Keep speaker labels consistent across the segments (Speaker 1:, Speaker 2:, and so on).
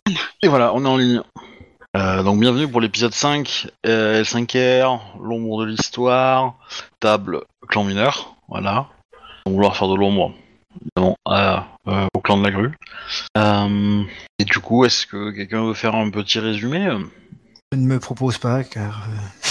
Speaker 1: Et voilà, on est en ligne. Donc bienvenue pour l'épisode 5, L5R, l'ombre de l'histoire, table, clan mineur, voilà. On va vouloir faire de l'ombre, évidemment, au clan de la grue. Et du coup, est-ce que quelqu'un veut faire un petit résumé?
Speaker 2: Je ne me propose pas, car...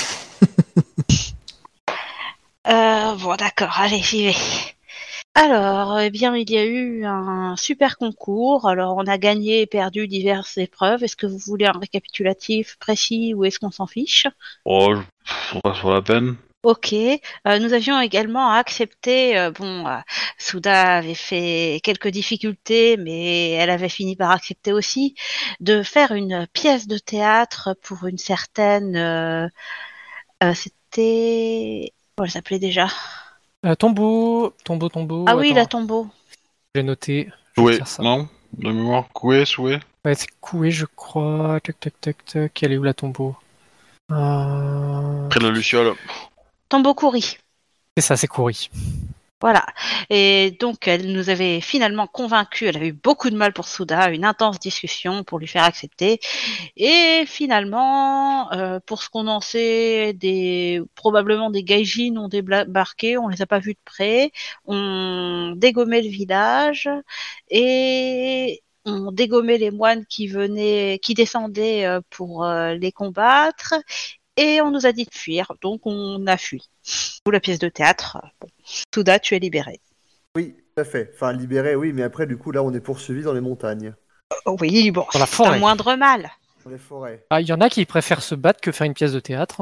Speaker 3: Bon, d'accord, allez, j'y vais. Alors, eh bien, il y a eu un super concours. Alors, on a gagné et perdu diverses épreuves. Est-ce que vous voulez un récapitulatif précis ou est-ce qu'on s'en fiche?
Speaker 1: Oh, on passe sur la peine.
Speaker 3: Ok. Nous avions également accepté. Souda avait fait quelques difficultés, mais elle avait fini par accepter aussi de faire une pièce de théâtre pour une certaine. C'était. Comment elle s'appelait déjà?
Speaker 4: Tombeau.
Speaker 3: Ah oui,
Speaker 4: Attends,
Speaker 3: la tombeau.
Speaker 4: j'ai noté. Je vais
Speaker 1: Coué,
Speaker 4: dire ça.
Speaker 1: non? De mémoire, Coué, Soué?
Speaker 4: Ouais, c'est Coué, je crois. Tac. Elle est où la tombeau?
Speaker 1: Près de la Luciole.
Speaker 3: Tombeau Courri.
Speaker 4: C'est ça, c'est Coury.
Speaker 3: Voilà. Et donc, elle nous avait finalement convaincus. Elle avait eu beaucoup de mal pour Souda, une intense discussion pour lui faire accepter. Et finalement, pour ce qu'on en sait, probablement des gaijins ont débarqué. On les a pas vus de près. On dégommait le village et on dégommait les moines qui descendaient pour les combattre. Et on nous a dit de fuir, donc on a fui. Ou la pièce de théâtre. Bon. Souda, tu es libéré.
Speaker 5: Oui, tout à fait. Enfin, libéré, oui, mais après, du coup, là, on est poursuivi dans les montagnes,
Speaker 3: Oui, bon,
Speaker 4: Dans la
Speaker 3: c'est
Speaker 4: forêt.
Speaker 3: un moindre mal.
Speaker 5: dans les forêts.
Speaker 4: Ah, il y en a qui préfèrent se battre que faire une pièce de théâtre.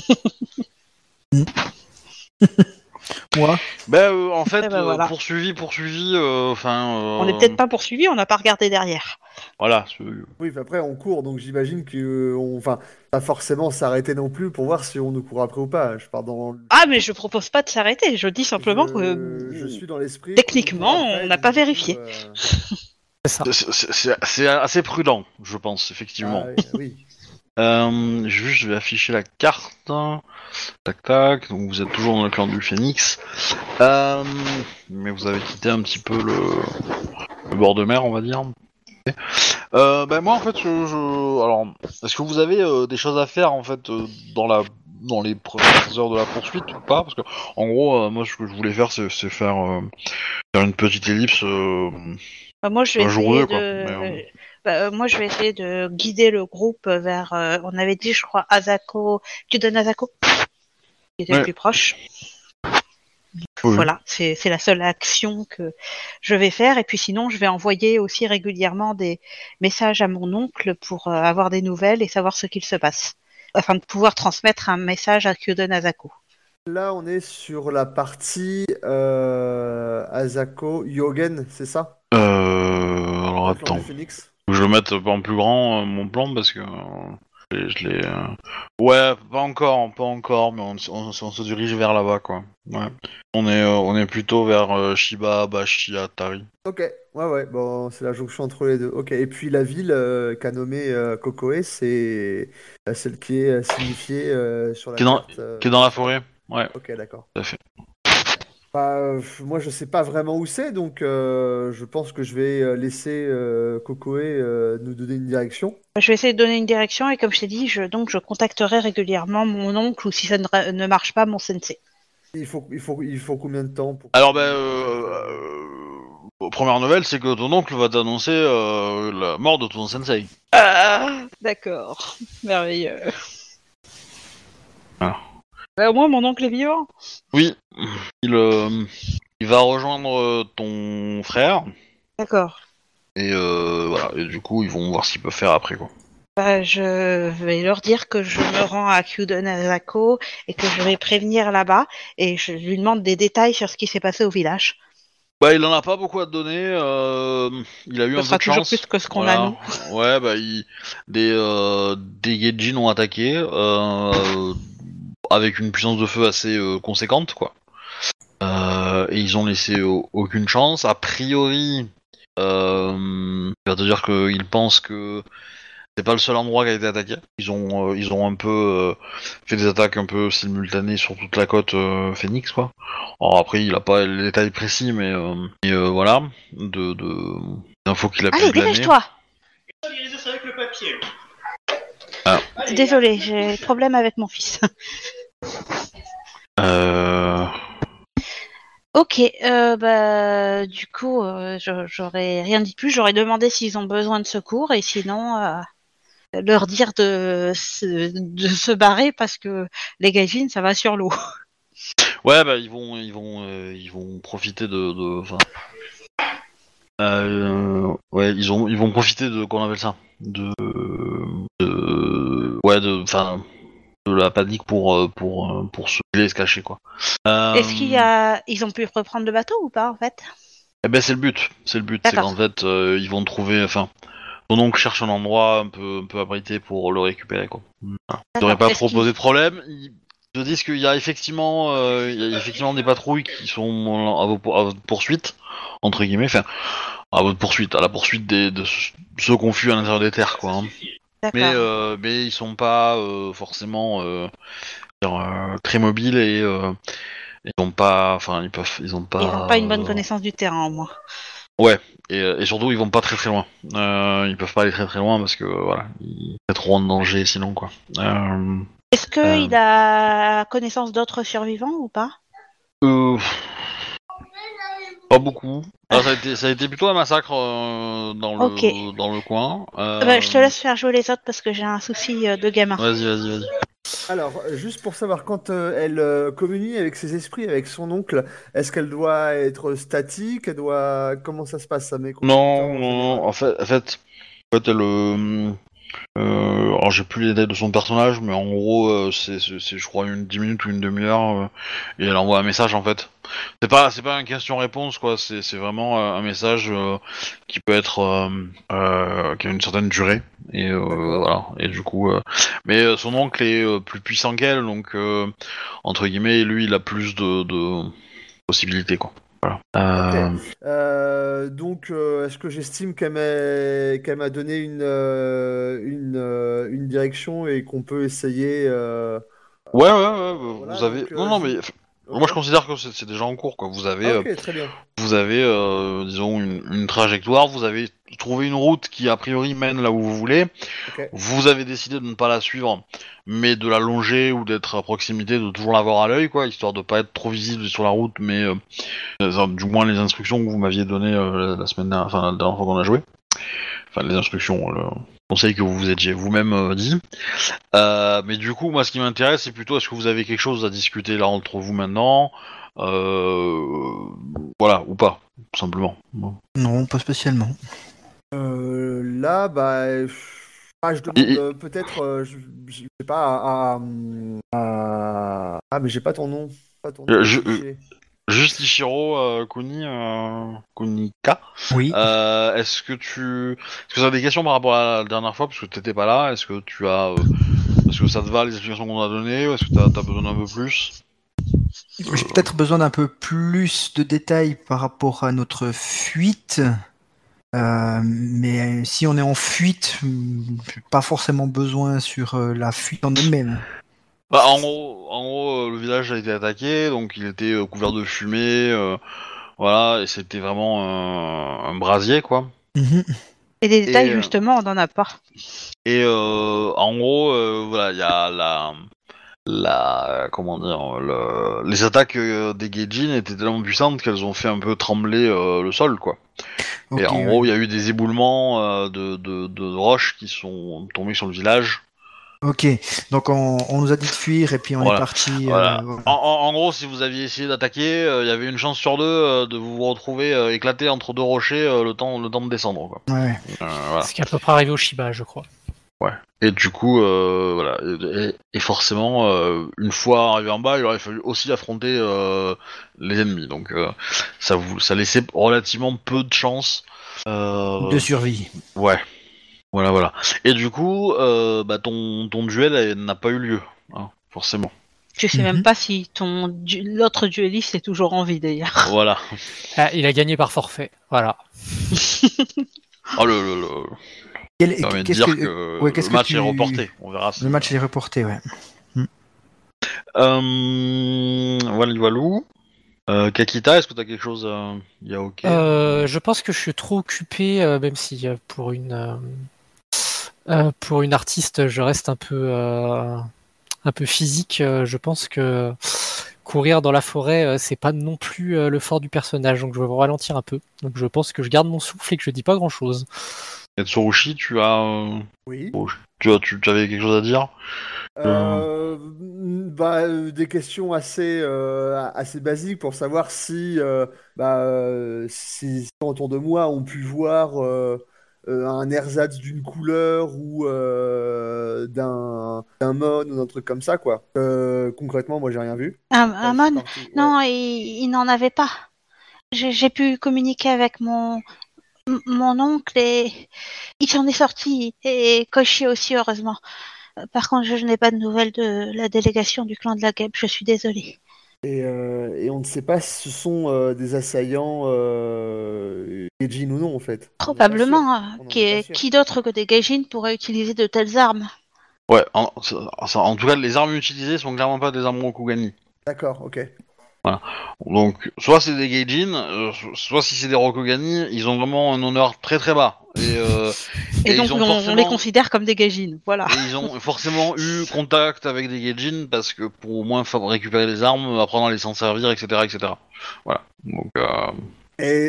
Speaker 2: Moi,
Speaker 1: En fait,
Speaker 3: Eh ben voilà.
Speaker 1: poursuivi,
Speaker 3: On n'est peut-être pas poursuivi, on n'a pas regardé derrière.
Speaker 1: Voilà.
Speaker 5: Oui, puis après, on court, donc j'imagine que... Enfin, pas forcément s'arrêter non plus pour voir si on nous court après ou pas. Je pars dans...
Speaker 3: Ah, mais je propose pas de s'arrêter, je dis simplement
Speaker 5: Je suis dans l'esprit...
Speaker 3: techniquement,
Speaker 5: qu'on nous court après,
Speaker 3: on n'a pas
Speaker 5: du coup,
Speaker 3: vérifié.
Speaker 4: C'est ça.
Speaker 1: C'est assez prudent, je pense, effectivement.
Speaker 5: Ah, oui.
Speaker 1: Juste, je vais afficher la carte. Tac. Donc vous êtes toujours dans le clan du Phénix. Mais vous avez quitté un petit peu le bord de mer, on va dire. Moi, en fait, alors, est-ce que vous avez des choses à faire, en fait, dans les premières heures de la poursuite ou pas? Parce que, en gros, moi, ce que je voulais faire, c'est faire une petite ellipse.
Speaker 3: Moi, je vais
Speaker 1: Un jour ou
Speaker 3: essayer
Speaker 1: deux, quoi.
Speaker 3: moi, je vais essayer de guider le groupe vers. On avait dit, je crois, Azako. Tu donnes Azako, qui était le
Speaker 1: Ouais.
Speaker 3: plus proche.
Speaker 1: Oui.
Speaker 3: Voilà, c'est la seule action que je vais faire. Et puis sinon, je vais envoyer aussi régulièrement des messages à mon oncle pour avoir des nouvelles et savoir ce qu'il se passe, afin de pouvoir transmettre un message à Kyodon Azako.
Speaker 5: Là, on est sur la partie Azako Yogen, c'est ça?
Speaker 1: Alors,
Speaker 5: Le clan
Speaker 1: attends.
Speaker 5: du Phénix.
Speaker 1: Je vais mettre en plus grand mon plan parce que je l'ai. Ouais, pas encore, mais on se dirige vers là-bas, quoi. Ouais. On est plutôt vers Shiba, Abashi, Atari.
Speaker 5: Ok, ouais, bon, c'est la jonction entre les deux. Ok, et puis la ville qu'a nommée Kokoe, c'est celle qui est signifiée sur la
Speaker 1: Qui est dans,
Speaker 5: carte.
Speaker 1: qui est dans la forêt. Ouais,
Speaker 5: Ok, d'accord.
Speaker 1: tout à fait.
Speaker 5: Bah, moi, je sais pas vraiment où c'est, donc je pense que je vais laisser Kokoe nous donner une direction.
Speaker 3: Je vais essayer de donner une direction et comme je t'ai dit, je contacterai régulièrement mon oncle ou si ça ne marche pas, mon sensei.
Speaker 5: Il faut combien de temps pour...
Speaker 1: Alors, première nouvelle, c'est que ton oncle va t'annoncer la mort de ton sensei.
Speaker 3: Ah, d'accord, merveilleux.
Speaker 1: Ah.
Speaker 3: Au moins, mon oncle est vivant.
Speaker 1: Oui, il va rejoindre ton frère.
Speaker 3: D'accord.
Speaker 1: Et voilà, et du coup, ils vont voir ce qu'ils peuvent faire après, quoi.
Speaker 3: Je vais leur dire que je me rends à Kyudon Azako et que je vais prévenir là-bas et je lui demande des détails sur ce qui s'est passé au village.
Speaker 1: Il en a pas beaucoup à te donner. Il a eu
Speaker 3: Ce
Speaker 1: un
Speaker 3: sera
Speaker 1: peu de
Speaker 3: toujours
Speaker 1: chance.
Speaker 3: plus que ce qu'on a, nous.
Speaker 1: Ouais, des Gaijin ont attaqué avec une puissance de feu assez conséquente, quoi. Et ils ont laissé aucune chance. A priori, il va te dire qu'ils pensent que c'est pas le seul endroit qui a été attaqué. Ils ont un peu fait des attaques un peu simultanées sur toute la côte Phoenix, quoi. Alors après, il a pas les détails précis, mais voilà, d'infos qu'il a pu
Speaker 3: Allez,
Speaker 1: glaner.
Speaker 3: dépêche-toi.
Speaker 6: papier.
Speaker 3: Désolée, j'ai problème avec mon fils. Ok, du coup, j'aurais rien dit de plus. J'aurais demandé s'ils ont besoin de secours et sinon leur dire de se barrer parce que les gaijins, ça va sur l'eau.
Speaker 1: Ouais, bah ils vont profiter de enfin, ouais, ils vont profiter de qu'on appelle ça, ouais, enfin, de la panique pour se filer et se cacher quoi.
Speaker 3: Est-ce ils ont pu reprendre le bateau ou pas en fait?
Speaker 1: Eh ben c'est le but, c'est
Speaker 3: D'accord.
Speaker 1: qu'en fait ils vont trouver, enfin, ton oncle cherche un endroit un peu abrité pour le récupérer quoi. Voilà. Ils n'auraient pas
Speaker 3: Est-ce
Speaker 1: trop
Speaker 3: qu'ils-
Speaker 1: posé de problème. Ils te disent qu'il y a effectivement, des patrouilles qui sont à votre poursuite entre guillemets, enfin à votre poursuite, à la poursuite de ceux confus à l'intérieur des terres quoi. Hein.
Speaker 3: D'accord.
Speaker 1: Mais ils sont pas forcément très mobiles et ils ont pas, enfin ils ont pas.
Speaker 3: Ils n'ont pas une bonne connaissance du terrain au moins.
Speaker 1: Ouais, et surtout ils vont pas très très loin. Ils peuvent pas aller très très loin parce que voilà, ils sont trop en danger sinon quoi.
Speaker 3: Est-ce qu'il a connaissance d'autres survivants ou pas?
Speaker 1: Euh, Pas beaucoup. Ah, ça a été plutôt un massacre
Speaker 3: Ok.
Speaker 1: dans le coin.
Speaker 3: Je te laisse faire jouer les autres parce que j'ai un souci de gamin.
Speaker 1: Vas-y.
Speaker 5: Alors, juste pour savoir, quand elle communie avec ses esprits, avec son oncle, est-ce qu'elle doit être statique? Elle doit... Comment ça se passe, ça, mes consultants en général?
Speaker 1: En fait, elle, alors j'ai plus les détails de son personnage, mais en gros, c'est je crois une 10 minutes ou une demi-heure, et elle envoie un message en fait. C'est pas une question-réponse quoi, c'est vraiment un message qui peut être qui a une certaine durée et
Speaker 5: D'accord.
Speaker 1: voilà. Et du coup, mais son oncle est plus puissant qu'elle, donc entre guillemets, lui, il a plus de possibilités quoi. Voilà.
Speaker 5: Ok. Donc, est-ce que j'estime qu'elle m'a donné une direction et qu'on peut essayer
Speaker 1: Ouais,
Speaker 5: voilà,
Speaker 1: vous avez.
Speaker 5: donc,
Speaker 1: Non, mais
Speaker 5: Ok.
Speaker 1: moi je considère que c'est déjà en cours quoi.
Speaker 5: Ah, ok, très bien.
Speaker 1: Vous avez, disons, une trajectoire, vous avez trouvé une route qui, a priori, mène là où vous voulez.
Speaker 5: Ok.
Speaker 1: Vous avez décidé de ne pas la suivre, mais de la longer ou d'être à proximité, de toujours l'avoir à l'œil, quoi, histoire de pas être trop visible sur la route, mais du moins les instructions que vous m'aviez données la semaine dernière, enfin la dernière fois qu'on a joué. Enfin, les instructions, le conseil que vous vous étiez vous-même dit. Mais du coup, moi, ce qui m'intéresse, c'est plutôt est-ce que vous avez quelque chose à discuter là entre vous maintenant voilà, ou pas, tout simplement. Bon.
Speaker 2: Non, pas spécialement.
Speaker 5: Là, je demande peut-être, je sais pas, Ah, mais j'ai pas ton nom. Pas ton nom affiché.
Speaker 1: Juste Ichiro Kunika.
Speaker 2: Oui.
Speaker 1: Est-ce que tu as des questions par rapport à la dernière fois parce que t'étais pas là? Est-ce que tu as, est-ce que ça te va les explications qu'on a données? Ou est-ce que t'as besoin d'un peu plus?
Speaker 2: J'ai peut-être besoin d'un peu plus de détails par rapport à notre fuite. Mais si on est en fuite, j'ai pas forcément besoin sur la fuite en elle-même.
Speaker 1: Bah, en gros, le village a été attaqué, donc il était couvert de fumée, voilà, et c'était vraiment un brasier, quoi.
Speaker 2: Mhm.
Speaker 3: Et des détails,
Speaker 1: Et,
Speaker 3: justement, on n'en a pas.
Speaker 1: En gros, voilà, il y a comment dire, les attaques des Gaijin étaient tellement puissantes qu'elles ont fait un peu trembler le sol, quoi.
Speaker 2: Ok,
Speaker 1: Et en
Speaker 2: ouais.
Speaker 1: gros, il y a eu des éboulements de roches qui sont tombés sur le village.
Speaker 2: Ok, donc on nous a dit de fuir et puis on est
Speaker 1: Voilà.
Speaker 2: parti.
Speaker 1: Voilà.
Speaker 2: Voilà.
Speaker 1: En gros, si vous aviez essayé d'attaquer, il y avait une chance sur deux de vous retrouver éclaté entre deux rochers le temps de descendre, quoi.
Speaker 2: Ouais.
Speaker 1: Voilà.
Speaker 4: Ce qui est à peu près arrivé au Shiba, je crois.
Speaker 1: Ouais. Et du coup, voilà. Et forcément, une fois arrivé en bas, il aurait fallu aussi affronter les ennemis. Donc, ça laissait relativement peu de chance.
Speaker 2: De survie.
Speaker 1: Ouais. Voilà. Et du coup, ton duel n'a pas eu lieu, hein, forcément.
Speaker 3: Je sais même pas si l'autre dueliste est toujours en vie d'ailleurs.
Speaker 1: Voilà.
Speaker 4: Ah, il a gagné par forfait. Voilà.
Speaker 1: Oh,
Speaker 2: Quel-
Speaker 1: ça permet de
Speaker 2: qu'est-ce
Speaker 1: dire
Speaker 2: que-
Speaker 1: que
Speaker 2: ouais,
Speaker 1: le
Speaker 2: qu'est-ce que
Speaker 1: match
Speaker 2: tu-
Speaker 1: est reporté. On verra.
Speaker 2: Le match est reporté, ouais.
Speaker 1: Voilà. Kakita, est-ce que t'as quelque chose à... Il y a ok.
Speaker 4: Je pense que je suis trop occupé, même si pour Pour une artiste, je reste un peu physique. Je pense que courir dans la forêt, c'est pas non plus le fort du personnage, donc je vais ralentir un peu. Donc je pense que je garde mon souffle et que je dis pas grand-chose.
Speaker 1: Et Tsurushi, tu as...
Speaker 5: Oui.
Speaker 1: Tu avais quelque chose à dire?
Speaker 5: Des questions assez basiques pour savoir si si autour de moi ont pu voir un ersatz d'une couleur ou d'un mode ou d'un truc comme ça, quoi. Concrètement, moi, j'ai rien vu.
Speaker 3: Un
Speaker 5: Je suis
Speaker 3: mon?
Speaker 5: parti, ouais.
Speaker 3: Non, il n'en avait pas. J'ai pu communiquer avec mon oncle et il s'en est sorti. Et Koshi aussi, heureusement. Par contre, je n'ai pas de nouvelles de la délégation du clan de la Guêpe. Je suis désolée.
Speaker 5: Et on ne sait pas si ce sont des assaillants Gaijin ou non, en fait.
Speaker 3: Probablement.
Speaker 5: On en est pas sûr.
Speaker 3: Qui d'autre que des gaijins pourrait utiliser de telles armes?
Speaker 1: Ouais, en tout cas, les armes utilisées sont clairement pas des armes Rokugani.
Speaker 5: D'accord, ok.
Speaker 1: Donc, soit c'est des Gaijin, soit si c'est des Rokugani, ils ont vraiment un honneur très très bas.
Speaker 3: Et donc,
Speaker 1: ils ont
Speaker 3: on les considère comme des gaijins. Voilà.
Speaker 1: Et ils ont forcément eu contact avec des Gaijin parce que pour au moins récupérer les armes, apprendre à les s'en servir, etc., etc. Voilà. Donc,
Speaker 5: Et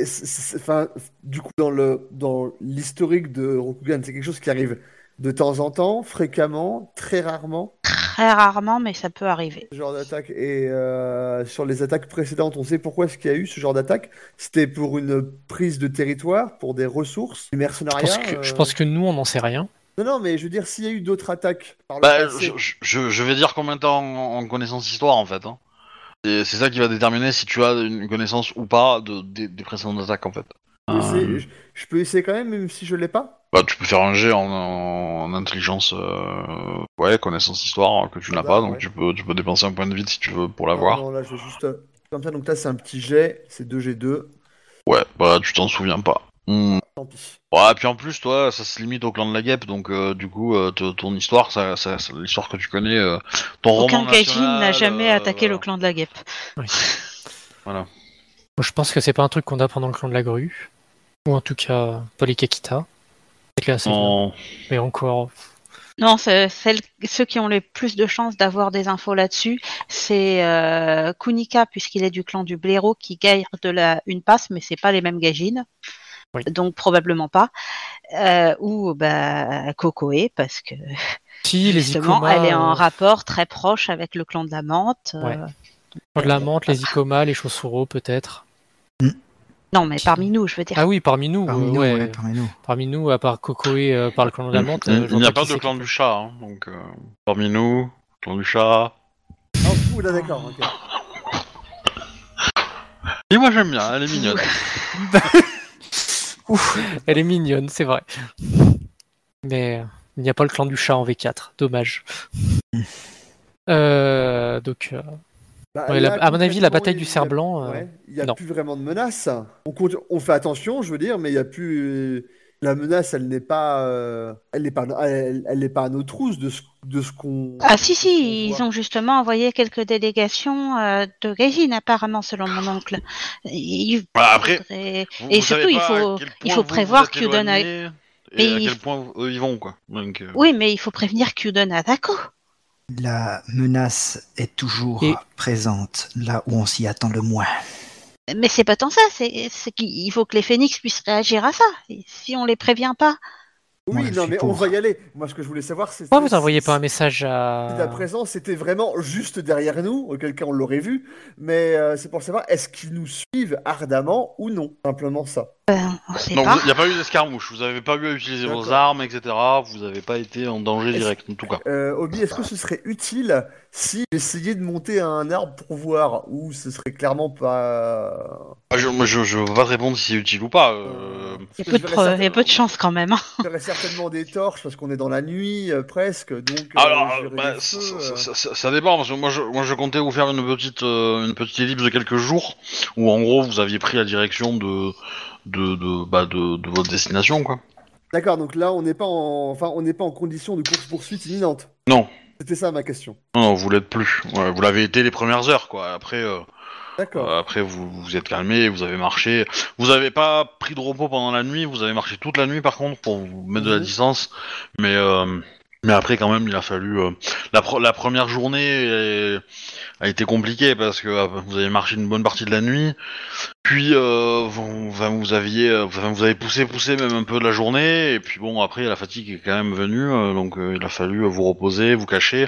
Speaker 5: du coup, dans l'historique de Rokugan, c'est quelque chose qui arrive de temps en temps, fréquemment, très rarement,
Speaker 3: Très rarement, mais ça peut arriver.
Speaker 5: ce genre d'attaque. Et sur les attaques précédentes, on sait pourquoi est-ce qu'il y a eu ce genre d'attaque. C'était pour une prise de territoire, pour des ressources, du mercenariat.
Speaker 4: Je pense que nous, on n'en sait rien.
Speaker 5: Non, mais je veux dire, s'il y a eu d'autres attaques par le
Speaker 1: bah,
Speaker 5: passé.
Speaker 1: je vais dire combien t'as en connaissance histoire en fait. Hein. C'est ça qui va déterminer si tu as une connaissance ou pas des précédentes attaques en fait.
Speaker 5: Je peux essayer quand même si je l'ai pas.
Speaker 1: Bah, tu peux faire un jet en intelligence, connaissance histoire que tu n'as pas, donc
Speaker 5: ouais.
Speaker 1: tu peux dépenser un point de vide si tu veux pour
Speaker 5: Non,
Speaker 1: l'avoir.
Speaker 5: non, là, je vais juste. Comme ça, donc là, c'est un petit jet, c'est 2G2.
Speaker 1: Ouais, bah tu t'en souviens pas.
Speaker 5: Tant pis.
Speaker 1: Ouais, puis en plus, toi, ça se limite au clan de la guêpe, donc du coup, ton histoire, l'histoire que tu connais, ton
Speaker 3: Aucun
Speaker 1: roman
Speaker 3: gaijin
Speaker 1: national,
Speaker 3: n'a jamais attaqué
Speaker 1: voilà.
Speaker 3: le clan de la Guêpe.
Speaker 4: Oui.
Speaker 1: Voilà.
Speaker 4: Moi, je pense que c'est pas un truc qu'on apprend dans le clan de la grue. Ou en tout cas, pas les Kakita. C'est assez bien.
Speaker 1: Non.
Speaker 4: Mais encore...
Speaker 3: Non, ceux qui ont les plus de chances d'avoir des infos là-dessus, c'est Kunika, puisqu'il est du clan du blaireau, qui garde une passe, mais c'est pas les mêmes gaijins.
Speaker 4: Oui.
Speaker 3: Donc probablement pas. Ou Kokoe, parce que
Speaker 4: Si, les
Speaker 3: justement,
Speaker 4: Ikoma,
Speaker 3: elle est en rapport très proche avec le clan de la menthe.
Speaker 4: Ouais. De la menthe, les Ikoma, les Chosuro, peut-être.
Speaker 3: Non, mais parmi nous, je veux dire.
Speaker 4: Ah oui, parmi nous,
Speaker 2: Parmi nous,
Speaker 4: ouais.
Speaker 2: ouais, parmi nous.
Speaker 4: Parmi nous, à part Kokoe par le clan de la menthe.
Speaker 1: Il n'y a pas de clan du chat, hein, donc parmi nous, clan du chat.
Speaker 5: Ah, fou, là, d'accord, ok.
Speaker 1: Et moi j'aime bien, elle est mignonne.
Speaker 4: Ouf, elle est mignonne, c'est vrai. Mais il n'y a pas le clan du chat en V4, dommage. Donc, ouais,
Speaker 5: Là,
Speaker 4: à mon avis, la
Speaker 5: concrètement,
Speaker 4: bataille du cerf-blanc,
Speaker 5: il n'y a
Speaker 4: non.
Speaker 5: plus vraiment de menace. On fait attention, je veux dire, mais il n'y a plus. La menace, elle n'est pas à nos trousses de ce qu'on.
Speaker 3: Ah si,
Speaker 5: de ce qu'on
Speaker 3: ils
Speaker 5: voit.
Speaker 3: ont justement envoyé quelques délégations de gaijin, apparemment, selon mon oncle.
Speaker 1: Après,
Speaker 3: faudrait-
Speaker 1: vous
Speaker 3: Et
Speaker 1: savez
Speaker 3: surtout,
Speaker 1: pas à quel point
Speaker 3: faut
Speaker 1: vous
Speaker 3: prévoir
Speaker 1: êtes
Speaker 3: Kyuden a...
Speaker 1: éloignés et
Speaker 3: Mais
Speaker 1: à
Speaker 3: il-
Speaker 1: quel point eux ils vont, quoi. Donc,
Speaker 3: Oui, mais il faut prévenir Kyuden Atako.
Speaker 2: La menace est toujours
Speaker 4: Et-
Speaker 2: présente là où on s'y attend le moins.
Speaker 3: Mais c'est pas tant ça, c'est qu'il faut que les phénix puissent réagir à ça. Et si on les prévient pas...
Speaker 2: Moi,
Speaker 5: Oui,
Speaker 2: je
Speaker 5: non,
Speaker 2: suis
Speaker 5: mais on
Speaker 2: pour.
Speaker 5: va y aller. Moi, ce que je voulais savoir, c'est.
Speaker 4: Pourquoi vous n'envoyez pas un message
Speaker 5: Si
Speaker 4: à...
Speaker 5: la présence était vraiment juste derrière nous, auquel cas on l'aurait vu, mais c'est pour savoir est-ce qu'ils nous suivent ardemment ou non. Simplement ça.
Speaker 3: On sait
Speaker 1: non,
Speaker 3: pas.
Speaker 1: il n'y a pas eu d'escarmouche, vous n'avez pas eu à utiliser vos
Speaker 5: D'accord.
Speaker 1: armes, etc. Vous n'avez pas été en danger direct, en tout cas.
Speaker 5: Obi, est-ce que ce serait utile si j'essayais de monter un arbre pour voir, ou ce serait clairement pas.
Speaker 1: Je veux pas te répondre si c'est utile ou pas.
Speaker 3: Il y a peu de chance quand même. Hein.
Speaker 5: J'aurais certainement des torches parce qu'on est dans la nuit presque, donc.
Speaker 1: Alors,
Speaker 5: j'aurais des feux,
Speaker 1: ça dépend, parce que moi je comptais vous faire une petite ellipse de quelques jours, où en gros vous aviez pris la direction de votre destination, quoi.
Speaker 5: D'accord, donc là on n'est pas en condition de course-poursuite imminente.
Speaker 1: Non.
Speaker 5: C'était ça ma question.
Speaker 1: Non, vous l'êtes plus. Ouais, vous l'avez été les premières heures, quoi. Après,
Speaker 5: D'accord.
Speaker 1: Après, vous vous êtes calmé, vous avez marché. Vous avez pas pris de repos pendant la nuit, vous avez marché toute la nuit par contre pour vous mettre de la distance. Mais après, quand même, il a fallu. La première journée a été compliquée parce que vous avez marché une bonne partie de la nuit. Puis vous avez poussé même un peu de la journée. Et puis bon, après, la fatigue est quand même venue. Donc il a fallu vous reposer, vous cacher.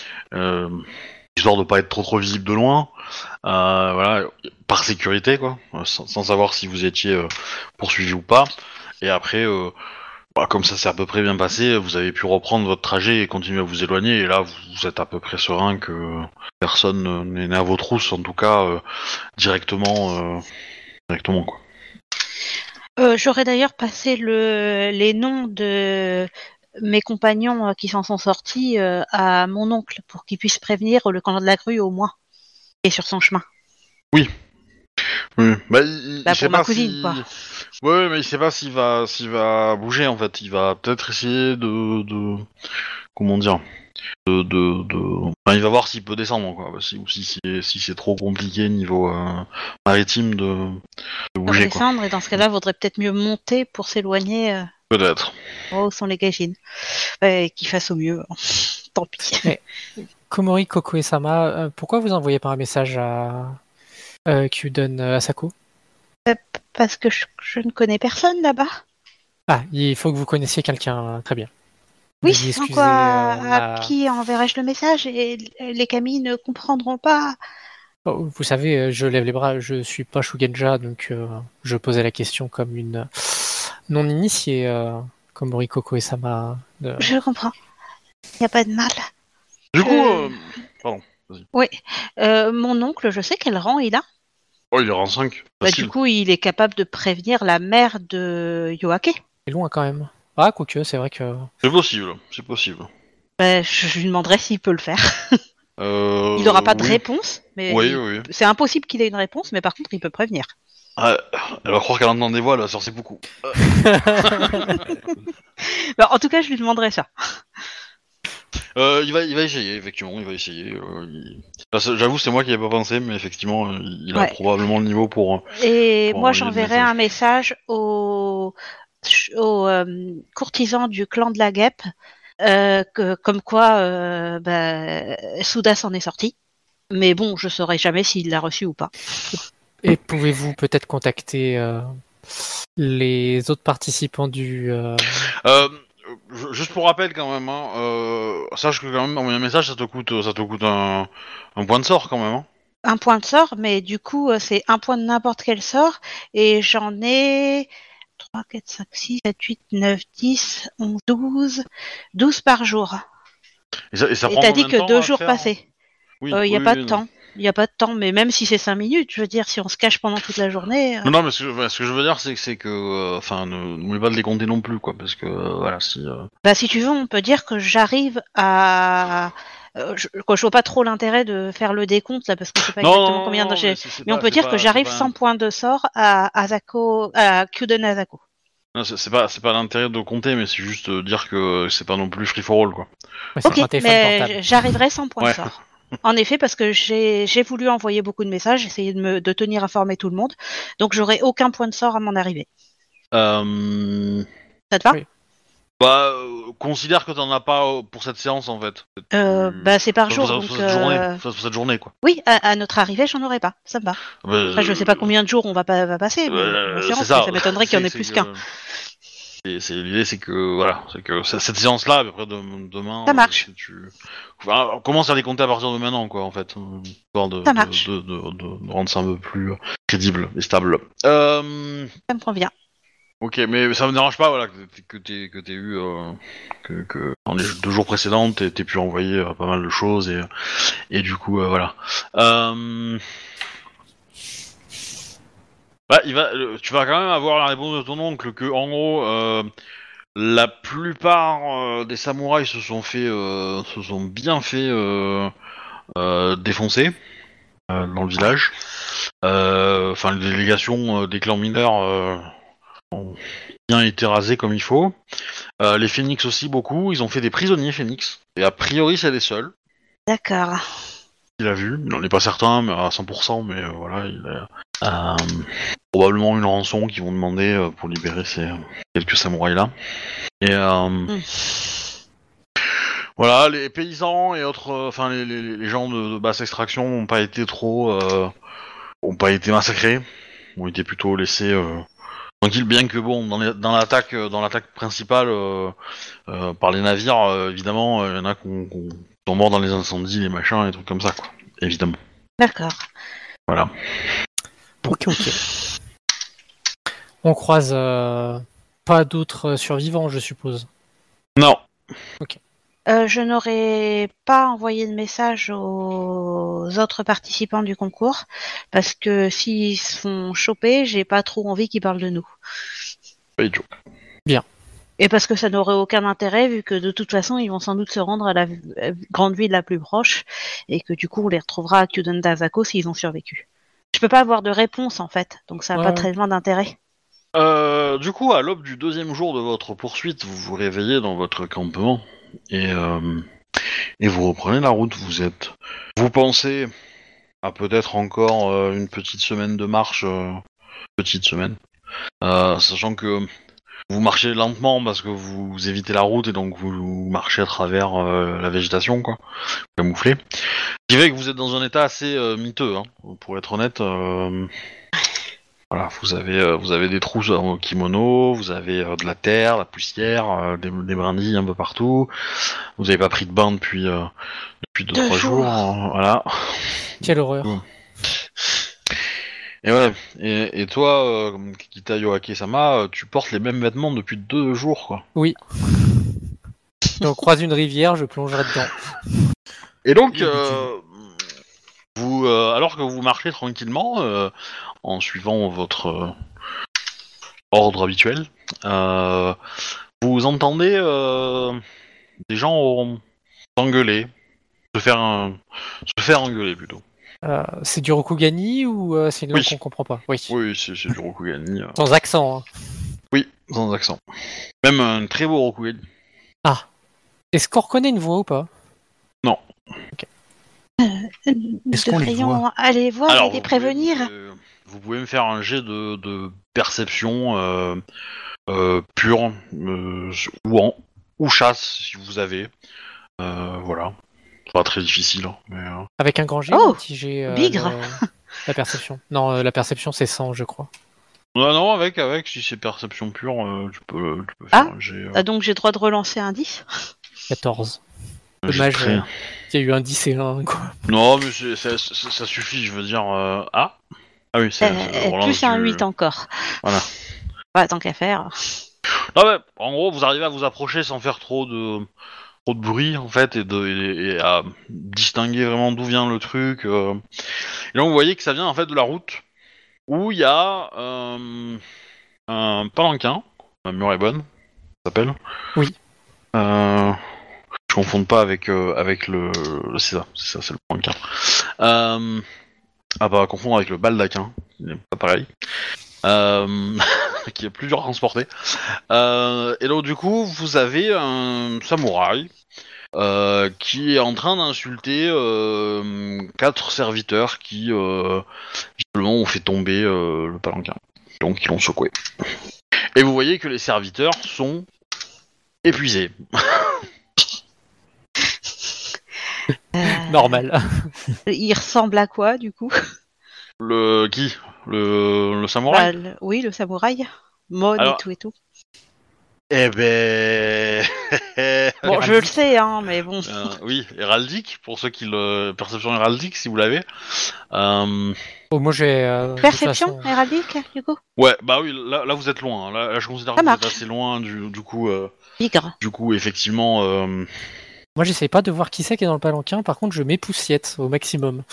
Speaker 1: Histoire de pas être trop visible de loin, voilà, par sécurité quoi, sans savoir si vous étiez poursuivi ou pas. Et après, comme ça s'est à peu près bien passé, vous avez pu reprendre votre trajet et continuer à vous éloigner. Et là, vous êtes à peu près serein que personne n'est à vos trousses, en tout cas directement quoi.
Speaker 3: J'aurais d'ailleurs passé les noms de mes compagnons qui s'en sont sortis à mon oncle pour qu'il puisse prévenir le camp de la grue au moins et sur son chemin.
Speaker 1: Oui. Bah, il
Speaker 3: Pour
Speaker 1: sait
Speaker 3: ma
Speaker 1: pas
Speaker 3: cousine,
Speaker 1: si...
Speaker 3: quoi.
Speaker 1: Ouais, mais il sait pas s'il va bouger en fait. Il va peut-être essayer de comment dire, Enfin, il va voir s'il peut descendre quoi, ou si c'est trop compliqué niveau maritime de bouger quoi.
Speaker 3: Descendre, et dans ce cas-là, vaudrait peut-être mieux monter pour s'éloigner.
Speaker 1: Peut-être.
Speaker 3: Où sont les gagines qu'il fasse au mieux. Tant pis.
Speaker 4: Mais, Komori Kokoe-sama, pourquoi vous envoyez pas un message à Kyuden Asako?
Speaker 3: Parce que je ne connais personne là-bas.
Speaker 4: Ah, il faut que vous connaissiez quelqu'un, très bien.
Speaker 3: Oui,
Speaker 4: Veuillez excuser,
Speaker 3: à qui enverrai-je le message et les Kami ne comprendront pas.
Speaker 4: Oh, vous savez, je lève les bras, je suis pas Shugenja, donc je posais la question comme une non-initiée, Komori Kokoe-sama.
Speaker 3: Je comprends. Il n'y a pas de mal.
Speaker 1: Du coup, pardon. Vas-y.
Speaker 3: Oui, mon oncle, je sais quel rang il a.
Speaker 1: Oh, il est rang 5.
Speaker 3: Du coup, il est capable de prévenir la mère de Yoake.
Speaker 4: C'est loin quand même. Ah, quoique, c'est vrai que...
Speaker 1: C'est possible.
Speaker 3: Je lui demanderai s'il peut le faire. Il n'aura pas de réponse, mais
Speaker 1: oui.
Speaker 3: c'est impossible qu'il ait une réponse, mais par contre, il peut prévenir.
Speaker 1: Ah, elle va croire qu'elle entend des voix, elle va sortir beaucoup.
Speaker 3: En tout cas, je lui demanderai ça.
Speaker 1: Il va essayer, effectivement, J'avoue, c'est moi qui n'y ai pas pensé, mais effectivement, il a probablement le niveau pour...
Speaker 3: Et
Speaker 1: pour
Speaker 3: moi,
Speaker 1: envoyer
Speaker 3: j'enverrai
Speaker 1: le
Speaker 3: un message aux courtisans du clan de la guêpe, comme quoi Souda s'en est sorti. Mais bon, je saurai jamais s'il l'a reçu ou pas.
Speaker 4: Et pouvez-vous peut-être contacter les autres participants du...
Speaker 1: Juste pour rappel quand même, sache que quand même envoyer un message ça te coûte un point de sort quand même.
Speaker 3: Un point de sort, mais du coup c'est un point de n'importe quel sort, et j'en ai 3, 4, 5, 6, 7, 8, 9, 10, 11, 12 par jour.
Speaker 1: Et ça prend
Speaker 3: t'as dit
Speaker 1: combien de
Speaker 3: que
Speaker 1: temps
Speaker 3: 2
Speaker 1: à
Speaker 3: jours
Speaker 1: faire
Speaker 3: passés.
Speaker 1: Oui,
Speaker 3: Il n'y a
Speaker 1: oui,
Speaker 3: pas
Speaker 1: oui,
Speaker 3: de temps. Il n'y a pas de temps, mais même si c'est 5 minutes, je veux dire, si on se cache pendant toute la journée...
Speaker 1: Non, mais ce que je veux dire, c'est que... n'oublie pas de les compter non plus, quoi, parce que, voilà, si...
Speaker 3: si tu veux, on peut dire que j'arrive à... je vois pas trop l'intérêt de faire le décompte, là, parce que je sais pas exactement combien de... Mais on peut dire que j'arrive 100 points de sort à Kyuden Asako.
Speaker 1: Non, c'est pas l'intérêt de compter, mais c'est juste dire que c'est pas non plus free for all, quoi.
Speaker 4: Ouais,
Speaker 3: ok, mais j'arriverai 100 points de sort. En effet, parce que j'ai voulu envoyer beaucoup de messages, essayer de tenir informé tout le monde, donc j'aurai aucun point de sort à mon arrivée. Ça te va?
Speaker 4: Oui.
Speaker 1: Considère que t'en as pas pour cette séance, en fait.
Speaker 3: C'est par jour,
Speaker 1: pour cette journée, quoi.
Speaker 3: Oui, à notre arrivée, j'en aurai pas, ça me va. Après, je sais pas combien de jours on va passer, mais séance, ça m'étonnerait qu'il y en ait plus qu'un.
Speaker 1: L'idée, c'est que voilà, cette séance-là, à peu près demain.
Speaker 3: Ça marche.
Speaker 1: On commence à les compter à partir de maintenant, quoi, en fait, histoire de rendre ça un peu plus crédible et stable.
Speaker 3: Ça me convient.
Speaker 1: Ok, mais ça me dérange pas, voilà, que t'aies eu que dans les 2 jours précédents, t'aies pu envoyer pas mal de choses et du coup, voilà. Tu vas quand même avoir la réponse de ton oncle que, en gros, la plupart des samouraïs se sont bien fait défoncer dans le village. Les délégations des clans mineurs ont bien été rasées comme il faut. Les phénix aussi beaucoup. Ils ont fait des prisonniers phénix. Et a priori, c'est les seuls.
Speaker 3: D'accord.
Speaker 1: qu'il a vu. Il n'en est pas certain, mais à 100%, mais voilà, il a probablement une rançon qu'ils vont demander pour libérer ces quelques samouraïs-là. Et voilà, les paysans et autres, enfin les gens de basse extraction n'ont pas été massacrés, ont été plutôt laissés tranquilles, bien que bon, dans l'attaque principale par les navires, évidemment, il y en a qui sont morts dans les incendies, les machins, les trucs comme ça, quoi, évidemment.
Speaker 3: D'accord.
Speaker 1: Voilà.
Speaker 4: Ok. On croise pas d'autres survivants, je suppose.
Speaker 1: Non.
Speaker 4: Ok.
Speaker 3: Je n'aurais pas envoyé de message aux autres participants du concours, parce que s'ils se font choper, j'ai pas trop envie qu'ils parlent de nous.
Speaker 1: Bien.
Speaker 3: Et parce que ça n'aurait aucun intérêt, vu que de toute façon, ils vont sans doute se rendre à la grande ville la plus proche, et que du coup, on les retrouvera à Kyuden-Dazako s'ils ont survécu. Je peux pas avoir de réponse, en fait, donc ça n'a pas tellement d'intérêt.
Speaker 1: Du coup, à l'aube du 2e jour de votre poursuite, vous vous réveillez dans votre campement. Et vous reprenez la route. Vous pensez à peut-être encore une petite semaine de marche, sachant que vous marchez lentement parce que vous évitez la route et donc vous marchez à travers la végétation, quoi, camouflé. Ce qui fait que vous êtes dans un état assez miteux, hein, pour être honnête. Voilà, vous avez des trous en kimono, vous avez de la terre, la poussière, des brindilles un peu partout. Vous n'avez pas pris de bain depuis 2-3 jours. Voilà.
Speaker 4: Quelle horreur.
Speaker 1: Et voilà. Et toi, Kikita Yoake-sama, tu portes les mêmes vêtements depuis 2 jours, quoi.
Speaker 4: Oui. Si on croise une rivière, je plongerai dedans.
Speaker 1: Et donc, alors que vous marchez tranquillement, en suivant votre ordre habituel, vous entendez des gens s'engueuler, se faire engueuler plutôt.
Speaker 4: C'est du Rokugani ou c'est une langue qu'on comprend pas? Oui.
Speaker 1: Oui, c'est du Rokugani.
Speaker 4: Sans accent. Hein.
Speaker 1: Oui, sans accent. Même un très beau Rokugani.
Speaker 4: Ah. Est-ce qu'on reconnaît une voix ou pas?
Speaker 1: Non.
Speaker 4: Ok.
Speaker 2: Est-ce qu'on les voit?
Speaker 3: Aller voir
Speaker 1: Alors,
Speaker 3: et les prévenir.
Speaker 1: Vous pouvez me faire un jet de perception pure ou chasse si vous avez. Voilà. C'est pas très difficile. Hein, mais,
Speaker 4: Avec un grand G ou un petit G
Speaker 3: bigre.
Speaker 4: La perception. Non, la perception c'est 100, je crois.
Speaker 1: Non, avec, si c'est perception pure, tu peux faire un jet.
Speaker 3: Donc j'ai droit de relancer un 10.
Speaker 4: 14.
Speaker 1: Dommage,
Speaker 4: il y a eu un 10 et un, quoi.
Speaker 1: Non, mais ça suffit, je veux dire. Ah oui, c'est
Speaker 3: plus un 8 encore.
Speaker 1: Voilà.
Speaker 3: Ouais, tant qu'à faire.
Speaker 1: Non, mais en gros, vous arrivez à vous approcher sans faire trop de bruit, en fait, et à distinguer vraiment d'où vient le truc. Et là, vous voyez que ça vient, en fait, de la route, où il y a un palanquin, un Murebon, ça s'appelle.
Speaker 4: Oui.
Speaker 1: Je confonde pas avec le... C'est ça, c'est le palanquin. Pas confondre avec le baldaquin, qui n'est pas pareil. Qui est plus dur à transporter. Et donc du coup, vous avez un samouraï qui est en train d'insulter 4 serviteurs qui visiblement ont fait tomber le palanquin. Donc ils l'ont secoué. Et vous voyez que les serviteurs sont épuisés.
Speaker 4: Normal.
Speaker 3: Il ressemble à quoi du coup?
Speaker 1: Le samouraï?
Speaker 3: Oui, le samouraï. Mon
Speaker 1: Alors,
Speaker 3: et tout.
Speaker 1: Eh ben...
Speaker 3: Bon, je le sais, hein, mais bon.
Speaker 1: Oui, héraldique, pour ceux qui le... Perception héraldique, si vous l'avez.
Speaker 4: Oh, moi j'ai...
Speaker 3: Perception héraldique, du coup?
Speaker 1: Ouais, bah oui, là vous êtes loin. Hein. Là, je considère que vous êtes assez loin, du coup...
Speaker 3: Bigre.
Speaker 1: Du coup, effectivement...
Speaker 4: Moi j'essaye pas de voir qui c'est qui est dans le palanquin, par contre je m'époussiette au maximum.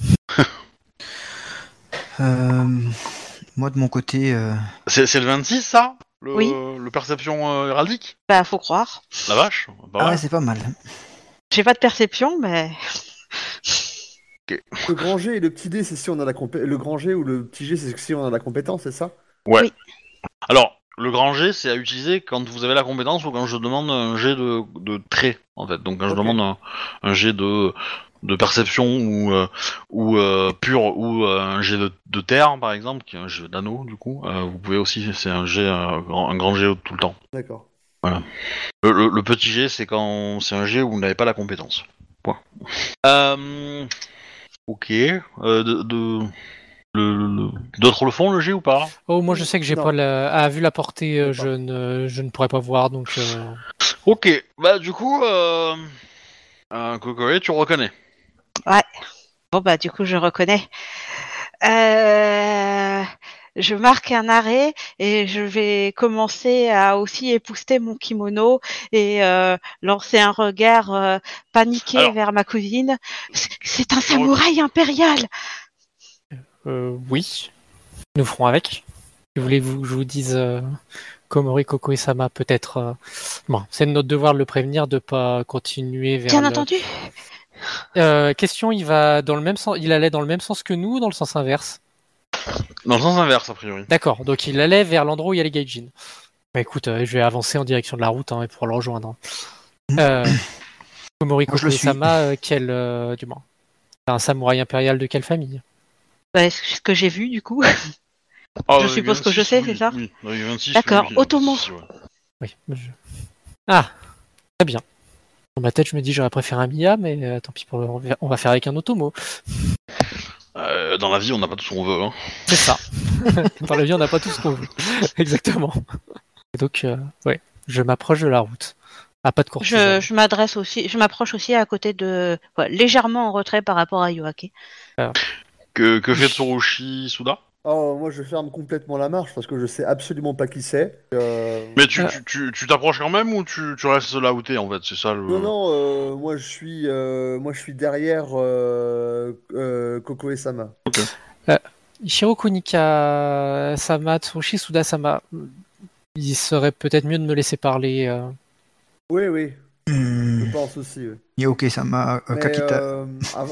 Speaker 2: Moi de mon côté...
Speaker 1: C'est le 26, ça?
Speaker 3: Oui.
Speaker 1: Le perception héraldique?
Speaker 3: Bah, faut croire.
Speaker 1: La vache,
Speaker 2: Ah ouais, c'est pas mal.
Speaker 3: J'ai pas de perception, mais...
Speaker 5: Okay. Le grand G et le petit D, c'est si on a la le grand G ou le petit G, c'est si on a la compétence, c'est ça?
Speaker 1: Ouais.
Speaker 3: Oui.
Speaker 1: Alors, le grand G, c'est à utiliser quand vous avez la compétence ou quand je demande un G de trait, en fait. Donc quand je demande un G de de perception ou pur ou un jet de terre par exemple, qui est un jet d'anneau du coup. Vous pouvez aussi, c'est un jet un grand jet tout le temps.
Speaker 5: D'accord.
Speaker 1: Voilà. Le petit jet, c'est quand c'est un jet où vous n'avez pas la compétence. Point. Ok. D'autres le font le jet ou pas?
Speaker 4: Oh, moi je sais que j'ai
Speaker 5: Non.
Speaker 4: pas vu la portée,
Speaker 5: Je sais
Speaker 4: je ne pourrais pas voir, donc...
Speaker 1: Ok. Bah du coup, Kokoe, tu reconnais.
Speaker 3: Ouais. Bon bah du coup je reconnais. Je marque un arrêt et je vais commencer à aussi épousseter mon kimono et lancer un regard paniqué
Speaker 1: Alors,
Speaker 3: vers ma cousine. C'est un samouraï impérial.
Speaker 4: Oui, nous ferons avec. Si voulez-vous que je vous dise Komori Kokoe-sama, peut-être... Bon, c'est de notre devoir de le prévenir de pas continuer vers
Speaker 3: Bien entendu.
Speaker 4: Question, il allait dans le même sens que nous ou dans le sens inverse?
Speaker 1: dans le sens inverse a priori.
Speaker 4: D'accord, donc il allait vers l'endroit où il y a les gaijin. Bah écoute, je vais avancer en direction de la route pour le rejoindre. Komori
Speaker 2: Moi, je le suis.
Speaker 4: Kokoe-sama, du moins, un samouraï impérial de quelle famille?
Speaker 3: Bah, c'est ce que j'ai vu du coup. Je suppose que je sais, c'est ça?
Speaker 1: Oui, dans les 26,
Speaker 3: D'accord,
Speaker 1: oui,
Speaker 3: Otomo.
Speaker 1: 26, ouais.
Speaker 4: Oui. Ah, très bien. Dans ma tête, je me dis j'aurais préféré un Miya, mais tant pis, on va faire avec un Otomo.
Speaker 1: Dans la vie, on n'a pas tout ce qu'on veut. Hein.
Speaker 4: C'est ça. Dans la vie, on n'a pas tout ce qu'on veut. Exactement. Et donc, ouais, je m'approche de la route. À pas de courtisane.
Speaker 3: Je m'approche aussi à côté de, légèrement en retrait par rapport à Yoake.
Speaker 1: Que fait Tsurushi Suda?
Speaker 5: Oh, moi je ferme complètement la marche parce que je sais absolument pas qui c'est.
Speaker 1: Mais tu t'approches quand même ou tu restes là où t'es en fait, c'est ça le...
Speaker 5: Non, moi je suis derrière Kokoe-sama.
Speaker 4: Ishiro Kunika Sama, Tsurushi Suda Sama. Il serait peut-être mieux de me laisser parler.
Speaker 5: Oui, je
Speaker 2: Hmm.
Speaker 5: pense aussi. Oui.
Speaker 2: Yoke-sama,
Speaker 5: Mais
Speaker 2: Kakita.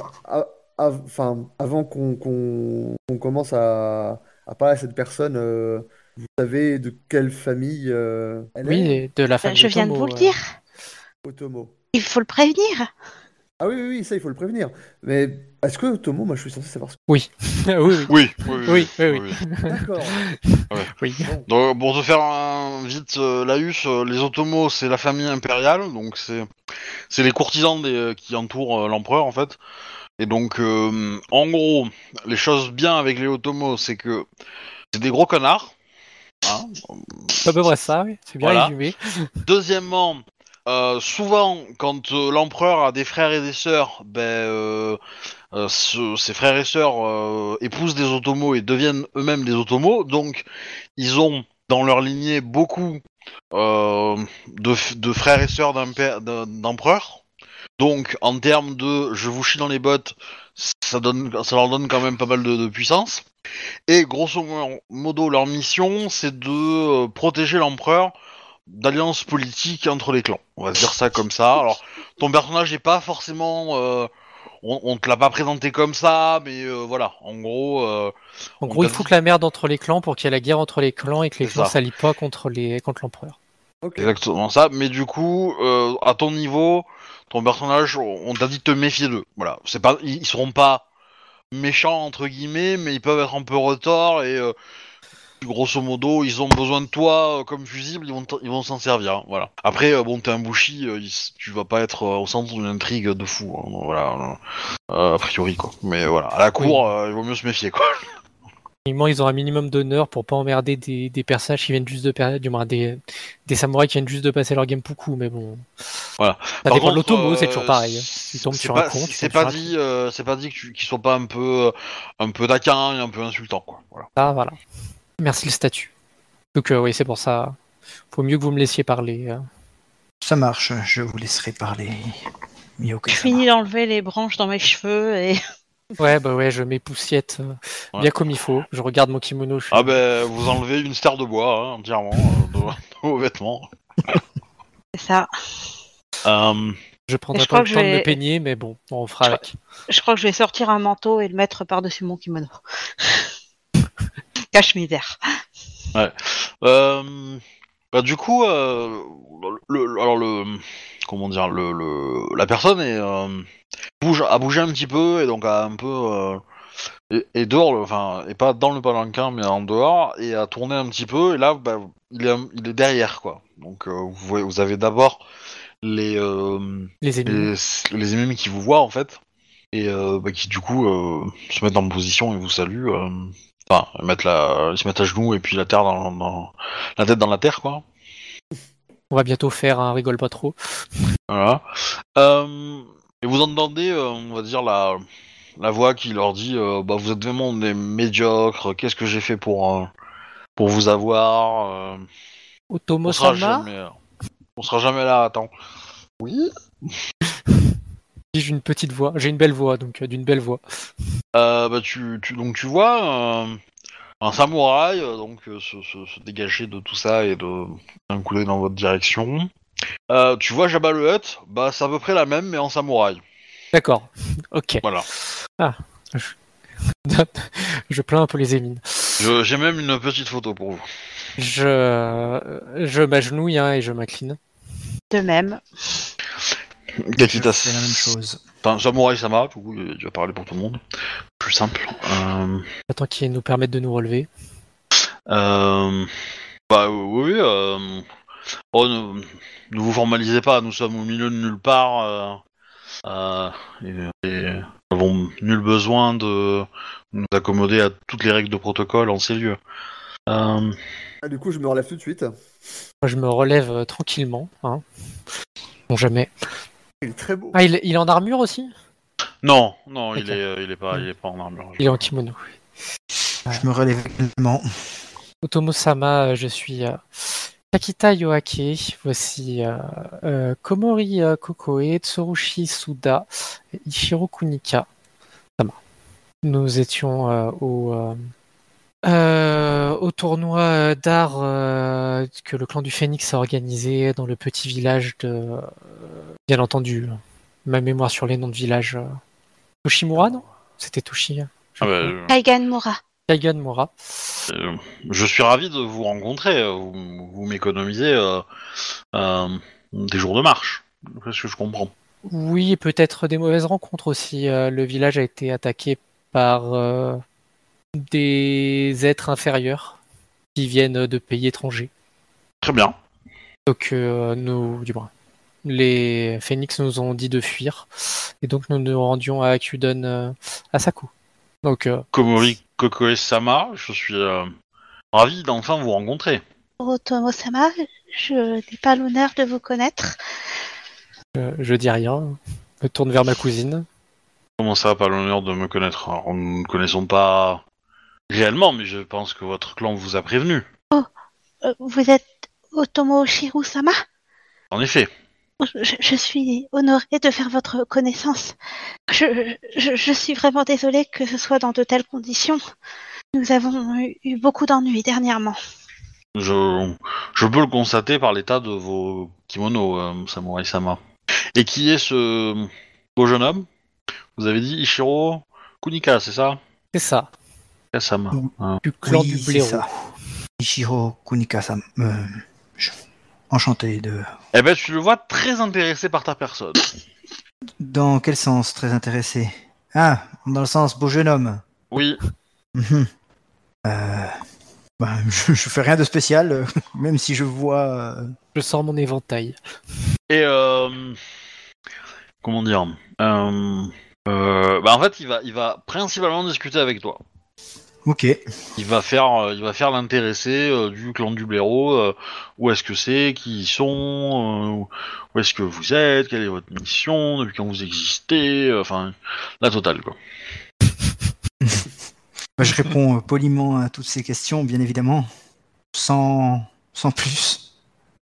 Speaker 5: avant qu'on commence à parler à cette personne, vous savez de quelle famille elle
Speaker 4: Oui,
Speaker 5: est,
Speaker 4: et de la famille
Speaker 3: Je viens de
Speaker 4: Otomo,
Speaker 3: vous le dire.
Speaker 5: Otomo?
Speaker 3: Il faut le prévenir.
Speaker 5: Ah oui, ça il faut le prévenir. Mais est-ce que Otomo, moi je suis censé savoir ce que...
Speaker 4: Oui. oui.
Speaker 1: Oui.
Speaker 5: D'accord.
Speaker 4: Oui.
Speaker 5: Bon.
Speaker 1: Donc, pour te faire un vite laïus, les Otomo c'est la famille impériale, donc c'est les courtisans qui entourent l'empereur en fait. Et donc, en gros, les choses bien avec les Otomo, c'est que c'est des gros connards. Hein.
Speaker 4: C'est à peu près ça, oui. C'est bien
Speaker 1: Voilà.
Speaker 4: résumé.
Speaker 1: Deuxièmement, souvent, quand l'empereur a des frères et des sœurs, ses frères et sœurs épousent des Otomo et deviennent eux-mêmes des Otomo. Donc, ils ont dans leur lignée beaucoup de frères et sœurs d'empereurs. Donc, en termes de je vous chie dans les bottes, ça leur donne quand même pas mal de puissance. Et grosso modo, leur mission, c'est de protéger l'empereur d'alliances politiques entre les clans. On va se dire ça comme ça. Alors, ton personnage n'est pas forcément... on te l'a pas présenté comme ça, mais voilà. En gros...
Speaker 4: En gros, il fout la merde entre les clans pour qu'il y ait la guerre entre les clans et que les
Speaker 1: C'est
Speaker 4: clans
Speaker 1: ça.
Speaker 4: s'allient pas contre l'empereur.
Speaker 5: Ok.
Speaker 1: Exactement ça. Mais du coup, à ton niveau, ton personnage, on t'a dit de te méfier d'eux. Voilà. C'est pas, ils seront pas méchants entre guillemets, mais ils peuvent être un peu retors et grosso modo, ils ont besoin de toi comme fusible, ils vont s'en servir. Voilà. Après, bon, t'es un bushi, tu vas pas être au centre d'une intrigue de fou. Hein, voilà. A priori quoi. Mais voilà, à la cour, il vaut mieux se méfier quoi.
Speaker 4: Ils ont un minimum d'honneur pour pas emmerder des personnages qui viennent juste du moins des samouraïs qui viennent juste de passer leur game poucou, mais bon.
Speaker 1: Voilà.
Speaker 4: Ça dépend de l'automo, c'est toujours pareil. Tu tombes
Speaker 1: C'est
Speaker 4: sur
Speaker 1: pas,
Speaker 4: un con.
Speaker 1: c'est pas dit qu'ils soient pas un peu taquins et un peu insultants quoi. Voilà.
Speaker 4: Ah voilà. Merci le statut. Donc oui, c'est pour ça. Faut mieux que vous me laissiez parler.
Speaker 2: Ça marche, je vous laisserai parler.
Speaker 3: Je
Speaker 2: Yoke-sama.
Speaker 3: finis d'enlever les branches dans mes cheveux et
Speaker 4: Ouais, je mets poussiette
Speaker 1: Ouais.
Speaker 4: bien comme il faut. Je regarde mon kimono.
Speaker 1: Ah vous enlevez une stère de bois hein, entièrement de vos vêtements.
Speaker 3: c'est ça.
Speaker 4: Je prendrai
Speaker 3: je
Speaker 4: pas
Speaker 3: crois
Speaker 4: le
Speaker 3: que
Speaker 4: temps
Speaker 3: je
Speaker 4: de me
Speaker 3: vais-
Speaker 4: peigner, mais bon, on fera avec.
Speaker 3: Je crois que je vais sortir un manteau et le mettre par-dessus mon kimono. Cache-misère.
Speaker 1: Du coup, comment dire, la personne a bougé un petit peu et donc a un peu et dehors, enfin, et pas dans le palanquin mais en dehors et a tourné un petit peu et là, il est derrière quoi. Donc vous avez d'abord les
Speaker 4: ennemis.
Speaker 1: les ennemis qui vous voient en fait et qui du coup se mettent en position et vous saluent. Enfin, ils se mettent à genoux et puis la tête dans la terre quoi.
Speaker 4: On va bientôt faire un rigole pas trop.
Speaker 1: Voilà. Et vous entendez, on va dire, la voix qui leur dit vous êtes vraiment des médiocres, qu'est-ce que j'ai fait pour vous avoir
Speaker 4: Otomo-sama,
Speaker 1: on sera jamais là, attends. Oui.
Speaker 4: j'ai une petite voix, j'ai une belle voix, donc d'une belle voix.
Speaker 1: Tu vois un samouraï se dégager de tout ça et de d'un coup d'œil dans votre direction. Tu vois Jabba le Hutt, c'est à peu près la même mais en samouraï.
Speaker 4: D'accord, ok.
Speaker 1: Voilà.
Speaker 4: Ah, je plains un peu les émines.
Speaker 1: J'ai même une petite photo pour vous.
Speaker 4: Je m'agenouille et je m'incline.
Speaker 3: De même.
Speaker 1: Kakita,
Speaker 2: C'est la même chose.
Speaker 1: Enfin, Samouraï Sama, du coup, il va parler pour tout le monde. Plus simple.
Speaker 4: Attends qu'il nous permette de nous relever.
Speaker 1: Oui. Ne vous formalisez pas, nous sommes au milieu de nulle part. Et nous n'avons nul besoin de nous accommoder à toutes les règles de protocole en ces lieux.
Speaker 5: Du coup, je me relève tout de suite.
Speaker 4: Moi, je me relève tranquillement. Bon, jamais.
Speaker 5: Il est très beau.
Speaker 4: Ah, il est en armure aussi ?
Speaker 1: Non,
Speaker 4: Okay.
Speaker 1: il est pas en armure.
Speaker 4: Il est en kimono.
Speaker 2: Je me relève également.
Speaker 4: Otomo-sama, je suis Takita Yoake. Voici Komori Kokoe, Tsurushi Suda, et Ichiro Kunika. Sama. Nous étions au tournoi d'art que le clan du Phénix a organisé dans le petit village de... bien entendu, ma mémoire sur les noms de village. Toshimura, non ? C'était Toshi.
Speaker 3: Kaigan-mura.
Speaker 4: Kaigan-mura.
Speaker 1: Je suis ravi de vous rencontrer. Vous m'économisez des jours de marche. C'est ce que je comprends.
Speaker 4: Oui, et peut-être des mauvaises rencontres aussi. Le village a été attaqué par des êtres inférieurs qui viennent de pays étrangers.
Speaker 1: Très bien.
Speaker 4: Donc du moins, les Phénix nous ont dit de fuir, et donc nous nous rendions à Akudon Asako. Donc
Speaker 1: Komori Kokoe-sama, je suis ravi d'enfin vous rencontrer.
Speaker 3: Otomo-sama, je n'ai pas l'honneur de vous connaître.
Speaker 4: je dis rien, je me tourne vers ma cousine.
Speaker 1: Comment ça, pas l'honneur de me connaître? Alors, nous ne connaissons pas réellement, mais je pense que votre clan vous a prévenu.
Speaker 3: Vous êtes Otomo Shiru-sama ?
Speaker 1: En effet.
Speaker 3: Je suis honorée de faire votre connaissance. Je suis vraiment désolée que ce soit dans de telles conditions. Nous avons eu beaucoup d'ennuis dernièrement.
Speaker 1: Je peux le constater par l'état de vos kimonos, Samurai-sama. Et qui est ce beau jeune homme? Vous avez dit Ichiro Kunika, c'est ça?
Speaker 4: C'est ça.
Speaker 1: Kasama.
Speaker 4: Du clan
Speaker 2: Oui,
Speaker 4: du
Speaker 2: c'est
Speaker 4: blaireau.
Speaker 2: ça. Ichiro Kunika-sama. Enchanté de...
Speaker 1: Eh ben, tu le vois très intéressé par ta personne.
Speaker 2: Dans quel sens très intéressé? Ah, dans le sens beau jeune homme.
Speaker 1: Oui.
Speaker 2: Mhm. Je fais rien de spécial, même si je vois...
Speaker 4: Je sors mon éventail.
Speaker 1: Et comment dire en fait, il va principalement discuter avec toi.
Speaker 2: Ok.
Speaker 1: Il va faire l'intéressé du clan du blaireau. Où est-ce que c'est, qui ils sont, où est-ce que vous êtes, quelle est votre mission, depuis quand vous existez, enfin la totale quoi.
Speaker 2: Je réponds poliment à toutes ces questions, bien évidemment, sans plus.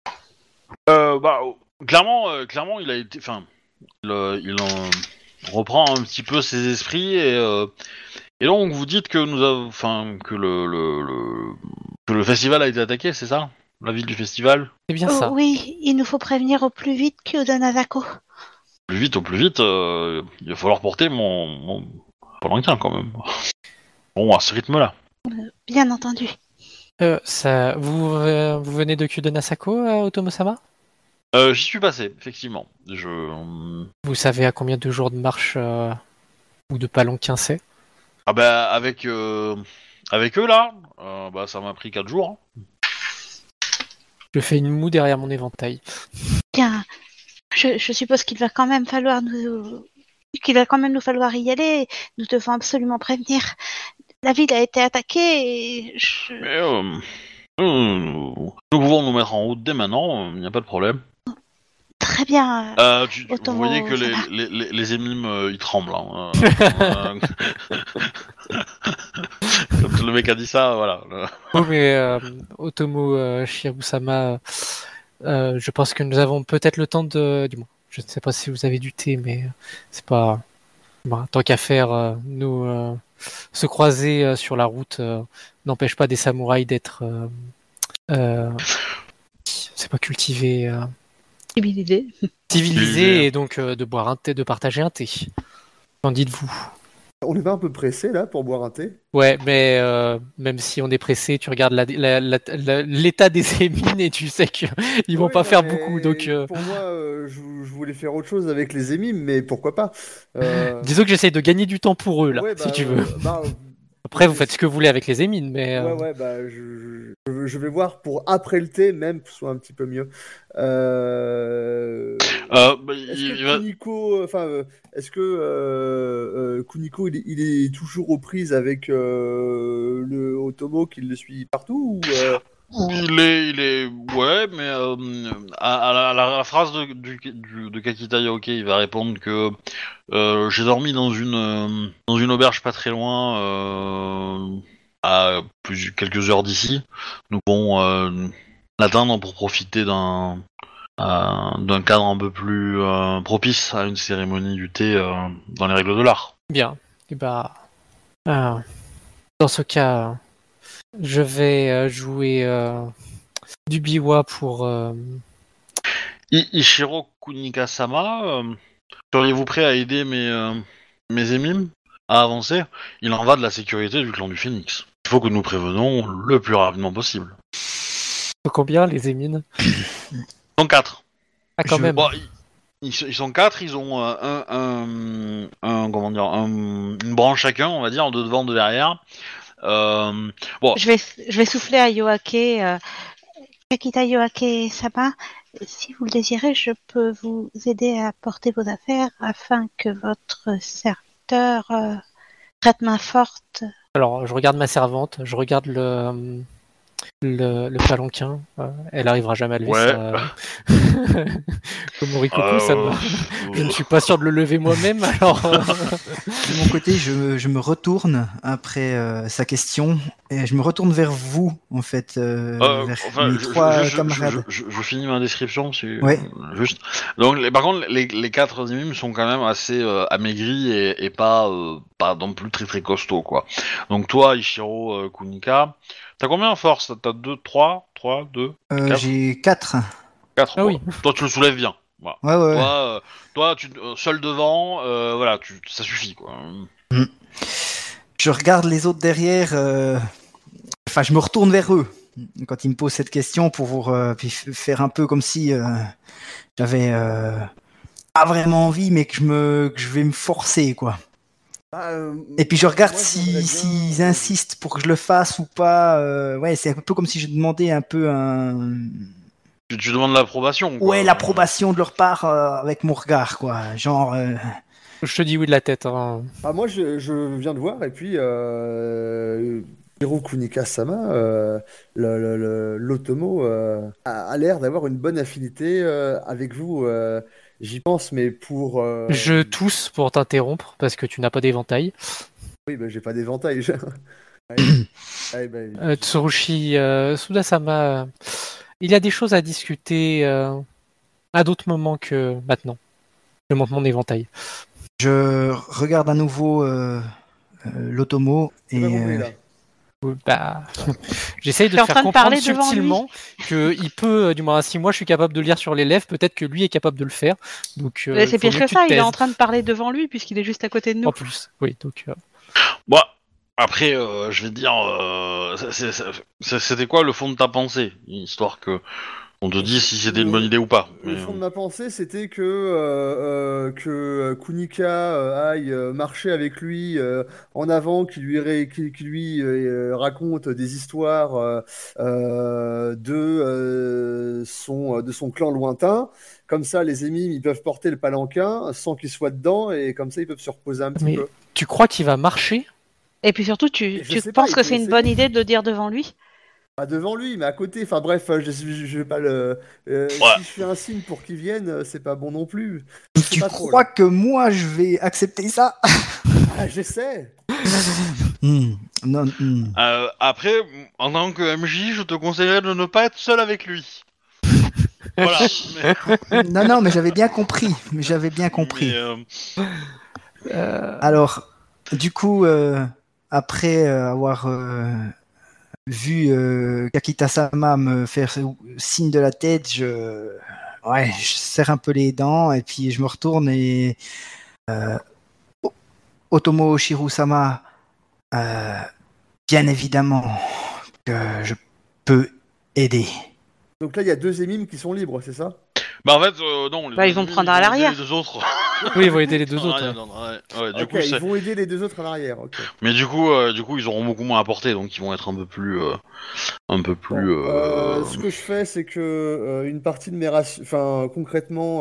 Speaker 1: Clairement, il a été, enfin, il en reprend un petit peu ses esprits et donc vous dites que que le festival a été attaqué, c'est ça? La ville du festival?
Speaker 4: C'est bien ça.
Speaker 3: Oui, il nous faut prévenir au plus vite Kyodon Asako.
Speaker 1: Au plus vite, il va falloir porter mon palanquin quand même. Bon, à ce rythme-là.
Speaker 3: Bien entendu.
Speaker 4: Vous venez de Kyudon Asako, Otomo-sama ?
Speaker 1: J'y suis passé, effectivement.
Speaker 4: Vous savez à combien de jours de marche ou de palanquin c'est?
Speaker 1: Ah bah avec eux là, ça m'a pris 4 jours. Hein.
Speaker 4: Je fais une moue derrière mon éventail.
Speaker 3: Bien, je suppose qu'il va quand même nous falloir y aller. Nous devons absolument prévenir. La ville a été attaquée et
Speaker 1: Mais nous pouvons nous mettre en route dès maintenant, il n'y a pas de problème.
Speaker 3: Très bien.
Speaker 1: Vous voyez que les émimes, ils tremblent. Hein. Quand le mec a dit ça, voilà.
Speaker 4: Oh, mais Otomo Shirosama, je pense que nous avons peut-être le temps de... Du moins, je ne sais pas si vous avez du thé, mais c'est pas... Bon, tant qu'à faire, nous se croiser sur la route n'empêche pas des samouraïs d'être... c'est pas cultivé... Civilisé et donc de boire un thé, de partager un thé. Qu'en dites-vous?
Speaker 5: On est pas un peu pressé là pour boire un thé?
Speaker 4: Ouais, mais même si on est pressé, tu regardes l'état des émines et tu sais qu'ils vont pas faire beaucoup. Donc,
Speaker 5: pour moi, je voulais faire autre chose avec les émimes, mais pourquoi pas?
Speaker 4: Disons que j'essaye de gagner du temps pour eux là,
Speaker 5: Ouais,
Speaker 4: si tu veux.
Speaker 5: Bah,
Speaker 4: Après, vous faites ce que vous voulez avec les émines, mais...
Speaker 5: Ouais, bah, je vais voir pour après le thé, même, que ce soit un petit peu mieux. Est-ce que Kuniko, il est toujours aux prises avec le Otomo qui le suit partout ou,
Speaker 1: Il est... Ouais, mais à la phrase de Kakita Yaoke, il va répondre que j'ai dormi dans une auberge pas très loin, à quelques heures d'ici. Nous pouvons l'atteindre pour profiter d'un cadre un peu plus propice à une cérémonie du thé dans les règles de l'art.
Speaker 4: Bien. Et bah, dans ce cas, je vais jouer du biwa pour...
Speaker 1: Ishiro Kunika-sama, seriez-vous prêt à aider mes émimes à avancer? Il en va de la sécurité du clan du Phénix. Il faut que nous prévenons le plus rapidement possible.
Speaker 4: Combien les émines?
Speaker 1: Ils sont 4.
Speaker 4: Ah, quand même.
Speaker 1: Bon, ils sont 4, ils ont une branche chacun, on va dire, de devant, de derrière. Bon.
Speaker 3: Je vais souffler à Yoake. Kakita Yoake-sama, si vous le désirez, je peux vous aider à porter vos affaires afin que votre serviteur traite main forte.
Speaker 4: Alors, je regarde ma servante, je regarde le palanquin. Elle arrivera jamais à lever ça. Comme Morikoko, ça me... Je ne suis pas sûr de le lever moi-même, alors...
Speaker 2: De mon côté, je me retourne après sa question et je me retourne vers vous, en fait, vers mes trois camarades.
Speaker 1: Je finis ma description,
Speaker 2: ouais.
Speaker 1: Juste. Donc, par contre, les 4 émimes sont quand même assez amaigris et pas non plus très très costauds, quoi. Donc toi, Ishiro Kunika, t'as combien en force? T'as 2, 3, 2, 4?
Speaker 2: J'ai 4.
Speaker 1: 4.
Speaker 4: Ah oui.
Speaker 1: Toi, tu le soulèves bien. Voilà.
Speaker 2: Ouais.
Speaker 1: Toi, tu seul devant, voilà, ça suffit, quoi.
Speaker 2: Je regarde les autres derrière. Enfin, je me retourne vers eux quand ils me posent cette question pour faire un peu comme si j'avais pas vraiment envie, mais que je vais me forcer, quoi. Et puis je regarde s'ils insistent pour que je le fasse ou pas. Ouais, c'est un peu comme si je demandais un peu un...
Speaker 1: Tu demandes l'approbation, quoi.
Speaker 2: Ouais, l'approbation de leur part avec mon regard, quoi. Genre...
Speaker 4: Je te dis oui de la tête. Hein.
Speaker 5: Ah, moi, je viens de voir, et puis... Hiro Kunika-sama, l'Otomo, a l'air d'avoir une bonne affinité avec vous. J'y pense, mais pour...
Speaker 4: Je tousse pour t'interrompre, parce que tu n'as pas d'éventail.
Speaker 5: Oui, j'ai pas d'éventail.
Speaker 4: Tsurushi Sudasama, il y a des choses à discuter à d'autres moments que maintenant. Je monte mon éventail.
Speaker 2: Je regarde à nouveau l'Otomo et...
Speaker 4: J'essaye de te faire comprendre subtilement qu'il peut, du moins si moi je suis capable de lire sur les lèvres, peut-être que lui est capable de le faire. Donc,
Speaker 3: c'est pire que ça, il est en train de parler devant lui puisqu'il est juste à côté de nous.
Speaker 4: En plus, oui. Donc,
Speaker 1: Bon, après, je vais te dire, c'était quoi le fond de ta pensée? Histoire que On te dit si c'était une bonne idée ou pas.
Speaker 5: Le
Speaker 1: Mais,
Speaker 5: fond de ma pensée, c'était que Kunika aille marcher avec lui en avant, qu'il lui raconte des histoires de son clan lointain. Comme ça, les émimes, ils peuvent porter le palanquin sans qu'ils soient dedans, et comme ça, ils peuvent se reposer un petit
Speaker 4: Mais
Speaker 5: peu.
Speaker 4: tu crois qu'il va marcher?
Speaker 3: Et puis surtout,
Speaker 5: Je
Speaker 3: tu
Speaker 5: sais pas,
Speaker 3: penses
Speaker 5: il
Speaker 3: que
Speaker 5: peut
Speaker 3: c'est une
Speaker 5: essayer.
Speaker 3: bonne idée de le dire devant lui?
Speaker 5: Pas devant lui, mais à côté. Enfin bref, je vais pas le.
Speaker 1: Ouais.
Speaker 5: Si je fais un signe pour qu'il vienne, c'est pas bon non plus. Je sais
Speaker 2: Tu
Speaker 5: pas trop,
Speaker 2: crois
Speaker 5: là.
Speaker 2: que moi je vais accepter ça?
Speaker 5: Ah, j'essaie.
Speaker 2: Non.
Speaker 1: après, en tant que MJ, je te conseillerais de ne pas être seul avec lui. Voilà.
Speaker 2: Non, mais j'avais bien compris.
Speaker 1: Mais,
Speaker 2: Alors, du coup, après avoir vu Kakita-sama me faire signe de la tête, je serre un peu les dents et puis je me retourne et Otomo Shiru-sama, bien évidemment que je peux aider.
Speaker 5: Donc là, il y a 2 émimes qui sont libres, c'est ça?
Speaker 1: Bah en fait, non.
Speaker 3: Bah, ils vont prendre à l'arrière.
Speaker 1: Les deux autres.
Speaker 4: Oui, il va aider les deux autres.
Speaker 1: Du
Speaker 5: Ok,
Speaker 1: coup,
Speaker 5: ils vont aider les 2 autres à l'arrière. Ok.
Speaker 1: mais du coup, ils auront beaucoup moins à porter, donc ils vont être un peu plus.
Speaker 5: Bon, ce que je fais, c'est que une partie de mes rations, enfin concrètement,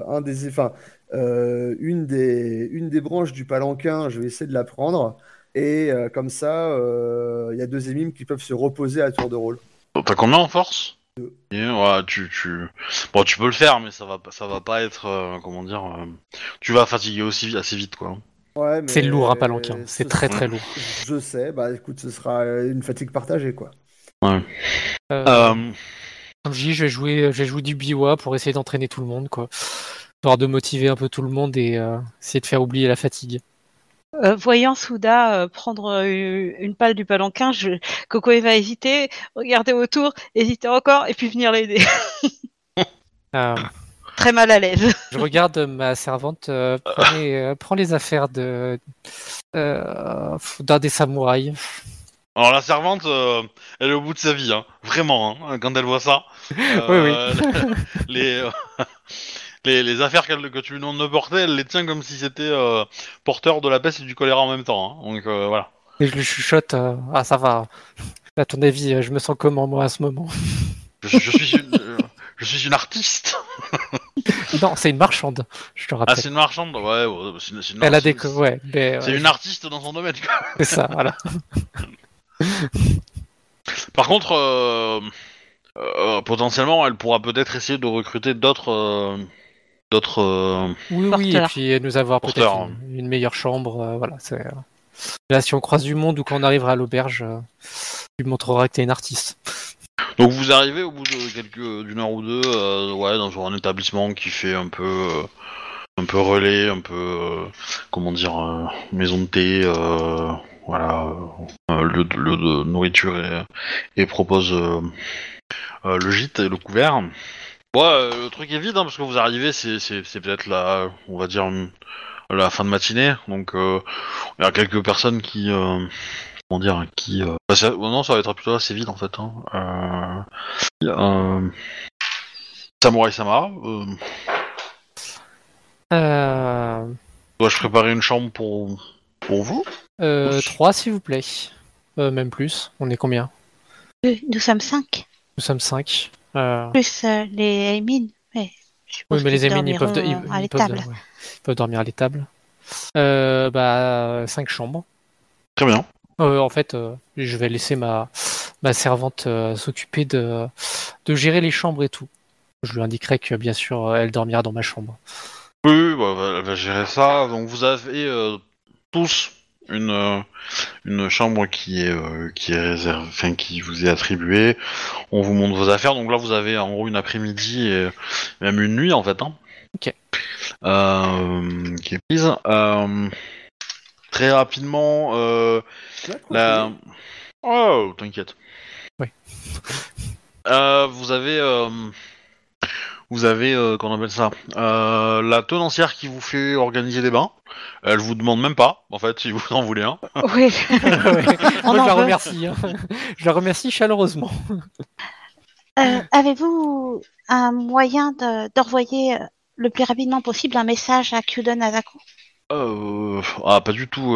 Speaker 5: une des branches du palanquin, je vais essayer de la prendre, et comme ça, il y a 2 émimes qui peuvent se reposer à tour de rôle.
Speaker 1: T'as combien en force?
Speaker 5: 2.
Speaker 1: Et, ouais, Bon, tu peux le faire, mais ça va pas être. Comment dire. Tu vas fatiguer aussi assez vite, quoi.
Speaker 5: Ouais, mais
Speaker 4: C'est lourd un palanquin, c'est
Speaker 5: ce
Speaker 4: très
Speaker 5: sera-
Speaker 4: très lourd.
Speaker 5: Je sais, bah écoute, ce sera une fatigue partagée, quoi.
Speaker 1: Ouais.
Speaker 4: Comme je dis, je vais jouer du biwa pour essayer d'entraîner tout le monde, quoi. Histoire de motiver un peu tout le monde et essayer de faire oublier la fatigue.
Speaker 3: Voyant Souda prendre une palle du palanquin, Coco va hésiter, regarder autour, hésiter encore, et puis venir l'aider.
Speaker 4: Euh,
Speaker 3: Très mal à l'aise.
Speaker 4: je regarde ma servante prend les affaires d'un des samouraïs.
Speaker 1: Alors la servante, elle est au bout de sa vie, hein. Vraiment, hein, quand elle voit ça.
Speaker 4: Oui.
Speaker 1: Les, les affaires que tu lui demandes de porter, elle les tient comme si c'était porteur de la peste et du choléra en même temps. Hein. Donc voilà.
Speaker 4: Et je lui chuchote, ah ça va. À ton avis, je me sens comment moi à ce moment?
Speaker 1: Je suis une artiste.
Speaker 4: Non, c'est une marchande, je te
Speaker 1: Ah,
Speaker 4: rappelle.
Speaker 1: c'est une marchande. Ouais, c'est une
Speaker 4: Elle a
Speaker 1: artiste.
Speaker 4: des... Ouais, mais,
Speaker 1: C'est une artiste dans son domaine. Quoi.
Speaker 4: C'est ça, voilà.
Speaker 1: Par contre, potentiellement, elle pourra peut-être essayer de recruter d'autres.
Speaker 4: Oui, et
Speaker 3: Porteur.
Speaker 4: puis nous avoir peut-être
Speaker 1: Porteur.
Speaker 4: une meilleure chambre. Voilà, là, si on croise du monde ou quand on arrivera à l'auberge, tu me montreras que t'es une artiste.
Speaker 1: Donc vous arrivez au bout de d'une heure ou deux, dans un établissement qui fait un peu relais, un peu comment dire, maison de thé, lieu de nourriture et propose le gîte et le couvert. Le truc est vide hein, parce que vous arrivez, c'est peut-être on va dire la fin de matinée, donc il y a quelques personnes qui non, ça va être plutôt assez vite en fait. Hein. Il y a Samurai Sama. Dois-je préparer une chambre pour vous?
Speaker 4: 3 s'il vous plaît. Même plus. On est combien?
Speaker 3: Nous sommes 5,
Speaker 4: Nous sommes 5.
Speaker 3: plus les Aimines. Mais je suppose
Speaker 4: Oui, mais les
Speaker 3: qu'ils
Speaker 4: amis, ils peuvent,
Speaker 3: dormiront à
Speaker 4: ils
Speaker 3: l'étable.
Speaker 4: ils peuvent dormir à l'étable. 5 chambres.
Speaker 1: Très bien.
Speaker 4: En fait, je vais laisser ma servante s'occuper de gérer les chambres et tout. Je lui indiquerai que, bien sûr, elle dormira dans ma chambre.
Speaker 1: Oui, elle va gérer ça. Donc vous avez tous une chambre qui est réservée, enfin qui vous est attribuée. On vous montre vos affaires. Donc là, vous avez en gros une après-midi et même une nuit en fait. Hein,
Speaker 4: Ok.
Speaker 1: qui est prise. Très rapidement, Oh, t'inquiète.
Speaker 4: Oui.
Speaker 1: Vous avez, qu'on appelle ça, la tenancière qui vous fait organiser des bains. Elle vous demande même pas, en fait, si vous en voulez un.
Speaker 3: Oui.
Speaker 4: Ouais.
Speaker 3: On
Speaker 4: Moi, je
Speaker 3: en
Speaker 4: la
Speaker 3: veut.
Speaker 4: remercie. Hein. Je la remercie chaleureusement.
Speaker 3: Avez-vous un moyen d'envoyer le plus rapidement possible un message à Kyudon Azako?
Speaker 1: Pas du tout.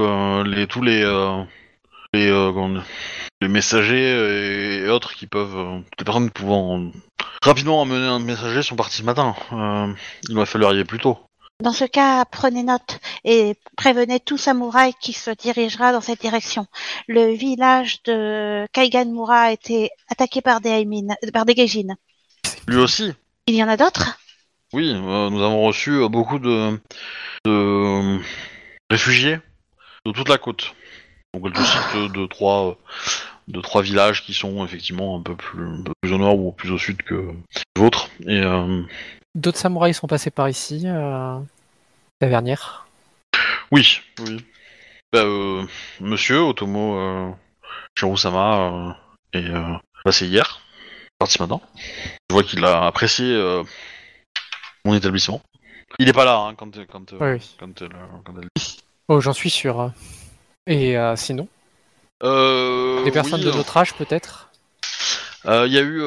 Speaker 1: Comment dire, les messagers et autres qui peuvent, les personnes pouvant rapidement amener un messager sont partis ce matin. Il aurait fallu arriver plus tôt.
Speaker 3: Dans ce cas, prenez note et prévenez tout samouraï qui se dirigera dans cette direction. Le village de Kaiganmura a été attaqué par par des Gaijin.
Speaker 1: Lui aussi.
Speaker 3: Il y en a d'autres?
Speaker 1: Oui, nous avons reçu beaucoup de réfugiés de toute la côte. Donc elle te cite de trois villages qui sont effectivement un peu plus au nord ou plus au sud que les vôtres. Et
Speaker 4: D'autres samouraïs sont passés par ici, Tavernière.
Speaker 1: oui. Bah, Monsieur Otomo Shirosama est passé hier, parti ce matin. Je vois qu'il a apprécié mon établissement. Il est pas là hein, quand
Speaker 4: Oui.
Speaker 1: elle.
Speaker 4: Oh, j'en suis sûr. Et sinon, des personnes
Speaker 1: oui,
Speaker 4: de notre âge peut-être?
Speaker 1: il y a eu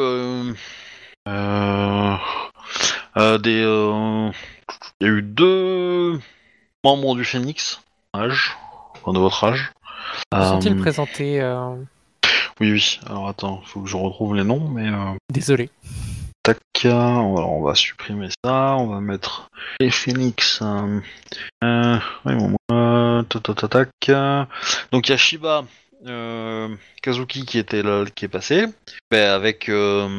Speaker 1: il y a eu 2 membres du Phoenix, de votre âge.
Speaker 4: Sont-ils présentés
Speaker 1: Oui. Alors attends, faut que je retrouve les noms, mais.
Speaker 4: Désolé.
Speaker 1: Tac, alors on va supprimer ça, on va mettre les Phoenix. Tac. Donc il y a Shiba Kazuki qui était là, qui est passé, avec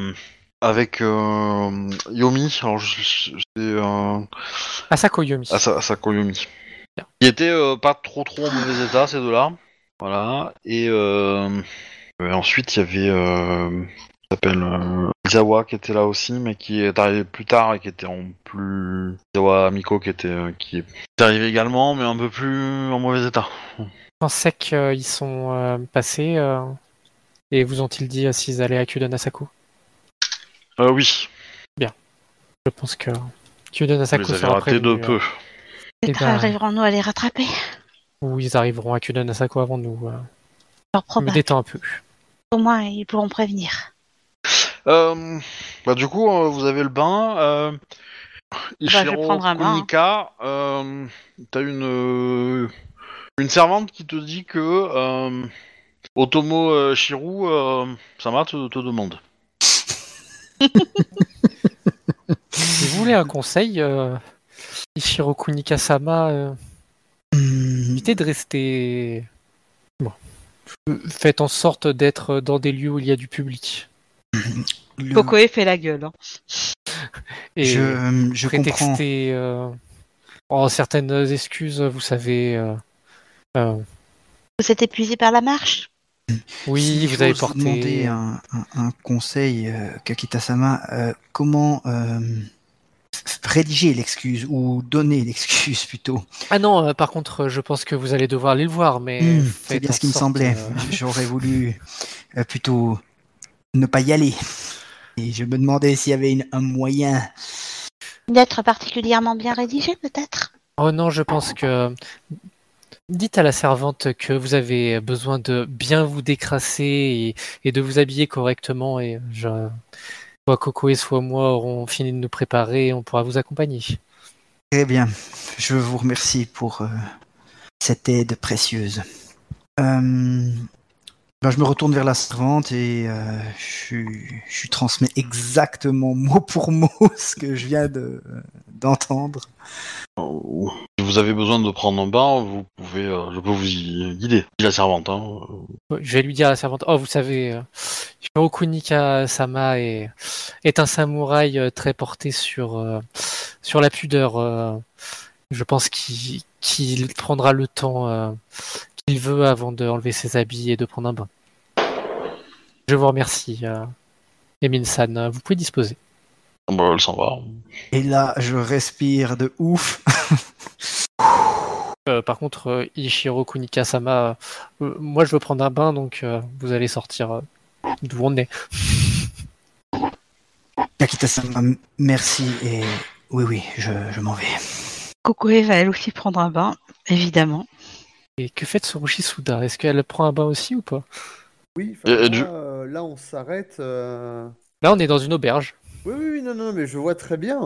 Speaker 1: Yomi. Alors c'est
Speaker 4: Asako Yomi.
Speaker 1: Asako Yomi.
Speaker 4: Bien.
Speaker 1: Qui était pas trop en mauvais état ces deux-là. Voilà. Et ensuite il y avait s'appelle Izawa qui était là aussi, mais qui est arrivé plus tard et qui était en plus. Izawa Miko qui est arrivé également, mais un peu plus en mauvais état.
Speaker 4: Je pensais qu'ils sont passés et vous ont-ils dit s'ils allaient à Kyudon Asako?
Speaker 1: Oui.
Speaker 4: Bien. Je pense que Kyudon Asako
Speaker 1: Vous les avez
Speaker 4: sera
Speaker 1: ratés de
Speaker 4: prévenu.
Speaker 1: peu.
Speaker 3: Peut-être
Speaker 4: ben,
Speaker 3: arriverons-nous à les rattraper.
Speaker 4: Ou ils arriveront à Kyudon Asako avant nous.
Speaker 3: Fort
Speaker 4: Je me
Speaker 3: probable.
Speaker 4: détends un peu.
Speaker 3: Au moins, ils pourront prévenir.
Speaker 1: Du coup, vous avez le bain.
Speaker 3: je vais
Speaker 1: Ishiro
Speaker 3: prendre un bain.
Speaker 1: Kunika, t'as une servante qui te dit que Otomo Shiru Sama te demande.
Speaker 4: Si vous voulez un conseil, Ishiro Kunika-sama, évitez de rester. Bon. Faites en sorte d'être dans des lieux où il y a du public.
Speaker 3: Kokoe fait la gueule. Hein.
Speaker 4: Et
Speaker 2: je comprends.
Speaker 4: prétexter certaines excuses, vous savez.
Speaker 3: Vous êtes épuisé par la marche?
Speaker 4: Oui,
Speaker 2: Si
Speaker 4: vous avez
Speaker 2: j'ose
Speaker 4: porté.
Speaker 2: demander un conseil, Kakita-sama, comment rédiger l'excuse ou donner l'excuse plutôt.
Speaker 4: Ah non, par contre, je pense que vous allez devoir aller le voir, mais
Speaker 2: C'est
Speaker 4: faites
Speaker 2: bien
Speaker 4: en
Speaker 2: ce qui me
Speaker 4: sorte,
Speaker 2: semblait. J'aurais voulu plutôt ne pas y aller. Et je me demandais s'il y avait un moyen.
Speaker 3: D'être particulièrement bien rédigé, peut-être?
Speaker 4: Oh non, je pense que. Dites à la servante que vous avez besoin de bien vous décrasser et de vous habiller correctement, et soit Coco et soit moi auront fini de nous préparer et on pourra vous accompagner.
Speaker 2: Très bien. Je vous remercie pour cette aide précieuse. Je me retourne vers la servante et je transmets exactement mot pour mot ce que je viens d'entendre.
Speaker 1: Si vous avez besoin de prendre un bain, vous pouvez, je peux vous y guider. Dis la servante. Hein.
Speaker 4: Je vais lui dire à la servante, oh vous savez, Shiro Kunika-sama est un samouraï très porté sur la pudeur. Je pense qu'il prendra le temps qu'il veut avant d'enlever ses habits et de prendre un bain. Je vous remercie, Emin-san. Vous pouvez disposer.
Speaker 1: Bah, elle s'en va.
Speaker 2: Et là, je respire de ouf.
Speaker 4: Par contre, Ishiro Kunika-sama, moi je veux prendre un bain, donc vous allez sortir d'où on est.
Speaker 2: Kakita-sama, merci et oui, je m'en vais.
Speaker 3: Kokoe va elle aussi prendre un bain, évidemment.
Speaker 4: Et que fait Tsurushi Suda? Est-ce qu'elle prend un bain aussi ou pas?
Speaker 5: Oui,
Speaker 1: Et
Speaker 5: là on s'arrête.
Speaker 4: Là, on est dans une auberge.
Speaker 5: Oui, non, mais je vois très bien.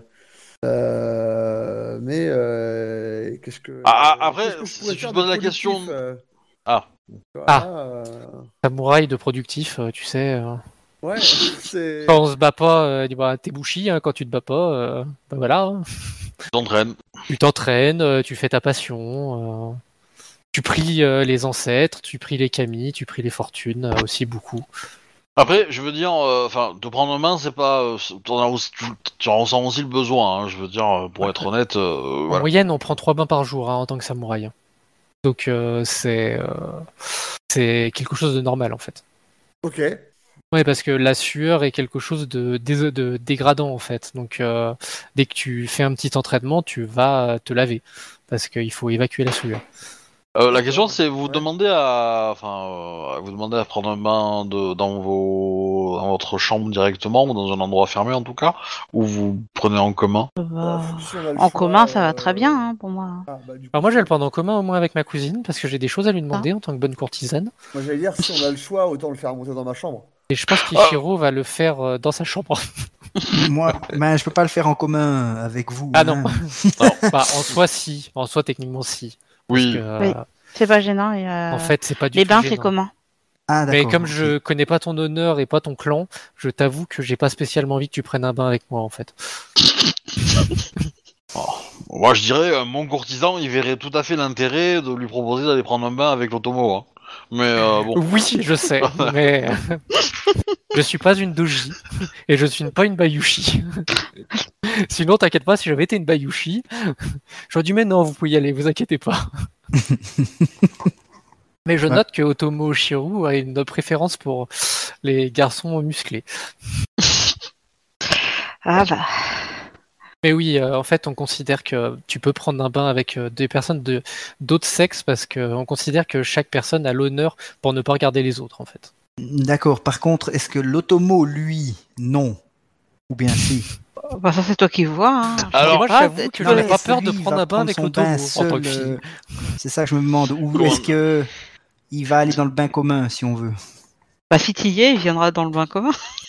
Speaker 5: Mais qu'est-ce que
Speaker 1: Après,
Speaker 5: qu'est-ce que je pourrais
Speaker 1: si tu
Speaker 5: faire
Speaker 1: te
Speaker 5: de
Speaker 1: poses la
Speaker 5: productif
Speaker 1: question... Ah,
Speaker 4: Ah.
Speaker 5: voilà,
Speaker 4: Samouraï de productif, tu sais.
Speaker 5: ouais, c'est.
Speaker 4: Quand on se bat pas, t'es bouchi, hein, quand tu te bats pas, bah voilà. Hein.
Speaker 1: t'entraînes.
Speaker 4: Tu t'entraînes, tu fais ta passion, tu pries les ancêtres, tu pries les kami, tu pries les fortunes aussi beaucoup.
Speaker 1: Après, je veux dire, te prendre en main, c'est pas... tu en ressens aussi le besoin, hein, je veux dire, pour être honnête,
Speaker 4: En
Speaker 1: voilà.
Speaker 4: moyenne, on prend 3 bains par jour hein, en tant que samouraï. Donc c'est quelque chose de normal en fait.
Speaker 5: Ok.
Speaker 4: Ouais, parce que la sueur est quelque chose de dégradant en fait. Donc dès que tu fais un petit entraînement, tu vas te laver parce qu'il faut évacuer la sueur.
Speaker 1: La question,
Speaker 5: D'accord.
Speaker 1: c'est
Speaker 5: Ouais.
Speaker 1: vous demandez à prendre un bain dans votre chambre directement ou dans un endroit fermé en tout cas, ou vous prenez en commun.
Speaker 5: Si on a le
Speaker 3: En
Speaker 5: choix.
Speaker 3: commun, ça va très bien hein, pour moi.
Speaker 5: Du
Speaker 4: Alors
Speaker 5: coup,
Speaker 4: moi, je vais le prendre en commun au moins avec ma cousine parce que j'ai des choses à lui
Speaker 3: Ah.
Speaker 4: demander en tant que bonne courtisane.
Speaker 5: moi j'allais dire si on a le choix, autant le faire monter dans ma chambre.
Speaker 4: Et je pense
Speaker 1: Ah,
Speaker 4: qu'Ichiro va le faire dans sa chambre.
Speaker 2: Moi, ben, je peux pas le faire en commun avec vous.
Speaker 4: Ah non.
Speaker 2: hein.
Speaker 1: non,
Speaker 4: Bah, en soi, si. En soi, techniquement, si. Parce que,
Speaker 1: oui.
Speaker 3: Oui. C'est pas gênant. Et,
Speaker 4: en fait, c'est pas du
Speaker 3: les
Speaker 4: tout
Speaker 3: bains, c'est
Speaker 4: gênant.
Speaker 3: comment?
Speaker 2: Ah,
Speaker 4: Mais
Speaker 2: d'accord.
Speaker 4: comme
Speaker 2: ok.
Speaker 4: je connais pas ton honneur et pas ton clan, je t'avoue que j'ai pas spécialement envie que tu prennes un bain avec moi, en fait.
Speaker 1: Moi, je dirais, mon courtisan, il verrait tout à fait l'intérêt de lui proposer d'aller prendre un bain avec l'Otomo. Hein. Mais bon.
Speaker 4: Oui, je sais, mais je suis pas une doji et je suis pas une bayushi. Sinon, t'inquiète pas, si j'avais été une bayushi, j'aurais dit mais non, vous pouvez y aller, vous inquiétez pas. Mais je
Speaker 2: Ouais.
Speaker 4: note que Otomo Shiru a une préférence pour les garçons musclés.
Speaker 3: Ah bah.
Speaker 4: Mais oui, en fait, on considère que tu peux prendre un bain avec des personnes d'autres sexes parce qu'on considère que chaque personne a l'honneur pour ne pas regarder les autres, en fait.
Speaker 2: D'accord. Par contre, est-ce que l'Otomo, lui, non? Ou bien si?
Speaker 3: Bah ça c'est toi qui vois. Hein.
Speaker 4: Et
Speaker 1: Alors,
Speaker 4: moi, j'avoue que
Speaker 3: tu
Speaker 4: je
Speaker 3: peux-
Speaker 4: n'ai
Speaker 2: mais
Speaker 4: pas
Speaker 2: est-ce que
Speaker 4: peur de
Speaker 2: lui, il
Speaker 4: prendre
Speaker 2: va
Speaker 4: un bain avec
Speaker 2: son bain
Speaker 4: l'Otomo en tant
Speaker 2: seul,
Speaker 4: que fille.
Speaker 2: c'est ça que je me demande. Ou
Speaker 1: comment-
Speaker 2: est-ce que il va aller dans le bain commun, si on veut?
Speaker 3: Bah si t'y es, il viendra dans le bain commun.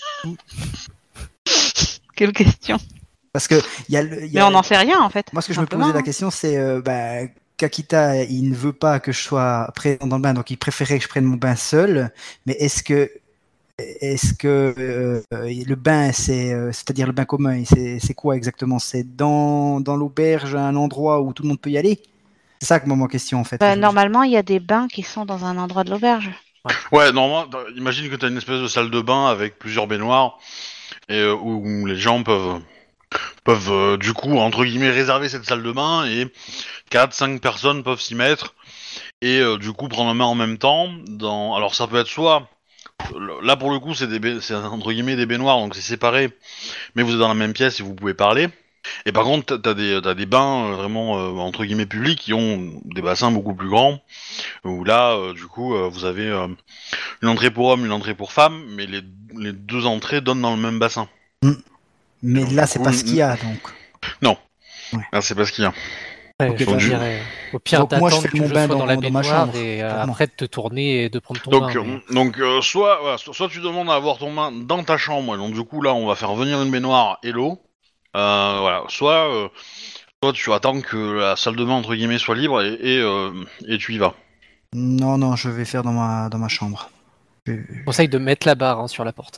Speaker 3: Quelle question.
Speaker 2: Parce que il y
Speaker 3: Mais
Speaker 2: a-
Speaker 3: on n'en sait rien en fait.
Speaker 2: moi, ce que
Speaker 3: tout
Speaker 2: je me
Speaker 3: simplement,
Speaker 2: posais la
Speaker 3: hein.
Speaker 2: question, c'est Kakita, il ne veut pas que je sois présent dans le bain, donc il préférait que je prenne mon bain seul. Mais est-ce que le bain, c'est-à-dire le bain commun, c'est quoi exactement? C'est dans l'auberge, un endroit où tout le monde peut y aller? C'est ça que moi, ma question, en fait.
Speaker 3: Bah, normalement, il y a des bains qui sont dans un endroit de l'auberge.
Speaker 1: Ouais, normalement, imagine que t'as une espèce de salle de bain avec plusieurs baignoires et où les gens peuvent du coup entre guillemets réserver cette salle de bain et 4-5 personnes peuvent s'y mettre et du coup prendre un bain en même temps. Alors ça peut être soit là pour le coup c'est entre guillemets des baignoires donc c'est séparé, mais vous êtes dans la même pièce et vous pouvez parler. Et par contre t'as des bains vraiment entre guillemets publics qui ont des bassins beaucoup plus grands où là du coup vous avez une entrée pour hommes, une entrée pour femmes, mais les deux entrées donnent dans le même bassin.
Speaker 2: Mais
Speaker 1: Donc,
Speaker 2: là,
Speaker 1: du
Speaker 2: c'est
Speaker 1: coup,
Speaker 2: pas ce qu'il y a, donc.
Speaker 1: Non.
Speaker 2: Ouais.
Speaker 1: Ah, c'est pas ce qu'il y a.
Speaker 4: Ouais,
Speaker 2: Ok,
Speaker 4: je
Speaker 2: bah,
Speaker 4: dirais, au pire,
Speaker 2: donc moi, je
Speaker 4: d'attendre
Speaker 2: fais
Speaker 4: que
Speaker 2: mon
Speaker 4: je
Speaker 2: bain
Speaker 4: sois dans la
Speaker 2: dans ma
Speaker 4: baignoire
Speaker 2: chambre,
Speaker 4: et
Speaker 2: clairement.
Speaker 4: après de te tourner et de prendre ton
Speaker 1: Donc,
Speaker 4: bain. Mais...
Speaker 1: soit tu demandes à avoir ton bain dans ta chambre, et donc du coup là on va faire venir une baignoire et l'eau. Voilà. Soit tu attends que la salle de bain entre guillemets soit libre et tu y vas.
Speaker 2: Non, non, je vais faire dans ma chambre.
Speaker 4: Je conseille de mettre la barre hein, sur la porte.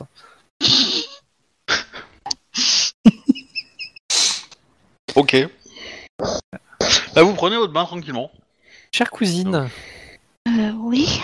Speaker 1: Ok. Bah vous prenez votre bain tranquillement.
Speaker 4: Chère cousine,
Speaker 3: Oui.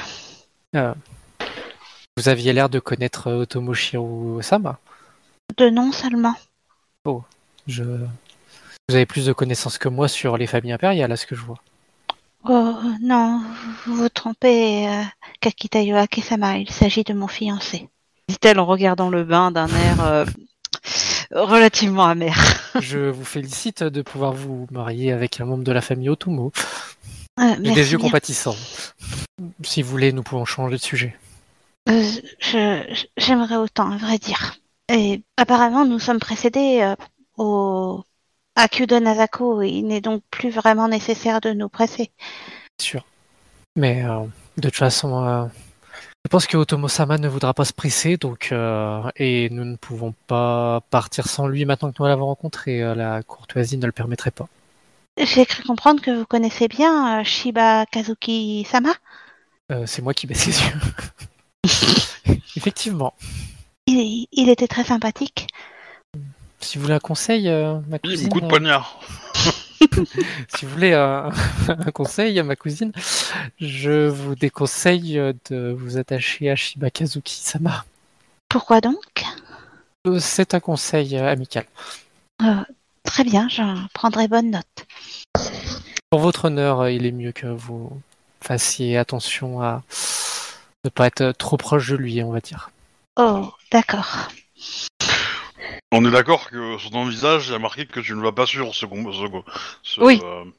Speaker 4: vous aviez l'air de connaître Otomoshiro Sama.
Speaker 3: De nom seulement.
Speaker 4: Je... Vous avez plus de connaissances que moi sur les familles impériales, à ce que je vois.
Speaker 3: Oh non, vous vous trompez, Kakita Yoake-sama, il s'agit de mon fiancé. Dit-elle en regardant le bain d'un air relativement amer.
Speaker 4: Je vous félicite de pouvoir vous marier avec un membre de la famille Otomo. J'ai
Speaker 3: Merci
Speaker 4: des yeux
Speaker 3: bien.
Speaker 4: compatissants. Si vous voulez, nous pouvons changer de sujet.
Speaker 3: J'aimerais autant, à vrai dire. Et apparemment, nous sommes précédés à Kyudo Nazako. Il n'est donc plus vraiment nécessaire de nous presser.
Speaker 4: Sûr. Mais de toute façon, Je pense que Otomo-sama ne voudra pas se presser, donc et nous ne pouvons pas partir sans lui maintenant que nous l'avons rencontré. La courtoisie ne le permettrait pas.
Speaker 3: J'ai cru comprendre que vous connaissez bien Shiba Kazuki-sama.
Speaker 4: C'est moi qui baisse les yeux. Effectivement.
Speaker 3: Il était très sympathique.
Speaker 4: Si vous voulez un conseil, ma cousine...
Speaker 1: Coup de poignard.
Speaker 4: Si vous voulez un conseil, ma cousine, je vous déconseille de vous attacher à Shiba Kazuki-sama.
Speaker 3: Pourquoi donc?
Speaker 4: C'est un conseil amical.
Speaker 3: Très bien, j'en prendrai bonne note.
Speaker 4: Pour votre honneur, il est mieux que vous fassiez attention à ne pas être trop proche de lui, on va dire.
Speaker 3: Oh, d'accord.
Speaker 1: On est d'accord que sur ton visage, il y a marqué que tu ne vas pas suivre ce
Speaker 3: Oui.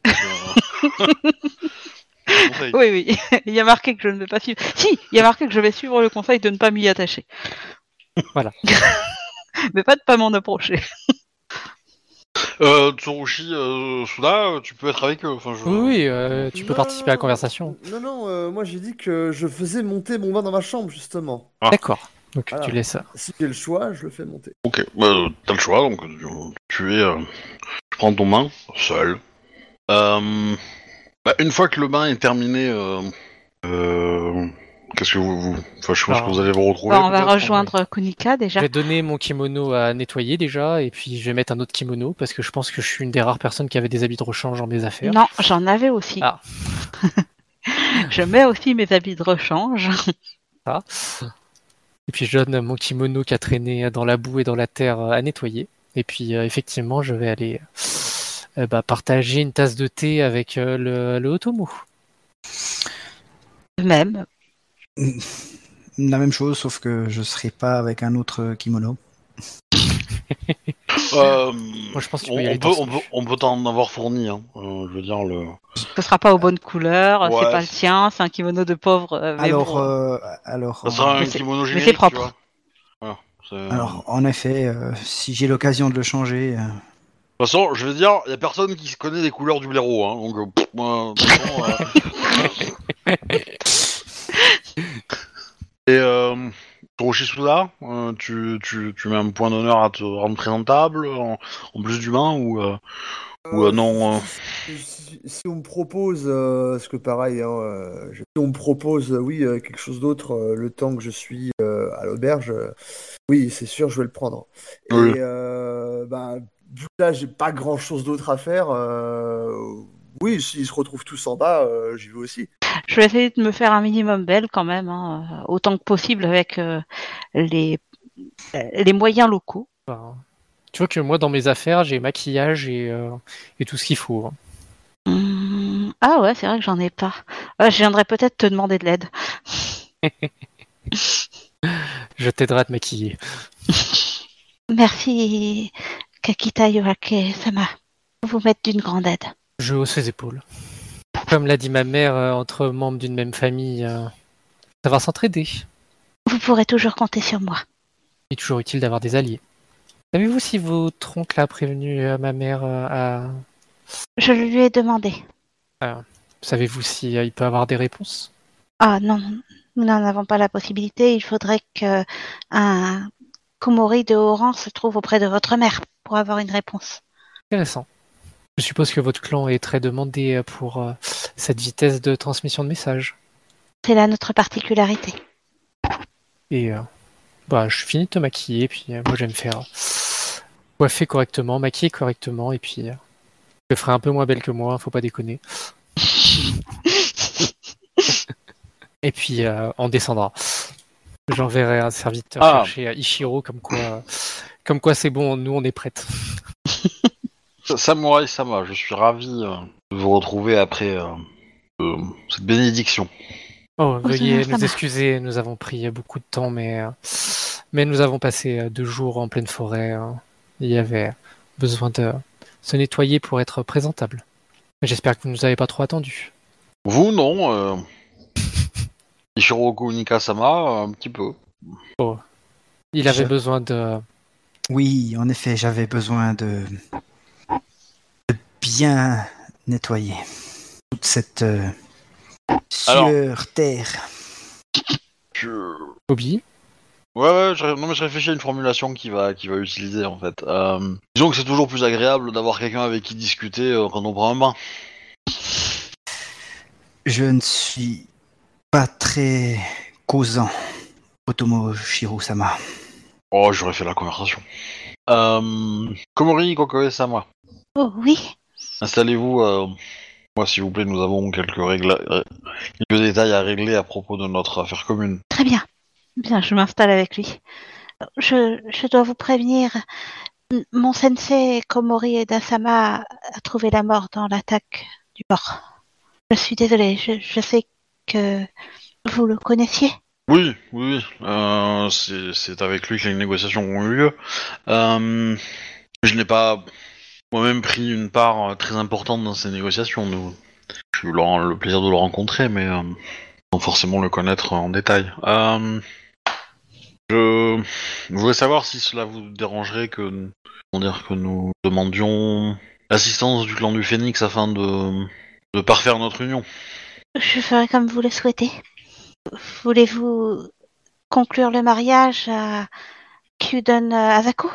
Speaker 1: conseil.
Speaker 3: Oui, il y a marqué que je ne vais pas suivre. Si, il y a marqué que je vais suivre le conseil de ne pas m'y attacher.
Speaker 4: Voilà.
Speaker 3: Mais pas de pas m'en approcher.
Speaker 1: Tsurushi Suda, tu peux être avec eux. Enfin,
Speaker 4: Oui, tu peux
Speaker 5: Non,
Speaker 4: participer à la conversation.
Speaker 5: Non, moi j'ai dit que je faisais monter mon bain dans ma chambre, justement.
Speaker 1: Ah.
Speaker 4: D'accord. Donc
Speaker 5: Voilà.
Speaker 4: tu laisses ça.
Speaker 5: Si j'ai le choix, je le fais monter.
Speaker 1: Ok, t'as le choix, donc tu es. Tu prends ton bain, seul. Une fois que le bain est terminé, qu'est-ce que vous... Enfin, je pense que vous allez vous retrouver.
Speaker 3: On va
Speaker 1: peut-être,
Speaker 3: rejoindre Kunika
Speaker 4: Je
Speaker 3: déjà.
Speaker 4: vais donner mon kimono à nettoyer déjà, et puis je vais mettre un autre kimono, parce que je pense que je suis une des rares personnes qui avait des habits de rechange dans mes affaires.
Speaker 3: Non, j'en avais aussi.
Speaker 4: Ah.
Speaker 3: Je mets aussi mes habits de rechange.
Speaker 4: Ça. Et puis je donne mon kimono qui a traîné dans la boue et dans la terre à nettoyer. Et puis effectivement, je vais aller partager une tasse de thé avec le Otomo.
Speaker 3: Même.
Speaker 2: La même chose, sauf que je serai pas avec un autre kimono.
Speaker 4: Moi, je pense que tu peux y aller
Speaker 1: on peut t'en avoir fourni. Hein. Je veux dire le.
Speaker 3: Ce sera pas aux bonnes couleurs,
Speaker 1: Ouais.
Speaker 3: c'est pas le tien, c'est un kimono de pauvre. Mais
Speaker 2: Alors,
Speaker 3: bon.
Speaker 1: Ça sera un
Speaker 3: Mais c'est-
Speaker 1: kimono
Speaker 3: mais
Speaker 1: générique.
Speaker 3: c'est propre.
Speaker 1: Tu vois. Voilà, c'est-
Speaker 2: alors, en effet, si j'ai l'occasion de le changer,
Speaker 1: De toute façon, je veux dire, il y a personne qui se connaît les couleurs du blaireau, hein, donc moi, de toute façon, Et Tsurushi Suda, tu mets un point d'honneur à te rendre présentable en plus du bain ou non
Speaker 5: Si on me propose, parce que pareil, hein, si on me propose, quelque chose d'autre, le temps que je suis à l'auberge, oui, c'est sûr, je vais le prendre.
Speaker 1: Oui.
Speaker 5: Et vu que là, j'ai pas grand-chose d'autre à faire, oui, s'ils se retrouvent tous en bas, j'y vais aussi.
Speaker 3: Je vais essayer de me faire un minimum belle quand même, hein, autant que possible avec les moyens locaux.
Speaker 4: Enfin, tu vois que moi, dans mes affaires, j'ai maquillage et tout ce qu'il faut.
Speaker 3: Ah ouais, c'est vrai que j'en ai pas. Je viendrai peut-être te demander de l'aide.
Speaker 4: Je t'aiderai à te maquiller.
Speaker 3: Merci, Kakita Yorake-sama. Vous m'êtes d'une grande aide.
Speaker 4: Je hausse les épaules. Comme l'a dit ma mère, entre membres d'une même famille, ça va s'entraider.
Speaker 3: Vous pourrez toujours compter sur moi.
Speaker 4: Il est toujours utile d'avoir des alliés. Savez-vous si votre oncle a prévenu ma mère à...
Speaker 3: Je le lui ai demandé.
Speaker 4: Savez-vous si il peut avoir des réponses?
Speaker 3: Ah non, nous n'en avons pas la possibilité. Il faudrait que un Komori de haut rang se trouve auprès de votre mère pour avoir une réponse.
Speaker 4: Intéressant. Je suppose que votre clan est très demandé pour cette vitesse de transmission de messages.
Speaker 3: C'est là notre particularité.
Speaker 4: Et je finis de te maquiller, puis moi j'aime faire coiffer correctement, maquiller correctement, et puis je le ferai un peu moins belle que moi, faut pas déconner. Et puis on descendra. J'enverrai un serviteur chercher Ichiro comme quoi c'est bon, nous on est prêtes.
Speaker 1: Samurai Sama, je suis ravi de vous retrouver après cette bénédiction.
Speaker 4: Oh, veuillez
Speaker 3: ça
Speaker 4: nous
Speaker 3: va.
Speaker 4: excuser, nous avons pris beaucoup de temps, mais nous avons passé 2 jours en pleine forêt. Il y avait besoin de se nettoyer pour être présentable. J'espère que vous ne nous avez pas trop attendu.
Speaker 1: Vous, non Ishiroku Nika-sama, un petit peu.
Speaker 4: Il avait besoin de...
Speaker 2: oui, en effet, j'avais besoin de bien nettoyer toute cette sueur terre.
Speaker 4: Obi.
Speaker 1: Ouais, non mais je réfléchis à une formulation qui va utiliser en fait. Disons que c'est toujours plus agréable d'avoir quelqu'un avec qui discuter quand on prend un bain.
Speaker 2: Je ne suis pas très causant, Otomo-shiro-sama.
Speaker 1: Oh, j'aurais fait la conversation. Komori Kokoe-sama,
Speaker 3: Oh oui.
Speaker 1: installez-vous. Moi, s'il vous plaît, nous avons quelques détails à régler à propos de notre affaire commune.
Speaker 3: Très bien. Bien, je m'installe avec lui. Je dois vous prévenir, mon sensei Komori Eda-sama a trouvé la mort dans l'attaque du port. Je suis désolée, je sais que vous le connaissiez.
Speaker 1: Oui. C'est avec lui que les négociations ont eu lieu. Je n'ai pas moi-même pris une part très importante dans ces négociations. J'ai eu le plaisir de le rencontrer, mais sans forcément le connaître en détail. Je voudrais savoir si cela vous dérangerait que nous demandions l'assistance du clan du Phénix afin de parfaire notre union.
Speaker 3: Je ferai comme vous le souhaitez. Voulez-vous conclure le mariage à Kyudon Asako?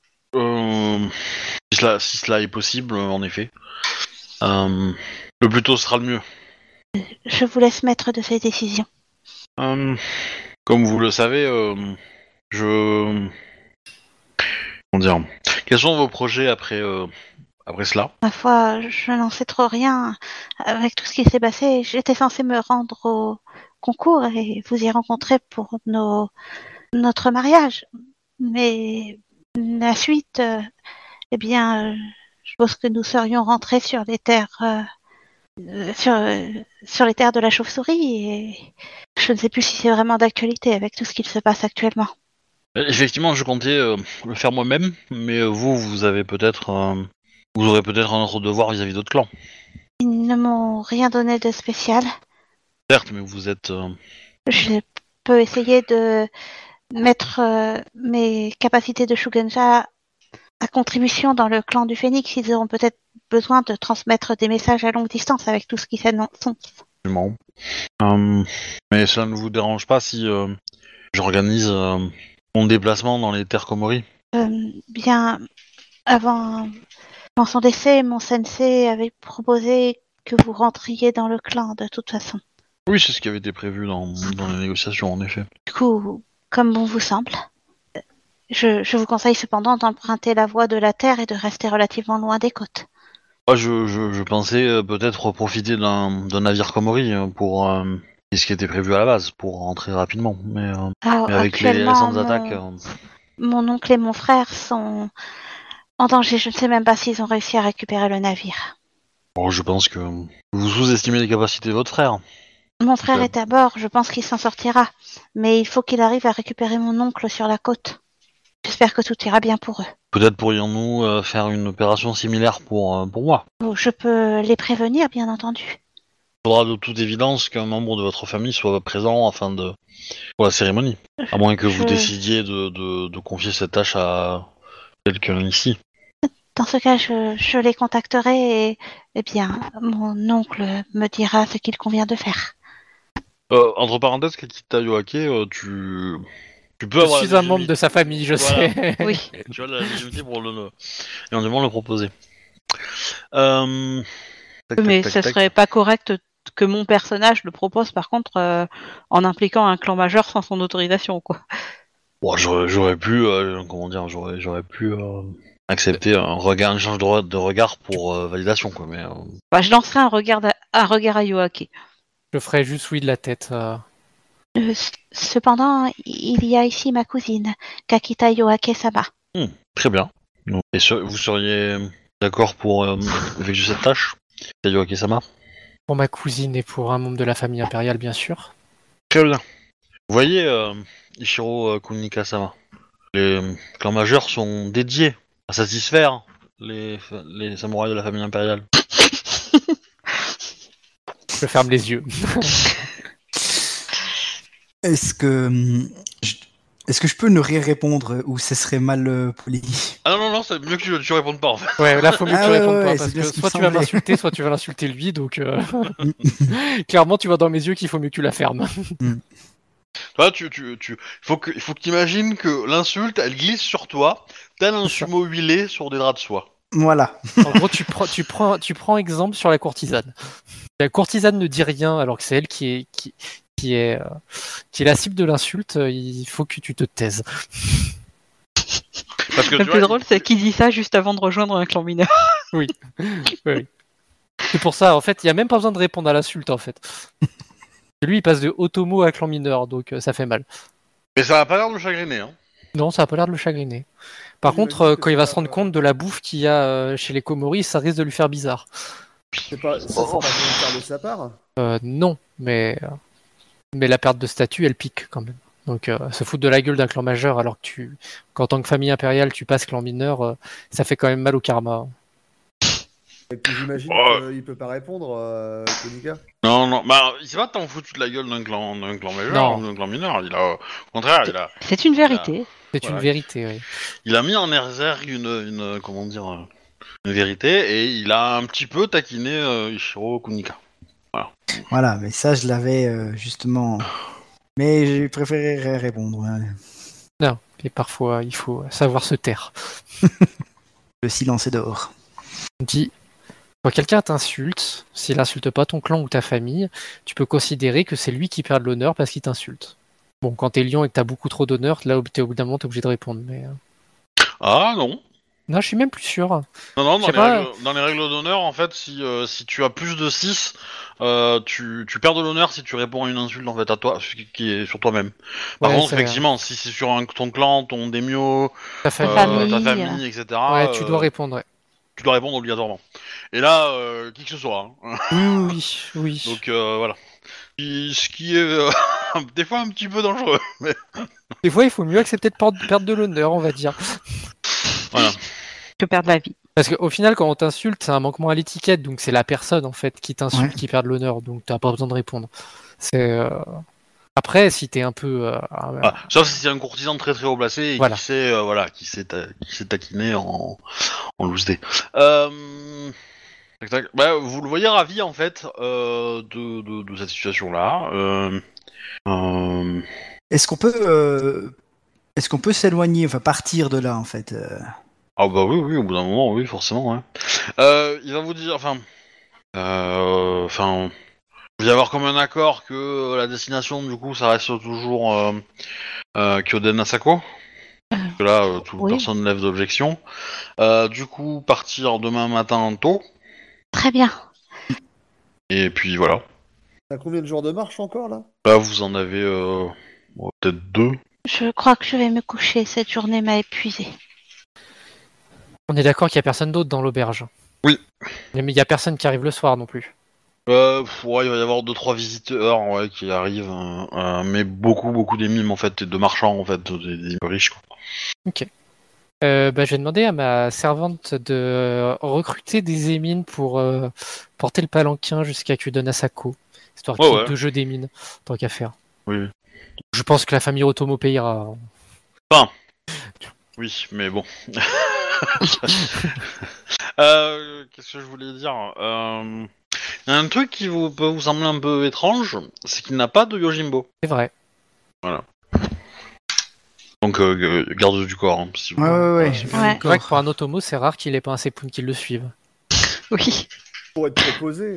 Speaker 1: Si cela est possible, en effet. Le plus tôt sera le mieux.
Speaker 3: Je vous laisse maître de ces décisions.
Speaker 1: Comme vous le savez, comment dire, quels sont vos projets après cela?
Speaker 3: Ma foi, je n'en sais trop rien. Avec tout ce qui s'est passé, j'étais censée me rendre au concours et vous y rencontrer pour notre mariage. Mais la suite, je pense que nous serions rentrés sur les terres, sur les terres de la chauve-souris et je ne sais plus si c'est vraiment d'actualité avec tout ce qui se passe actuellement.
Speaker 1: Effectivement, je comptais le faire moi-même, mais vous aurez peut-être un autre devoir vis-à-vis d'autres clans.
Speaker 3: Ils ne m'ont rien donné de spécial.
Speaker 1: Certes, mais vous êtes...
Speaker 3: Je peux essayer de mettre mes capacités de Shugenja à contribution dans le clan du Phénix. Ils auront peut-être besoin de transmettre des messages à longue distance avec tout ce qui s'annonce.
Speaker 1: Mais cela ne vous dérange pas si j'organise mon déplacement dans les terres Komori?
Speaker 3: Bien, avant son décès, mon sensei avait proposé que vous rentriez dans le clan de toute façon.
Speaker 1: Oui, c'est ce qui avait été prévu dans les négociations, en effet.
Speaker 3: Du coup, comme bon vous semble. Je vous conseille cependant d'emprunter la voie de la terre et de rester relativement loin des côtes.
Speaker 1: Je pensais peut-être profiter d'un navire Komori pour ce qui était prévu à la base, pour rentrer rapidement. Mais avec les récentes attaques...
Speaker 3: Mon oncle et mon frère sont en danger. Je ne sais même pas s'ils ont réussi à récupérer le navire.
Speaker 1: Bon, je pense que vous sous-estimez les capacités de votre frère.
Speaker 3: Mon frère est à bord, je pense qu'il s'en sortira. Mais il faut qu'il arrive à récupérer mon oncle sur la côte. J'espère que tout ira bien pour eux.
Speaker 1: Peut-être pourrions-nous faire une opération similaire pour moi.
Speaker 3: Je peux les prévenir, bien entendu.
Speaker 1: Il faudra de toute évidence qu'un membre de votre famille soit présent pour la cérémonie. À moins que vous décidiez de confier cette tâche à quelqu'un ici.
Speaker 3: Dans ce cas, je les contacterai et bien, mon oncle me dira ce qu'il convient de faire.
Speaker 1: Entre parenthèses, Kakita Yoake, tu peux avoir...
Speaker 4: Je suis un membre de sa famille, je sais.
Speaker 3: Oui.
Speaker 1: Tu as la légitimité pour éventuellement le proposer.
Speaker 3: Mais ce serait pas correct que mon personnage le propose, par contre, en impliquant un clan majeur sans son autorisation, quoi.
Speaker 1: Bon, j'aurais pu, j'aurais pu accepter un échange de regard pour validation, quoi. Mais
Speaker 3: je lancerai un regard à Yoake.
Speaker 4: Je ferai juste oui de la tête.
Speaker 3: Cependant, il y a ici ma cousine, Kakita Yoake-sama.
Speaker 1: Très bien. Et vous seriez d'accord pour effectuer cette tâche, Kakita Yoake-sama?
Speaker 4: Pour ma cousine et pour un membre de la famille impériale, bien sûr.
Speaker 1: Très bien. Vous voyez, Ishiro Kunika-sama, les clans majeurs sont dédiés à satisfaire les samouraïs de la famille impériale.
Speaker 4: Je ferme les yeux.
Speaker 2: Est-ce que je peux ne rien répondre ou ce serait mal poli?
Speaker 1: Ah non, c'est mieux que tu répondes pas en fait.
Speaker 4: Ouais, là faut mieux que tu répondes pas parce que soit tu vas
Speaker 2: m'insulter,
Speaker 4: m'insulter, soit tu vas l'insulter lui, donc clairement tu vois dans mes yeux qu'il faut mieux que tu la fermes.
Speaker 1: Toi, faut que t'imagines que l'insulte, elle glisse sur toi, tel un
Speaker 4: C'est ça.
Speaker 1: sumo huilé sur des draps de soie.
Speaker 2: Voilà.
Speaker 4: En gros, tu prends exemple sur la courtisane. La courtisane ne dit rien alors que c'est elle qui est la cible de l'insulte. Il faut que tu te taises.
Speaker 1: Parce que
Speaker 3: Le
Speaker 1: tu
Speaker 3: plus
Speaker 1: vois,
Speaker 3: drôle, c'est qu'il dit ça juste avant de rejoindre un clan mineur.
Speaker 4: Oui. Oui. C'est pour ça, en fait, il n'y a même pas besoin de répondre à l'insulte, en fait. Lui, il passe de Otomo à clan mineur, donc ça fait mal.
Speaker 1: mais ça a pas l'air de le chagriner, hein.
Speaker 4: Non, ça a pas l'air de le chagriner. Par
Speaker 5: J'imagine
Speaker 4: contre,
Speaker 5: que
Speaker 4: quand il
Speaker 5: c'est
Speaker 4: va
Speaker 5: pas-
Speaker 4: se rendre compte de la bouffe qu'il y a chez les Komori, ça risque de lui faire bizarre.
Speaker 5: C'est pas volontaire de sa part.
Speaker 4: Non, mais la perte de statut, elle pique quand même. Donc, se foutre de la gueule d'un clan majeur alors qu'en tant que famille impériale, tu passes clan mineur, ça fait quand même mal au karma.
Speaker 5: Et puis j'imagine
Speaker 1: Oh.
Speaker 5: qu'il peut pas répondre, Konika.
Speaker 1: Non, bah, il s'est pas tant foutu de la gueule d'un clan majeur
Speaker 4: Non.
Speaker 1: ou d'un clan mineur. Au contraire,
Speaker 3: C'est une vérité.
Speaker 4: C'est une
Speaker 1: Ouais.
Speaker 4: vérité, oui.
Speaker 1: il a mis en exergue comment dire, une vérité et il a un petit peu taquiné Ichiro Kunika.
Speaker 2: Voilà, mais ça, je l'avais justement. Mais j'ai préféré répondre. Hein.
Speaker 4: Non, et parfois, il faut savoir se taire.
Speaker 2: Le silence est d'or.
Speaker 4: On dit, quand quelqu'un t'insulte, s'il insulte pas ton clan ou ta famille, tu peux considérer que c'est lui qui perd de l'honneur parce qu'il t'insulte. Bon, quand t'es lion et que t'as beaucoup trop d'honneur, là, au bout d'un moment, t'es obligé de répondre. Mais
Speaker 1: Ah non.
Speaker 4: non, je suis même plus sûr.
Speaker 1: Non,
Speaker 4: Je sais pas.
Speaker 1: dans les règles d'honneur, en fait, si tu as plus de 6, tu perds de l'honneur si tu réponds à une insulte en fait à toi, qui est sur toi-même. Par
Speaker 4: Ouais,
Speaker 1: contre,
Speaker 4: c'est-
Speaker 1: effectivement, si c'est sur ton clan, ton daimyo,
Speaker 4: Ta famille.
Speaker 1: ta famille, etc.,
Speaker 4: Ouais, tu dois répondre. Ouais.
Speaker 1: tu dois répondre obligatoirement. Et là, qui que ce soit. Hein.
Speaker 4: Oui.
Speaker 1: Donc voilà. Ce qui est des fois un petit peu dangereux. Mais
Speaker 4: Des fois, il faut mieux accepter de perdre de l'honneur, on va dire.
Speaker 1: voilà.
Speaker 3: Que perdre la vie.
Speaker 4: Parce qu'au final, quand on t'insulte, c'est un manquement à l'étiquette, donc c'est la personne en fait qui t'insulte
Speaker 2: Ouais.
Speaker 4: qui perd de l'honneur, donc t'as pas besoin de répondre. C'est après, si t'es un peu
Speaker 1: Ah, sauf si c'est un courtisan très très haut placé et
Speaker 4: Voilà.
Speaker 1: qui sait taquiner en loose day. Tac, tac. Bah, vous le voyez ravi en fait de cette situation-là.
Speaker 2: Est-ce qu'on peut s'éloigner, enfin partir de là en fait
Speaker 1: Ah bah oui, au bout d'un moment, oui, forcément. Ouais. Il va vous dire, il va y avoir comme un accord que la destination du coup, ça reste toujours Kyoden Asako. Parce que là,
Speaker 3: Oui.
Speaker 1: personne ne lève d'objection. Du coup, partir demain matin tôt.
Speaker 3: Très bien.
Speaker 1: Et puis voilà.
Speaker 5: T'as combien de jours de marche encore là?
Speaker 1: Là, vous en avez peut-être 2.
Speaker 3: Je crois que je vais me coucher. Cette journée m'a épuisée.
Speaker 4: On est d'accord qu'il y a personne d'autre dans l'auberge.
Speaker 1: Oui.
Speaker 4: Mais il y a personne qui arrive le soir non plus.
Speaker 1: Ouais, il va y avoir 2-3 visiteurs ouais, qui arrivent, mais beaucoup des mimes en fait, et de marchands en fait, des riches quoi.
Speaker 4: Je vais demander à ma servante de recruter des émines pour porter le palanquin jusqu'à Kyoden Asako, histoire qu'il y ait
Speaker 1: Ouais.
Speaker 4: 2 jeux d'émines, tant qu'à faire.
Speaker 1: Oui.
Speaker 4: Je pense que la famille Otomo payera.
Speaker 1: Oui, mais bon. Qu'est-ce que je voulais dire Il y a un truc qui peut vous sembler un peu étrange, c'est qu'il n'a pas de Yojimbo.
Speaker 4: C'est vrai.
Speaker 1: Donc garde du corps, hein, si vous
Speaker 2: Ouais.
Speaker 1: si vous-
Speaker 3: Ouais.
Speaker 4: C'est vrai que pour un Otomo, c'est rare qu'il ait pas un Sepun qui le suive.
Speaker 3: Oui.
Speaker 5: Pour être proposé.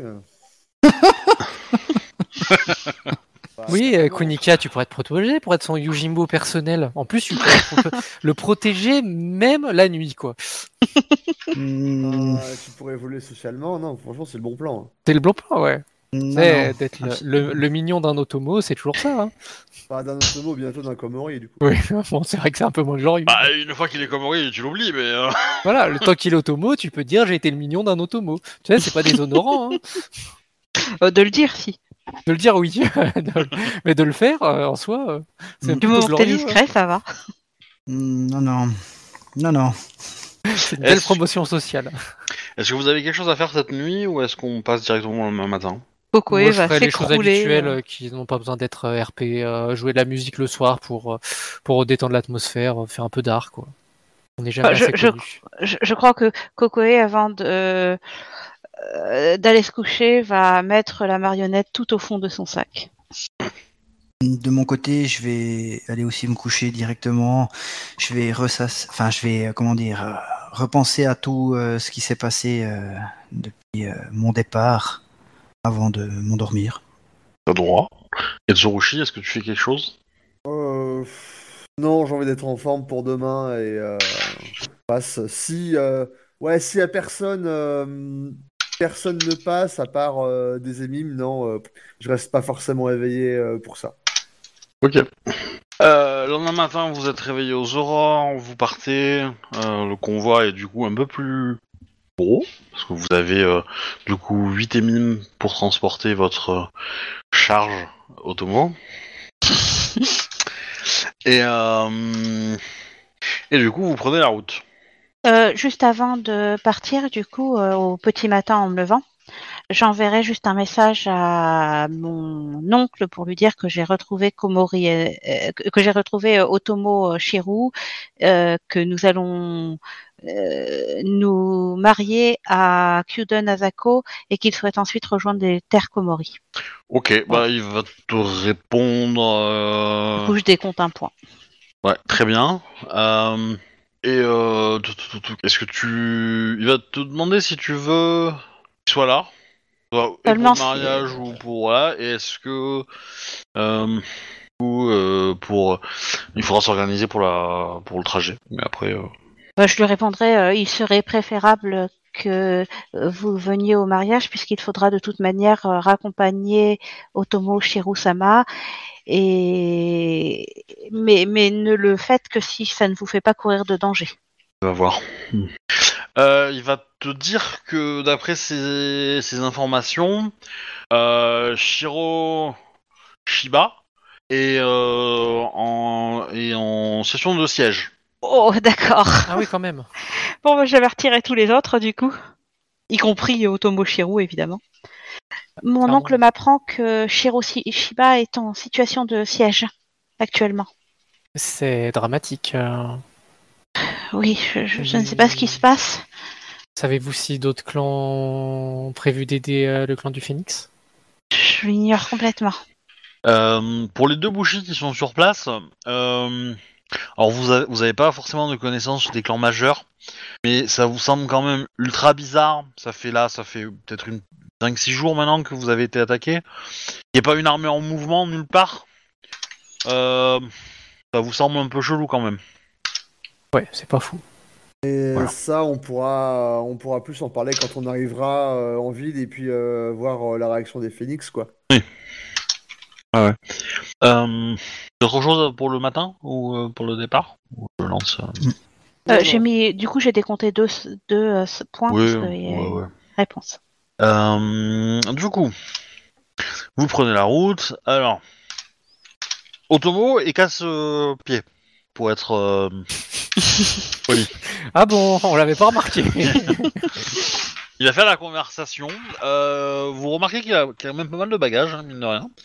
Speaker 5: Bah,
Speaker 4: Oui,
Speaker 5: carrément.
Speaker 4: Kunika, tu pourrais te protéger pour être son Yojimbo personnel. En plus, tu pourrais le protéger même la nuit, quoi.
Speaker 2: Hmm,
Speaker 5: Tu pourrais évoluer socialement. Non, franchement, c'est le bon plan.
Speaker 4: C'est le bon plan, ouais.
Speaker 2: non,
Speaker 4: C'est
Speaker 2: non.
Speaker 4: d'être le mignon d'un Otomo, c'est toujours ça. Hein.
Speaker 5: Pas d'un autre mot, bientôt d'un Komori, du coup.
Speaker 4: Oui, bon, c'est vrai que c'est un peu moins glorieux.
Speaker 1: Bah, une fois qu'il est Komori, tu l'oublies, mais...
Speaker 4: Voilà, le temps qu'il est Otomo, tu peux dire j'ai été le mignon d'un Otomo. Tu sais, c'est pas déshonorant. Hein.
Speaker 3: De le dire, si.
Speaker 4: De le dire, oui. Mais de le faire, en soi, c'est
Speaker 2: Du
Speaker 3: Du
Speaker 4: plutôt
Speaker 3: moment que t'es
Speaker 4: glorieux.
Speaker 3: discret, ça va.
Speaker 2: Non.
Speaker 4: C'est une belle
Speaker 1: Est-ce-
Speaker 4: promotion sociale.
Speaker 1: Est-ce que vous avez quelque chose à faire cette nuit, ou est-ce qu'on passe directement le lendemain matin?
Speaker 3: Kokoe
Speaker 4: Moi, je
Speaker 3: va
Speaker 4: ferais les choses
Speaker 3: s'écrouler.
Speaker 4: habituelles qui n'ont pas besoin d'être RP, jouer de la musique le soir pour détendre l'atmosphère, faire un peu d'art, quoi. On n'est jamais
Speaker 3: Enfin,
Speaker 4: assez connu.
Speaker 3: Je crois que Kokoe, avant d'aller se coucher, va mettre la marionnette tout au fond de son sac.
Speaker 2: De mon côté, je vais aller aussi me coucher directement. Je vais repenser à tout ce qui s'est passé depuis mon départ avant de m'endormir.
Speaker 1: T'as droit. Et Tsurushi, est-ce que tu fais quelque chose?
Speaker 5: Non, j'ai envie d'être en forme pour demain et passe. Si y a personne ne passe à part des émimes, non, je reste pas forcément éveillé pour ça.
Speaker 1: Ok. Le lendemain matin, vous êtes réveillé aux aurores, vous partez. Le convoi est du coup un peu plus gros, parce que vous avez du coup 8 émimes pour transporter votre charge automo. Et du coup, vous prenez la route.
Speaker 3: Juste avant de partir, du coup, au petit matin en me levant, j'enverrai juste un message à mon oncle pour lui dire que j'ai retrouvé Komori, que j'ai retrouvé Otomo Shiru, que nous allons nous marier à Kyuden Asako et qu'il souhaite ensuite rejoindre les terres Komori.
Speaker 1: Ok, bah il va te répondre.
Speaker 3: Du coup, je décompte un point.
Speaker 1: Ouais, très bien. Est-ce que il va te demander si tu veux qu'il soit là, soit et pour
Speaker 3: Seulement
Speaker 1: le mariage ou pour voilà. Et est-ce que pour il faudra s'organiser pour le trajet. Mais après.
Speaker 3: Je lui répondrai, il serait préférable que vous veniez au mariage puisqu'il faudra de toute manière raccompagner Otomo Shiru-sama mais ne le faites que si ça ne vous fait pas courir de danger.
Speaker 1: On va voir. Il va te dire que d'après ces informations, Shiro Shiba est en session de siège.
Speaker 3: Oh, d'accord.
Speaker 4: Ah oui, quand même.
Speaker 3: Bon, j'avertirai tous les autres, du coup. Y compris Otomo Shiru, évidemment. Mon
Speaker 4: Pardon.
Speaker 3: oncle m'apprend que Shiro Shiba est en situation de siège, actuellement.
Speaker 4: C'est dramatique.
Speaker 3: Oui, je ne sais pas ce qui se passe.
Speaker 4: Savez-vous si d'autres clans ont prévu d'aider le clan du Phénix?
Speaker 3: Je l'ignore complètement.
Speaker 1: Pour les deux Bushi qui sont sur place, alors vous avez pas forcément de connaissance des clans majeurs, mais ça vous semble quand même ultra bizarre. Ça fait peut-être 5-6 jours maintenant que vous avez été attaqué. Il n'y a pas une armée en mouvement nulle part. Ça vous semble un peu chelou quand même.
Speaker 4: Ouais, c'est pas fou.
Speaker 5: Et
Speaker 1: Voilà.
Speaker 5: ça, on pourra plus en parler quand on arrivera en ville et puis voir la réaction des phénix, quoi.
Speaker 1: Ouais. D'autres choses pour le matin ou pour le départ? Ou je lance.
Speaker 3: J'ai décompté deux points
Speaker 1: Oui,
Speaker 3: parce qu'il y a
Speaker 1: ouais.
Speaker 3: réponse.
Speaker 1: Du coup, vous prenez la route. Alors, Otomo et casse-pied pour être poli.
Speaker 4: Ah bon, on l'avait pas remarqué.
Speaker 1: Il va faire la conversation. Vous remarquez qu'il a quand même pas mal de bagages, hein, mine de rien.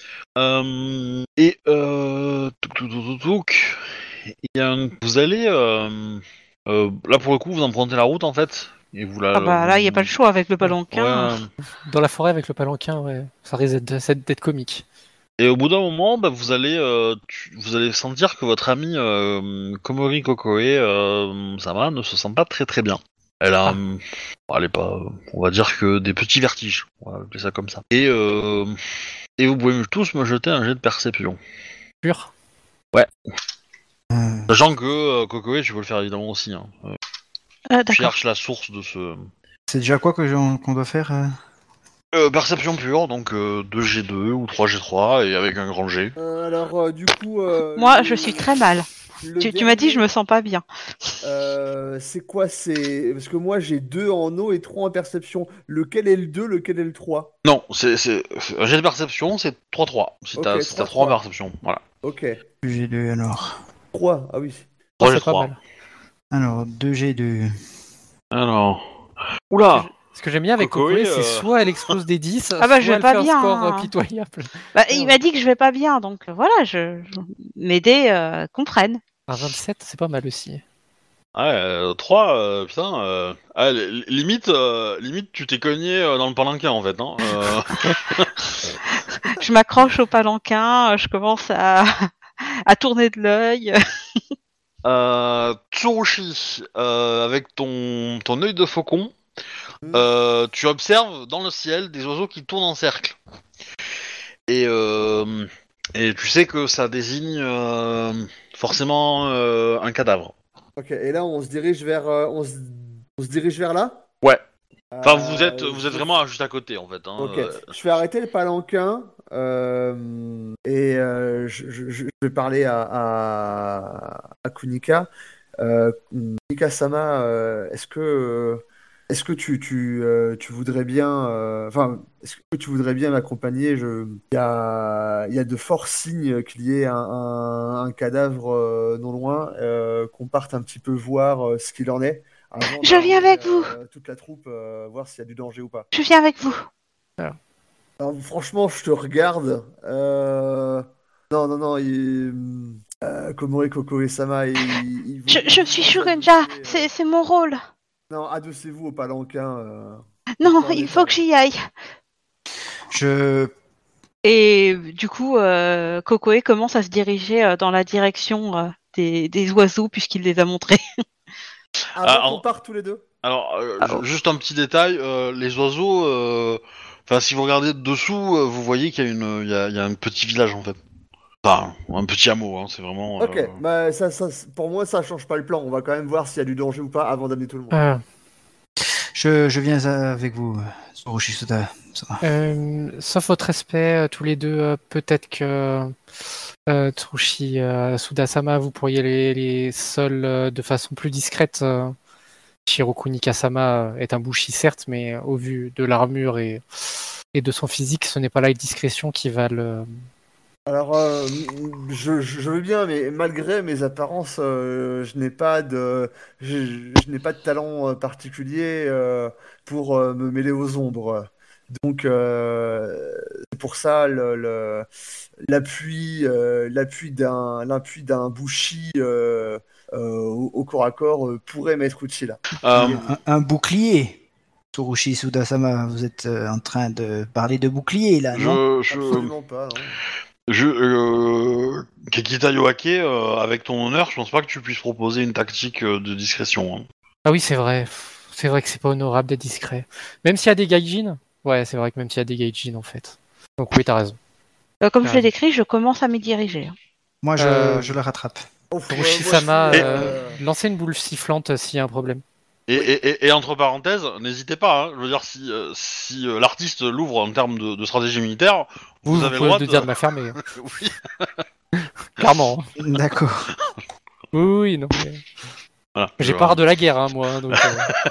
Speaker 1: Vous allez là pour le coup, vous empruntez la route en fait. Et vous la.
Speaker 3: Là, il n'y a pas le choix avec le palanquin.
Speaker 1: Ouais.
Speaker 4: Dans la forêt avec le palanquin, ouais. Ça risque d'être comique.
Speaker 1: Et au bout d'un moment, vous allez sentir que votre amie Komori Kokoe Sama ne se sent pas très très bien. Elle a, elle est pas, on va dire que des petits vertiges, on va appeler ça comme ça. Et vous pouvez tous me jeter un jet de perception.
Speaker 4: Pur.
Speaker 1: Ouais. Sachant que Kokoe, tu peux le faire évidemment aussi. Hein.
Speaker 3: D'accord.
Speaker 1: Cherche la source de ce.
Speaker 2: C'est déjà quoi qu'on doit faire
Speaker 1: Perception pure, donc 2G2 ou 3G3 et avec un grand G.
Speaker 5: Alors, du coup...
Speaker 3: Moi, je suis très mal. Tu m'as dit, je me sens pas bien.
Speaker 5: C'est quoi? Parce que moi, j'ai 2 en eau et 3 en perception. Lequel est le 2, lequel est le 3?
Speaker 1: Non, c'est un jet de perception, c'est 3-3. Si t'as 3 en perception, voilà.
Speaker 5: Ok.
Speaker 2: 2G2 alors.
Speaker 5: 3, ah oui.
Speaker 1: 3G3.
Speaker 4: C'est pas mal.
Speaker 2: Alors, 2G2.
Speaker 1: Alors... Oula.
Speaker 4: Ce que j'aime bien avec
Speaker 1: Kokoe,
Speaker 4: Kokoe, c'est soit elle explose des 10,
Speaker 3: Ah bah,
Speaker 4: soit
Speaker 3: je vais
Speaker 4: elle
Speaker 3: pas
Speaker 4: fait
Speaker 3: bien,
Speaker 4: un score
Speaker 3: hein.
Speaker 4: pitoyable.
Speaker 3: Il m'a dit que je vais pas bien, donc voilà, mes dés comprennent.
Speaker 4: Un 27, c'est pas mal aussi.
Speaker 1: Ouais, 3, putain. Limite, tu t'es cogné dans le palanquin en fait. Hein,
Speaker 3: Je m'accroche au palanquin, je commence à tourner de l'œil.
Speaker 1: Tsurushi, avec ton œil de faucon, tu observes dans le ciel des oiseaux qui tournent en cercle. Et tu sais que ça désigne forcément un cadavre.
Speaker 5: Ok, et là on se dirige vers, on se dirige vers là.
Speaker 1: Ouais. Enfin, vous êtes
Speaker 5: je-
Speaker 1: vraiment juste à côté en fait. Hein,
Speaker 5: Ok, je vais arrêter le palanquin et je vais parler à Kunika. Kunika-sama, est-ce que tu voudrais bien, enfin, est-ce que tu voudrais bien m'accompagner? Il y a de forts signes qu'il y ait un cadavre non loin, qu'on parte un petit peu voir ce qu'il en est. Avant
Speaker 3: Je viens avec vous.
Speaker 5: toute la troupe, voir s'il y a du danger ou pas.
Speaker 3: Je viens avec vous.
Speaker 5: Alors, franchement, je te regarde. Non, non, non. Komori Koko et Sama,
Speaker 3: Je suis Shugenja, c'est mon rôle.
Speaker 5: Non, adossez-vous au palanquin.
Speaker 3: Non,
Speaker 5: Pas en
Speaker 3: il faut
Speaker 5: état.
Speaker 3: que j'y aille. Et du coup, Kokoe commence à se diriger dans la direction des oiseaux puisqu'il les a montrés.
Speaker 5: Avant qu'on parte tous les deux.
Speaker 1: Alors, juste un petit détail, les oiseaux, enfin, si vous regardez dessous, vous voyez qu'il y a il y a un petit village en fait. Enfin, un petit hameau, hein, c'est vraiment.
Speaker 5: Ok, bah pour moi, ça change pas le plan. On va quand même voir s'il y a du danger ou pas avant d'amener tout le monde.
Speaker 2: Je viens avec vous, Tsurushi Suda.
Speaker 4: Sauf votre respect, tous les deux, peut-être que Tsurushi Sudasama, vous pourriez les seuls de façon plus discrète. Shiroku Nikasama est un bushi certes, mais au vu de l'armure et de son physique, ce n'est pas la discrétion qui va le...
Speaker 5: Alors, je veux bien, mais malgré mes apparences, je n'ai pas je n'ai pas de talent particulier pour me mêler aux ombres. Donc, c'est pour ça l'appui d'un bushi au corps à corps pourrait m'être utile.
Speaker 2: Un bouclier. Tsurushi Suda-sama, vous êtes en train de parler de bouclier là, non?
Speaker 5: Absolument pas. Non.
Speaker 1: Kekita Yoake, avec ton honneur, je pense pas que tu puisses proposer une tactique de discrétion. Hein.
Speaker 4: Ah oui, c'est vrai. C'est vrai que c'est pas honorable d'être discret. Même s'il y a des gaijin. Ouais, c'est vrai que même s'il y a des gaijin en fait. Donc oui, t'as raison.
Speaker 3: Comme je l'ai décrit, je commence à m'y diriger.
Speaker 2: Moi, je le rattrape.
Speaker 4: Tsurushi-sama, lancez une boule sifflante s'il y a un problème.
Speaker 1: Et entre parenthèses, n'hésitez pas. Hein, je veux dire, si l'artiste l'ouvre en termes de stratégie militaire, vous avez le droit
Speaker 4: de dire de la fermer.
Speaker 1: Oui.
Speaker 4: Clairement.
Speaker 2: D'accord.
Speaker 4: Oui, non. Mais...
Speaker 1: Voilà,
Speaker 4: j'ai peur de la guerre, hein, moi. Donc,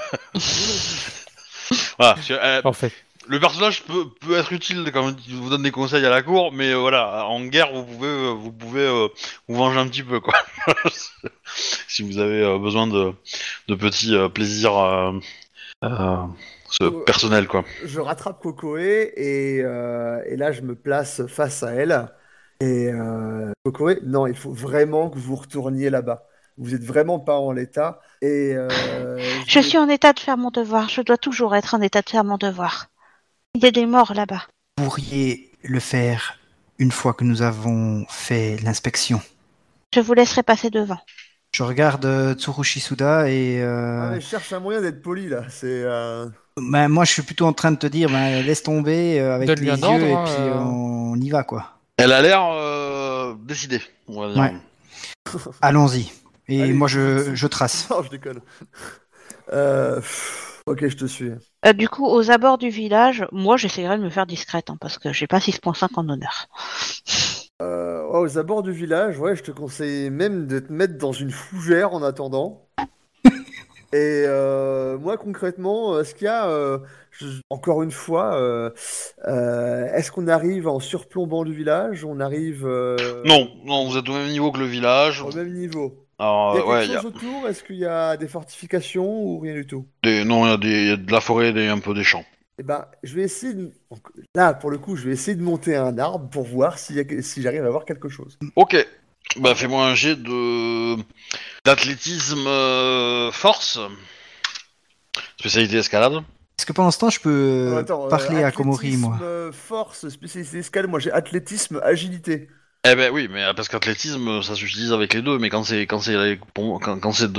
Speaker 1: voilà,
Speaker 4: en fait.
Speaker 1: Le personnage peut être utile quand il vous donne des conseils à la cour, mais voilà, en guerre, vous pouvez vous venger un petit peu, quoi. Si vous avez besoin de petits plaisirs personnels, quoi.
Speaker 5: Je rattrape Kokoe et là, je me place face à elle. Et Kokoe, non, il faut vraiment que vous retourniez là-bas. Vous êtes vraiment pas en l'état. Et
Speaker 3: je suis en état de faire mon devoir. Je dois toujours être en état de faire mon devoir. Il y a des morts là-bas.
Speaker 2: Vous pourriez le faire une fois que nous avons fait l'inspection.
Speaker 3: Je vous laisserai passer devant.
Speaker 2: Je regarde Tsurushi Suda et...
Speaker 5: je cherche un moyen d'être poli, là.
Speaker 2: Ben, moi, je suis plutôt en train de te dire, ben, laisse tomber avec
Speaker 4: Donne-lui
Speaker 2: les
Speaker 4: un
Speaker 2: yeux
Speaker 4: ordre,
Speaker 2: et
Speaker 4: hein,
Speaker 2: puis on y va, quoi.
Speaker 1: Elle a l'air décidée, on va dire.
Speaker 2: Ouais. Allons-y. Et
Speaker 5: Allez,
Speaker 2: moi, je trace.
Speaker 5: Non, je déconne. Ok, je te suis.
Speaker 3: Du coup, aux abords du village, moi, j'essaierai de me faire discrète, hein, parce que j'ai pas 6.5 en honneur.
Speaker 5: Aux abords du village, ouais, je te conseille même de te mettre dans une fougère en attendant. Et moi, concrètement, est-ce qu'il y a, encore une fois, est-ce qu'on arrive en surplombant le village? On arrive
Speaker 1: Non, vous êtes au même niveau que le village.
Speaker 5: au même niveau.
Speaker 1: Alors,
Speaker 5: Il y a quelque
Speaker 1: ouais,
Speaker 5: chose autour? Est-ce qu'il y a des fortifications ou rien du tout?
Speaker 1: non, il y a de la forêt et un peu des champs.
Speaker 5: Eh ben, je vais essayer là, pour le coup, je vais essayer de monter un arbre pour voir si j'arrive à voir quelque chose.
Speaker 1: Ok, Bah, fais-moi un jet d'athlétisme force, spécialité escalade.
Speaker 2: Est-ce que pendant ce temps, je peux
Speaker 5: Attends,
Speaker 2: parler à Komori,
Speaker 5: athlétisme,
Speaker 2: moi?
Speaker 5: force, spécialité escale, moi j'ai athlétisme, agilité.
Speaker 1: Eh ben oui, mais parce qu'athlétisme, ça s'utilise avec les deux, mais quand c'est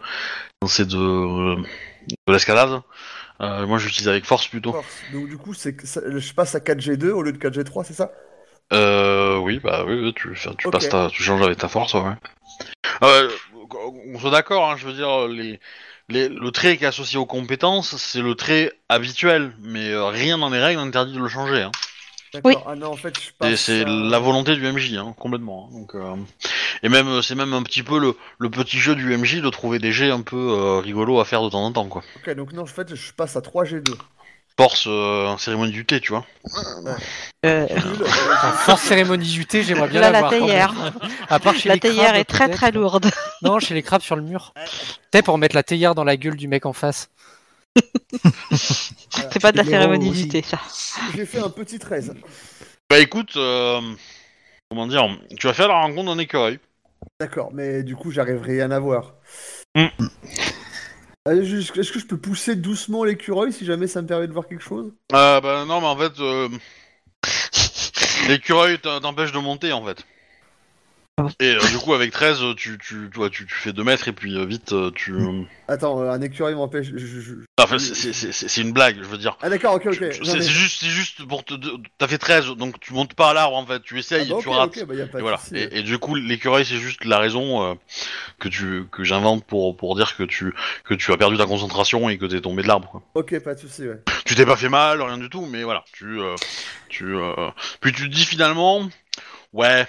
Speaker 1: de l'escalade, moi j'utilise avec force plutôt.
Speaker 5: Force. Donc du coup, je passe à 4G2 au lieu de 4G3, c'est ça?
Speaker 1: Oui, bah oui,
Speaker 5: Ok.
Speaker 1: tu changes avec ta force, ouais. Euh, on soit d'accord, hein, je veux dire, le trait qui est associé aux compétences, c'est le trait habituel, mais rien dans les règles n'interdit de le changer. Hein.
Speaker 3: Oui.
Speaker 5: D'accord. Ah non, en fait, je
Speaker 1: Et
Speaker 5: passe
Speaker 1: c'est la
Speaker 5: à...
Speaker 1: volonté du MJ, hein, complètement. Hein. Donc, et même, c'est même un petit peu le petit jeu du MJ de trouver des jets un peu rigolos à faire de temps en temps, quoi.
Speaker 5: Ok, donc non, en fait, je passe à 3G2.
Speaker 1: Force en cérémonie du thé, tu vois.
Speaker 5: Nul.
Speaker 4: Force cérémonie du thé, j'aimerais bien
Speaker 3: Là, la
Speaker 4: l'avoir. quand
Speaker 3: théière.
Speaker 4: même. À part chez
Speaker 3: La
Speaker 4: les
Speaker 3: théière
Speaker 4: crabes,
Speaker 3: est très
Speaker 4: peut-être.
Speaker 3: très lourde.
Speaker 4: Non, chez les crabes sur le mur. Peut-être pour mettre la théière dans la gueule du mec en face.
Speaker 3: C'est pas de la
Speaker 2: Les
Speaker 3: cérémonie
Speaker 2: héros
Speaker 3: du
Speaker 2: aussi.
Speaker 3: thé, ça.
Speaker 5: J'ai fait un petit 13.
Speaker 1: Bah écoute, comment dire, tu vas faire la rencontre d'un écureuil.
Speaker 5: D'accord, mais du coup, j'arriverai rien à voir.
Speaker 1: Mm.
Speaker 5: Est-ce que je peux pousser doucement l'écureuil si jamais ça me permet de voir quelque chose?
Speaker 1: Bah non, mais en fait, l'écureuil t'empêche de monter, en fait. Et du coup, avec 13, tu fais 2 mètres et puis vite,
Speaker 5: Attends, un écureuil m'empêche.
Speaker 1: Enfin, c'est une blague, je veux dire.
Speaker 5: Ah d'accord, ok, ok. Non,
Speaker 1: C'est
Speaker 5: mais-
Speaker 1: juste pour te. T'as fait 13, donc tu montes pas à l'arbre en fait, tu
Speaker 5: Ah
Speaker 1: essayes
Speaker 5: bah
Speaker 1: et
Speaker 5: ok,
Speaker 1: tu rates.
Speaker 5: ok, bah y a pas
Speaker 1: Et
Speaker 5: de
Speaker 1: voilà.
Speaker 5: souci.
Speaker 1: Et du coup, l'écureuil, c'est juste la raison que j'invente pour dire que tu as perdu ta concentration et que t'es tombé de l'arbre. Quoi.
Speaker 5: Ok, pas de souci, ouais.
Speaker 1: Tu t'es pas fait mal, rien du tout, mais voilà. Puis tu te dis finalement, ouais.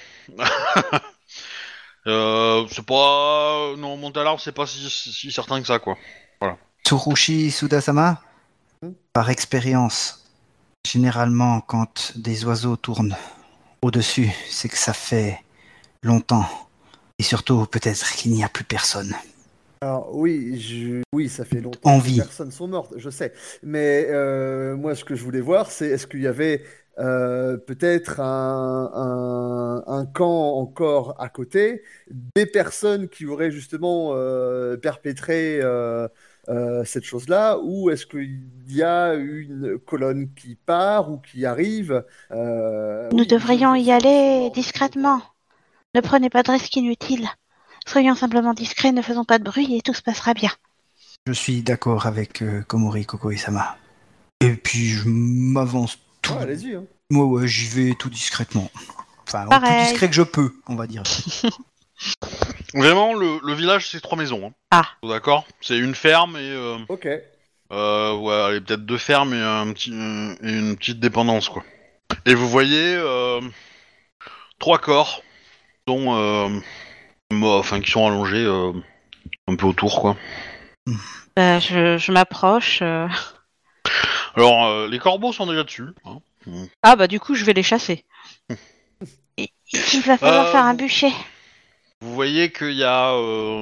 Speaker 1: C'est pas. Non, monter à l'arbre, c'est pas si certain que ça, quoi.
Speaker 2: Tsurushi Sudasama,
Speaker 5: Hmm.
Speaker 2: par expérience, généralement, quand des oiseaux tournent au-dessus, c'est que ça fait longtemps. Et surtout, peut-être qu'il n'y a plus personne.
Speaker 5: Alors oui, ça fait longtemps
Speaker 2: En
Speaker 5: que
Speaker 2: vie.
Speaker 5: personnes sont mortes, je sais. Mais moi, ce que je voulais voir, c'est est-ce qu'il y avait peut-être un camp encore à côté, des personnes qui auraient justement perpétré cette chose-là, ou est-ce qu'il y a une colonne qui part ou qui arrive
Speaker 3: Nous
Speaker 5: oui,
Speaker 3: devrions
Speaker 5: je
Speaker 3: y
Speaker 5: sens qu'ils sont
Speaker 3: aller
Speaker 5: morts,
Speaker 3: discrètement. Ne prenez pas de risques inutiles. Soyons simplement discrets, ne faisons pas de bruit et tout se passera bien.
Speaker 2: Je suis d'accord avec Komori Kokoe-sama. Et puis, je m'avance tout.
Speaker 5: Ouais, allez-y. Hein.
Speaker 2: Moi, ouais, j'y vais tout discrètement. Enfin, au plus
Speaker 3: Pareil.
Speaker 2: discret que je peux, on va dire.
Speaker 1: Vraiment, le village, c'est 3 maisons. Hein.
Speaker 3: Ah.
Speaker 1: D'accord. C'est une ferme et.
Speaker 5: Ok.
Speaker 1: Ouais, allez, peut-être 2 fermes et et une petite dépendance, quoi. Et vous voyez 3 corps, dont, qui sont allongés un peu autour, quoi.
Speaker 3: Je m'approche.
Speaker 1: Alors, les corbeaux sont déjà dessus. Hein.
Speaker 3: Ah bah du coup, je vais les chasser. Il va falloir faire un bûcher.
Speaker 1: Vous voyez qu'il y a,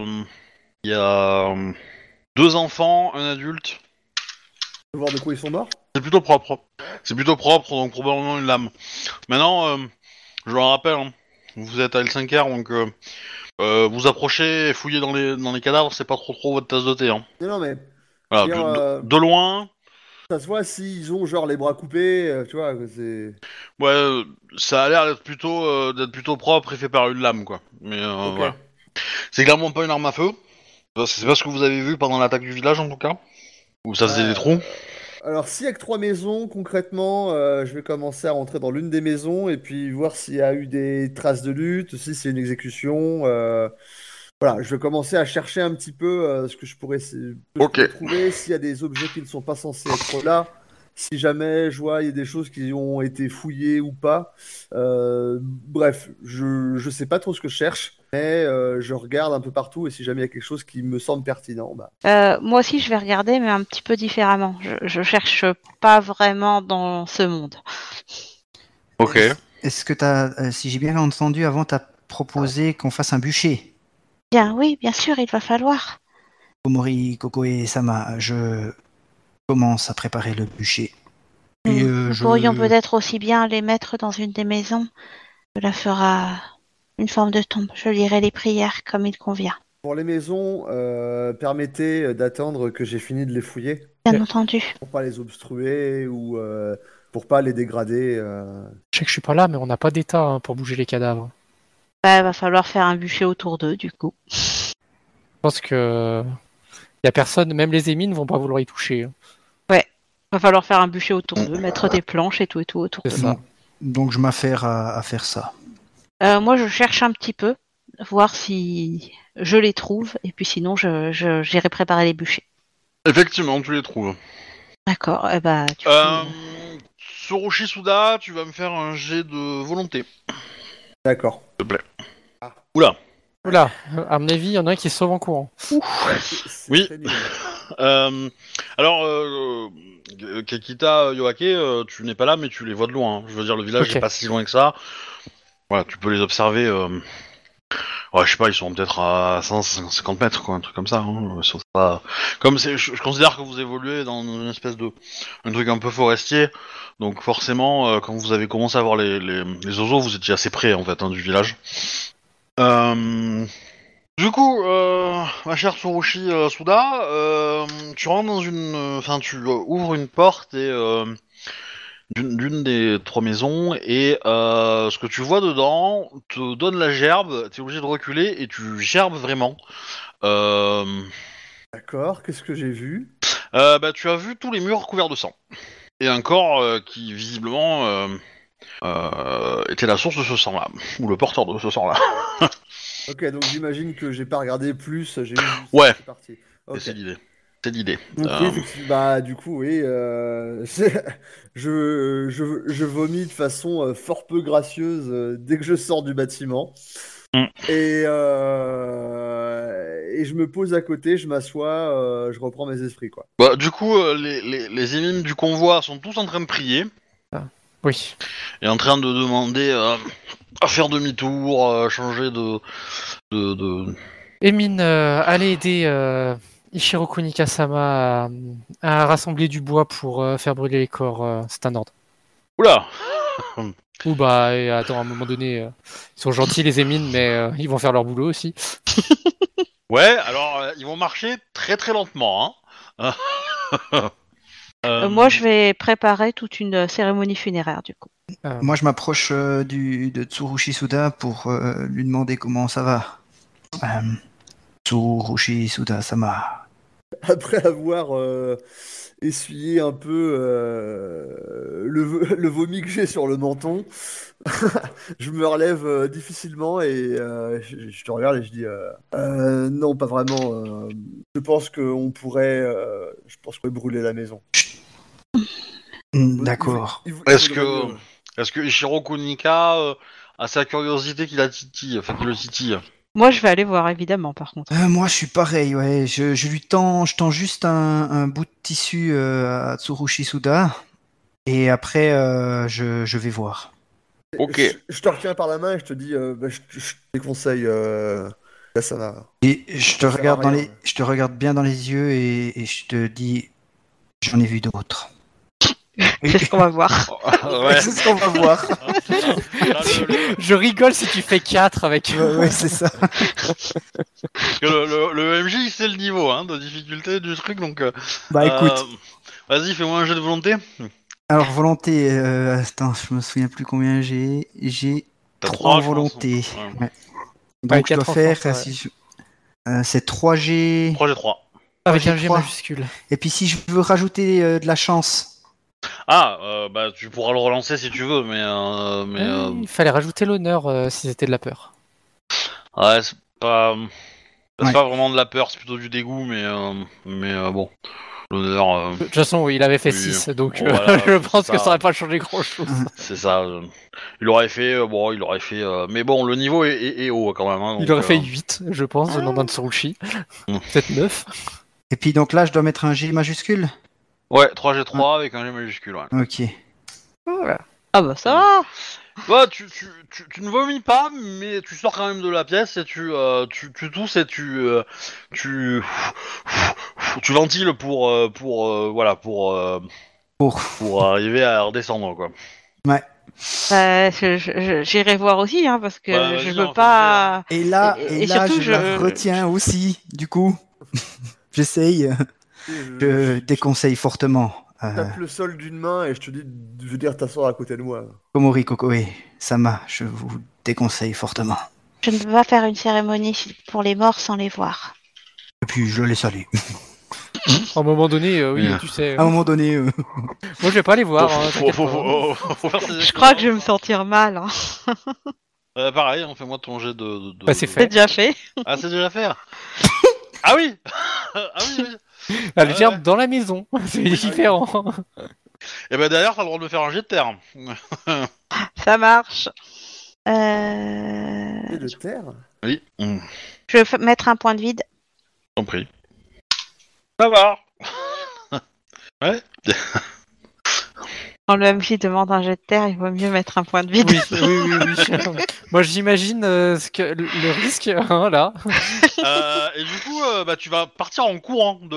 Speaker 1: 2 enfants, un adulte.
Speaker 5: Je veux voir de quoi ils sont morts.
Speaker 1: C'est plutôt propre. C'est plutôt propre, donc probablement une lame. Maintenant, je vous rappelle, hein, vous êtes à L5R, donc vous approchez et fouiller dans les cadavres, c'est pas trop votre tasse de thé. Hein.
Speaker 5: Non, mais
Speaker 1: Voilà,
Speaker 5: dire,
Speaker 1: de loin,
Speaker 5: ça se voit s'ils ont genre les bras coupés, tu vois, c'est...
Speaker 1: ouais, ça a l'air d'être plutôt propre et fait par une lame, quoi. Mais
Speaker 5: Ok.
Speaker 1: voilà. C'est clairement pas une arme à feu. C'est pas ce que vous avez vu pendant l'attaque du village, en tout cas. Où ça faisait des trous.
Speaker 5: Alors, s'il y a que 3 maisons, concrètement, je vais commencer à rentrer dans l'une des maisons et puis voir s'il y a eu des traces de lutte, si c'est une exécution. Voilà, je vais commencer à chercher un petit peu ce que je pourrais
Speaker 1: Ok.
Speaker 5: trouver, s'il y a des objets qui ne sont pas censés être là, si jamais je vois il y a des choses qui ont été fouillées ou pas. Bref, je sais pas trop ce que je cherche, mais je regarde un peu partout et si jamais il y a quelque chose qui me semble pertinent, bah.
Speaker 3: Moi aussi, je vais regarder, mais un petit peu différemment. Je cherche pas vraiment dans ce monde.
Speaker 1: Ok.
Speaker 2: Est-ce que si j'ai bien entendu, avant, t'as proposé qu'on fasse un bûcher?
Speaker 3: Bien, oui, bien sûr, il va falloir.
Speaker 2: Komori Kokoe-sama, je commence à préparer le bûcher. Puis,
Speaker 3: Nous pourrions peut-être aussi bien les mettre dans une des maisons. Cela fera une forme de tombe. Je lirai les prières comme il convient.
Speaker 5: Pour les maisons, permettez d'attendre que j'ai fini de les fouiller
Speaker 3: Bien entendu.
Speaker 5: pour pas les obstruer ou pour pas les dégrader.
Speaker 4: Je sais que je suis pas là, mais on n'a pas d'état pour bouger les cadavres.
Speaker 3: Bah, va falloir faire un bûcher autour d'eux, du coup.
Speaker 4: Je pense que y a personne, même les émines vont pas vouloir y toucher.
Speaker 3: Va falloir faire un bûcher autour d'eux, mettre des planches et tout autour
Speaker 4: C'est
Speaker 3: d'eux.
Speaker 4: ça.
Speaker 2: Donc je m'affaire à faire ça.
Speaker 3: Moi, je cherche un petit peu, voir si je les trouve, et puis sinon, j'irai préparer les bûchers.
Speaker 1: Effectivement, tu les trouves.
Speaker 3: D'accord, eh bah, du coup,
Speaker 1: Tsurushi Suda, tu vas me faire un jet de volonté.
Speaker 5: D'accord.
Speaker 1: S'il te plaît. Oula.
Speaker 4: Oula, à mon avis, il y en a un qui se sauve en courant.
Speaker 5: C'est
Speaker 1: Oui.
Speaker 5: très nul.
Speaker 1: Alors, Kekita, Yoake, tu n'es pas là, mais tu les vois de loin. Hein. Je veux dire, le village
Speaker 4: Ok.
Speaker 1: n'est pas si loin que ça. Voilà, tu peux les observer. Ouais, je sais pas, ils sont peut-être à 150 mètres, quoi, un truc comme ça. Hein. Ils sont pas... Comme je considère que vous évoluez dans une espèce de un truc un peu forestier, donc forcément, quand vous avez commencé à voir les oiseaux, vous étiez assez près en fait du village. Du coup, ma chère Tsurushi Suda, tu rentres dans tu ouvres une porte et d'une des trois maisons et ce que tu vois dedans te donne la gerbe. T'es obligé de reculer et tu gerbes vraiment. Euh,
Speaker 5: D'accord, qu'est-ce que j'ai vu?
Speaker 1: Tu as vu tous les murs couverts de sang et un corps qui visiblement était la source de ce sang-là ou le porteur de ce sang-là.
Speaker 5: Ok, donc j'imagine que j'ai pas regardé plus, j'ai juste vu ça,
Speaker 1: Ouais.
Speaker 5: c'est parti. Ok.
Speaker 1: C'est l'idée. C'est l'idée.
Speaker 5: Donc oui, effectivement, bah du coup, oui, je vomis de façon fort peu gracieuse dès que je sors du bâtiment.
Speaker 1: Mm.
Speaker 5: Et je me pose à côté, je m'assois, je reprends mes esprits, quoi.
Speaker 1: Du coup, les émimes du convoi sont tous en train de prier
Speaker 4: Oui.
Speaker 1: et en train de demander à faire demi-tour, changer de...
Speaker 4: Emine, allez aider Ichiro Nikasama à rassembler du bois pour faire brûler les corps. C'est un ordre.
Speaker 1: Oula.
Speaker 4: Ou bah, et attends, à un moment donné, ils sont gentils les émines, mais ils vont faire leur boulot aussi.
Speaker 1: Ouais, alors ils vont marcher très très lentement. Hein.
Speaker 3: moi, je vais préparer toute une cérémonie funéraire, du coup.
Speaker 2: Moi je m'approche de Tsurushi Suda pour lui demander comment ça va. Tsurushi Suda sama.
Speaker 5: Après avoir essuyé un peu le vomi que j'ai sur le menton, je me relève difficilement et je te regarde et je dis non, pas vraiment. Je pense qu'on pourrait, brûler la maison.
Speaker 2: D'accord.
Speaker 1: Est-ce que Ishiro Kunika a sa curiosité qui la titille, enfin qui le titille?
Speaker 3: Moi, je vais aller voir, évidemment, par contre.
Speaker 2: Moi je suis pareil, ouais. Je tends juste un bout de tissu à Tsurushi Suda et après je vais voir.
Speaker 1: Ok.
Speaker 5: Je te retiens par la main et je te dis, je te déconseille. Là, ça va.
Speaker 2: Et je te
Speaker 5: Ça sert à
Speaker 2: regarde
Speaker 5: rien.
Speaker 2: je te regarde bien dans les yeux et je te dis, j'en ai vu d'autres.
Speaker 3: C'est ce qu'on va voir.
Speaker 1: Ouais.
Speaker 2: C'est ce qu'on va voir.
Speaker 1: Là,
Speaker 4: Je rigole si tu fais 4 avec.
Speaker 2: Ouais, c'est ça.
Speaker 1: parce que le MJ c'est le niveau de difficulté du truc, donc...
Speaker 2: Bah écoute,
Speaker 1: Vas-y, fais-moi un jet de volonté.
Speaker 2: alors volonté, attends, je me souviens plus combien j'ai. J'ai
Speaker 1: T'as
Speaker 2: 3
Speaker 1: je pense.
Speaker 2: volontés.
Speaker 1: Ouais.
Speaker 2: Ouais. Donc je dois
Speaker 4: 4 en
Speaker 2: faire,
Speaker 4: force, ouais.
Speaker 2: si c'est 3G.
Speaker 1: 3G3.
Speaker 4: Avec
Speaker 2: j'ai
Speaker 4: un G
Speaker 2: 3.
Speaker 4: majuscule.
Speaker 2: Et puis si je veux rajouter de la chance.
Speaker 1: Tu pourras le relancer si tu veux,
Speaker 4: Il fallait rajouter l'honneur si c'était de la peur.
Speaker 1: ouais, c'est pas... C'est
Speaker 2: Ouais.
Speaker 1: pas vraiment de la peur, c'est plutôt du dégoût, mais bon, l'honneur,
Speaker 4: De toute façon, oui, il avait fait
Speaker 1: Oui.
Speaker 4: 6, donc
Speaker 1: Voilà,
Speaker 4: je pense
Speaker 1: c'est
Speaker 4: que
Speaker 1: ça.
Speaker 4: ça n'aurait pas changé grand-chose.
Speaker 1: c'est ça. Il aurait fait, mais bon, le niveau est haut quand même. Hein,
Speaker 4: Il
Speaker 1: donc,
Speaker 4: aurait fait 8, je pense, venant d'un Tsurushi.
Speaker 1: Mm.
Speaker 4: Peut-être 9.
Speaker 2: Et puis donc là, je dois mettre un G majuscule.
Speaker 1: Ouais, 3G3 avec un G majuscule, ouais.
Speaker 2: Ok.
Speaker 3: Ah bah, ça va.
Speaker 1: Ouais, tu ne vomis pas, mais tu sors quand même de la pièce et tu tousses et tu ventiles pour
Speaker 2: Pour.
Speaker 1: arriver à redescendre, quoi.
Speaker 2: Ouais.
Speaker 3: J'irai voir aussi, hein, parce que
Speaker 1: Bah,
Speaker 3: je
Speaker 1: vas-y,
Speaker 3: veux
Speaker 1: on
Speaker 3: pas.
Speaker 2: Et là,
Speaker 3: Et surtout,
Speaker 2: je la retiens aussi, du coup. J'essaye, je déconseille fortement.
Speaker 5: tape le sol d'une main et je te dis de venir t'asseoir à côté de moi.
Speaker 2: Komori Kokoe, Sama, je vous déconseille fortement.
Speaker 3: Je ne peux pas faire une cérémonie pour les morts sans les voir.
Speaker 2: Et puis, je le laisse aller.
Speaker 4: À un moment donné, oui,
Speaker 1: Oui.
Speaker 4: tu sais.
Speaker 2: À un moment donné,
Speaker 4: Moi, je vais pas les voir. hein, t'inquiète pas.
Speaker 1: Faut faire ses
Speaker 3: Je crois que
Speaker 1: efforts.
Speaker 3: je vais me sentir mal. Hein.
Speaker 1: Pareil, on fait-moi ton jet de...
Speaker 4: Bah, c'est
Speaker 3: C'est
Speaker 4: fait.
Speaker 3: déjà fait.
Speaker 1: Ah, c'est déjà fait. Ah oui. Ah oui, oui.
Speaker 4: Elle
Speaker 1: Ouais,
Speaker 4: gerbe
Speaker 1: ouais.
Speaker 4: dans la maison. C'est différent.
Speaker 1: Et ben derrière, t'as le droit de me faire un jet de terre.
Speaker 3: Ça marche.
Speaker 5: Et de terre.
Speaker 1: Oui,
Speaker 3: Je vais mettre un point de vide.
Speaker 1: t'en prie. Ça va. Ouais.
Speaker 3: Quand le MJ demande un jet de terre, il vaut mieux mettre un point de vide.
Speaker 4: Oui. Moi, j'imagine le risque, hein, là.
Speaker 1: Et du coup, bah, tu vas partir en courant de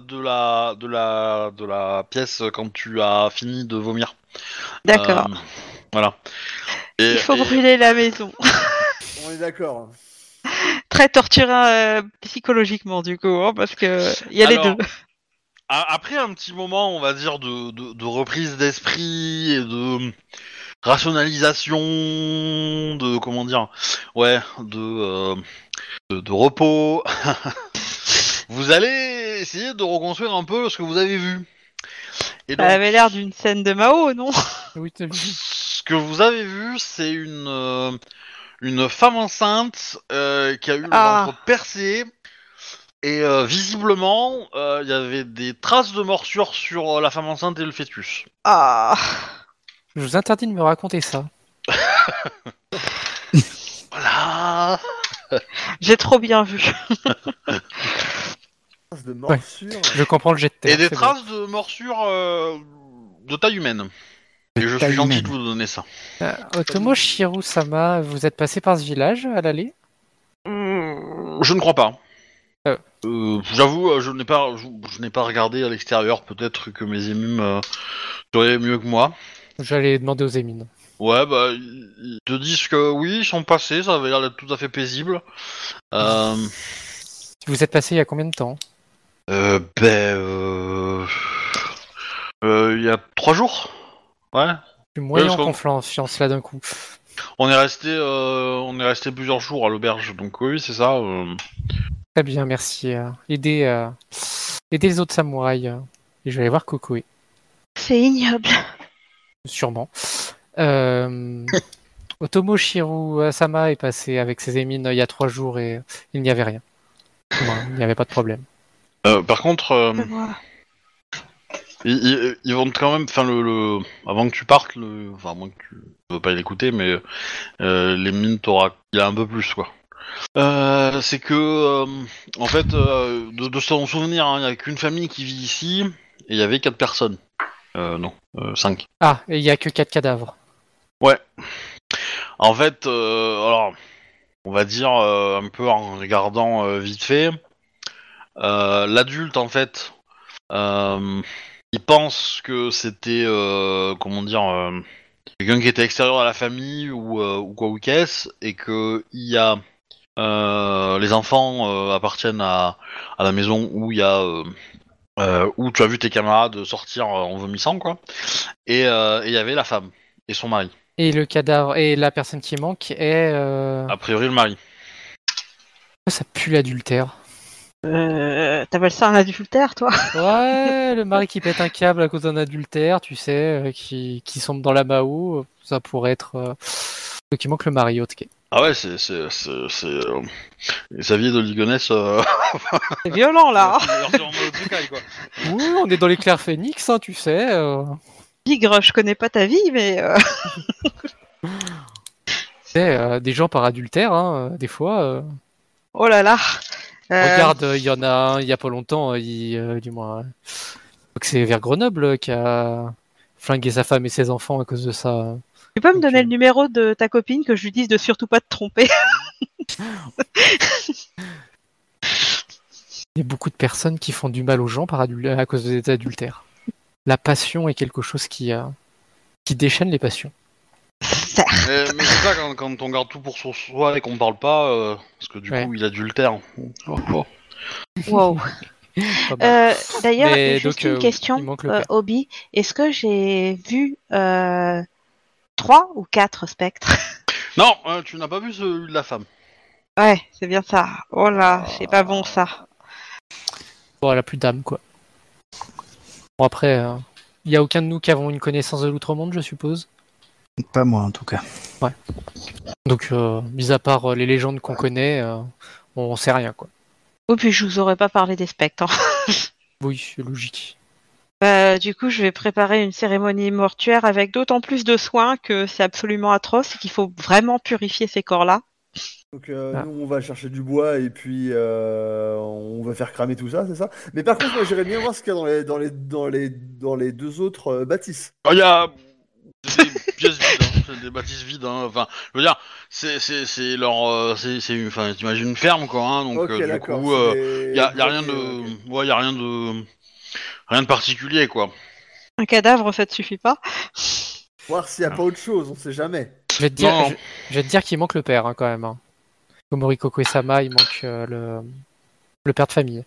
Speaker 1: la pièce quand tu as fini de vomir.
Speaker 3: D'accord.
Speaker 1: Voilà.
Speaker 3: Il faut brûler la maison.
Speaker 5: On est d'accord.
Speaker 3: Très torturant psychologiquement, du coup, hein, parce que il y a les
Speaker 1: Alors,
Speaker 3: deux.
Speaker 1: Après un petit moment, on va dire, de reprise d'esprit et de rationalisation, de comment dire, ouais, de repos, vous allez essayer de reconstruire un peu ce que vous avez vu. Et
Speaker 3: Ça
Speaker 1: donc,
Speaker 3: avait l'air d'une scène de Mao, non?
Speaker 4: Oui, t'as vu.
Speaker 1: ce que vous avez vu, c'est une femme enceinte qui a eu le ventre percé. Et visiblement, il y avait des traces de morsure sur la femme enceinte et le fœtus.
Speaker 3: Ah.
Speaker 4: Je vous interdis de me raconter ça.
Speaker 1: Voilà.
Speaker 3: J'ai trop bien vu.
Speaker 5: Trace de morsure.
Speaker 4: Je comprends le jet de terre.
Speaker 1: Et des
Speaker 4: c'est bon.
Speaker 1: traces de morsure de taille humaine. Et je
Speaker 2: taille
Speaker 1: suis gentil
Speaker 2: humaine.
Speaker 1: de vous donner ça.
Speaker 4: Otomo Shiru-sama, vous êtes passé par ce village à l'aller?
Speaker 1: Je ne crois pas. J'avoue, je n'ai pas regardé à l'extérieur. Peut-être que mes émimes seraient mieux que moi.
Speaker 4: J'allais demander aux émines.
Speaker 1: Ouais, bah, ils te disent que oui, ils sont passés, ça avait l'air d'être tout à fait paisible.
Speaker 4: Vous êtes passé il y a combien de temps?
Speaker 1: Il y a 3 jours. Ouais.
Speaker 4: Je suis moyen
Speaker 1: parce
Speaker 4: en
Speaker 1: qu'on-
Speaker 4: confiance là d'un coup.
Speaker 1: On est resté plusieurs jours à l'auberge, donc oui, c'est ça.
Speaker 4: Très bien, merci. Aidez les autres samouraïs. Et je vais aller voir Kokoe,
Speaker 3: C'est ignoble.
Speaker 4: sûrement. Otomo Shiru-sama est passé avec ses émines il y a 3 jours et il n'y avait rien. Enfin, il n'y avait pas de problème.
Speaker 1: Par contre,
Speaker 3: Je vois.
Speaker 1: ils vont quand même, enfin avant que tu partes, enfin à moins que tu veux pas l'écouter, mais les mines il y a un peu plus quoi. C'est que en fait, de son souvenir, hein, il y a qu'une famille qui vit ici et il y avait 4 personnes. Non, 5.
Speaker 4: Ah, et il n'y a que 4 cadavres.
Speaker 1: Ouais. En fait, alors, on va dire un peu en regardant vite fait, l'adulte en fait, il pense que c'était, comment dire, quelqu'un qui était extérieur à la famille ou quoi ou qu'est-ce, et que il y a les enfants appartiennent à la maison où il y a où tu as vu tes camarades sortir en vomissant quoi, et il y avait la femme et son mari.
Speaker 4: Et le cadavre et la personne qui manque est.
Speaker 1: A priori le mari.
Speaker 4: Ça pue l'adultère.
Speaker 3: T'appelles ça un adultère, toi?
Speaker 4: Ouais, le mari qui pète un câble à cause d'un adultère, tu sais, qui sombre dans la Mao, ça pourrait être. Ce qui manque le mari, ok.
Speaker 1: Ah ouais, c'est Xavier de Ligonnès.
Speaker 3: C'est violent, là.
Speaker 1: Version Molokai, quoi.
Speaker 4: Oui, on est dans les clairs phénix, hein, tu sais.
Speaker 3: Bigre, je connais pas ta vie, mais...
Speaker 4: C'est des gens par adultère, hein, des fois.
Speaker 3: Oh là là.
Speaker 4: Regarde, il y en a un il y a pas longtemps, du moins. Je crois que c'est vers Grenoble qui a flingué sa femme et ses enfants à cause de ça.
Speaker 3: Tu peux me donner
Speaker 4: Ok.
Speaker 3: le numéro de ta copine que je lui dise de surtout pas te tromper?
Speaker 4: Il y a beaucoup de personnes qui font du mal aux gens à cause des adultères. La passion est quelque chose qui déchaîne les passions.
Speaker 1: Mais c'est ça, quand on garde tout pour soi et qu'on parle pas, parce que du coup, il adultère.
Speaker 3: Wow.
Speaker 4: Pas mal.
Speaker 3: D'ailleurs,
Speaker 4: Mais
Speaker 3: juste
Speaker 4: donc,
Speaker 3: une
Speaker 4: il
Speaker 3: question,
Speaker 4: manque le père.
Speaker 3: Obi. Est-ce que j'ai vu 3 ou 4 spectres?
Speaker 1: Non, tu n'as pas vu celui de la femme.
Speaker 3: Ouais, c'est bien ça. Oh là, c'est pas bon ça.
Speaker 4: Bon, elle a plus d'âme, quoi. Bon, après, il n'y a aucun de nous qui avons une connaissance de l'outre-monde, je suppose.
Speaker 2: Pas moi en tout cas.
Speaker 4: Donc, mis à part les légendes qu'on connaît, on sait rien, quoi.
Speaker 3: Oh, puis je vous aurais pas parlé des spectres. Hein.
Speaker 4: Oui, c'est logique.
Speaker 3: Du coup, je vais préparer une cérémonie mortuaire avec d'autant plus de soins que c'est absolument atroce et qu'il faut vraiment purifier ces corps-là.
Speaker 5: Donc nous on va chercher du bois et puis on va faire cramer tout ça, c'est ça? Mais par contre moi j'aimerais bien voir ce qu'il y a dans les deux autres bâtisses.
Speaker 1: Il y a des pièces vides, c'est des bâtisses vides. Enfin, je veux dire, c'est leur, enfin, t'imagines une ferme quoi. Donc
Speaker 5: Ok,
Speaker 1: du
Speaker 5: d'accord,
Speaker 1: coup,
Speaker 5: c'est
Speaker 1: y a
Speaker 5: des
Speaker 1: rien de,
Speaker 5: greniers, ok.
Speaker 1: ouais, y a rien de particulier quoi.
Speaker 3: Un cadavre, ça te suffit pas?
Speaker 5: Voir s'il n'y a pas autre chose, on sait jamais.
Speaker 4: Je vais te dire,
Speaker 1: Non.
Speaker 4: je vais te dire qu'il manque le père, quand même. Komori Kokoe-sama, il manque le père de famille.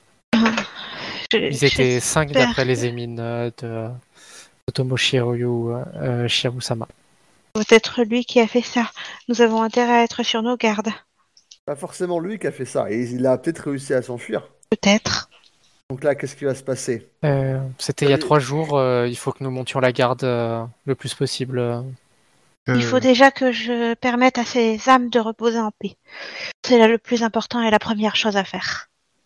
Speaker 4: Ils étaient 5 d'après les émines de Otomo Shiryu-sama.
Speaker 3: Peut-être lui qui a fait ça. Nous avons intérêt à être sur nos gardes.
Speaker 5: Pas forcément lui qui a fait ça, et il a peut-être réussi à s'enfuir.
Speaker 3: Peut-être.
Speaker 5: Donc là, qu'est-ce qui va se passer?
Speaker 4: C'était il y a 3 jours, il faut que nous montions la garde le plus possible.
Speaker 3: Il faut déjà que je permette à ces âmes de reposer en paix. C'est là le plus important et la première chose à faire.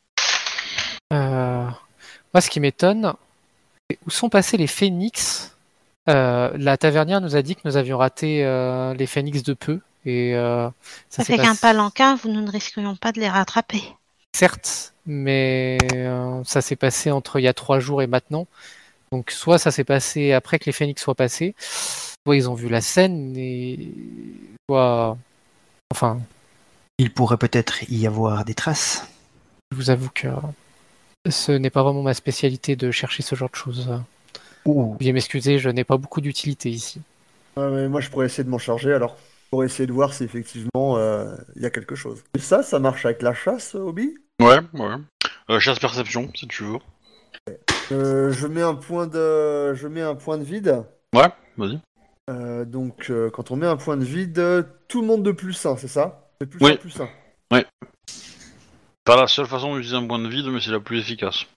Speaker 4: Moi, ce qui m'étonne, c'est où sont passés les phénix. La tavernière nous a dit que nous avions raté les phénix de peu. Et ça s'est
Speaker 3: Avec un
Speaker 4: passé...
Speaker 3: palanquin, nous ne risquerions pas de les rattraper.
Speaker 4: Certes, mais ça s'est passé entre il y a 3 jours et maintenant. Donc soit ça s'est passé après que les phénix soient passés, soit ils ont vu la scène, et soit... Enfin,
Speaker 2: Il pourrait peut-être y avoir des traces.
Speaker 4: je vous avoue que ce n'est pas vraiment ma spécialité de chercher ce genre de choses.
Speaker 2: Ouh.
Speaker 4: Veuillez m'excuser, je n'ai pas beaucoup d'utilité ici.
Speaker 5: Ouais, mais moi je pourrais essayer de m'en charger alors. Pour essayer de voir si effectivement il y a quelque chose. Et ça marche avec la chasse, Obi?
Speaker 1: Ouais. Chasse perception si tu veux.
Speaker 5: Je mets un point de vide.
Speaker 1: Ouais, vas-y.
Speaker 5: Donc quand on met un point de vide, tout le monde de plus 1, c'est ça? C'est plus
Speaker 1: Oui.
Speaker 5: 1, plus 1.
Speaker 1: Pas la seule façon d'utiliser un point de vide, mais c'est la plus efficace.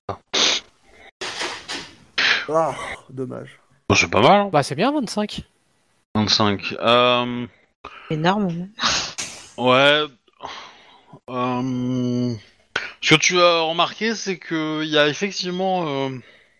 Speaker 5: Ah, dommage.
Speaker 1: Bah, c'est pas mal.
Speaker 4: Bah c'est bien 25.
Speaker 1: 25.
Speaker 3: Énorme.
Speaker 1: Ouais. Ce que tu as remarqué, c'est que il y a effectivement.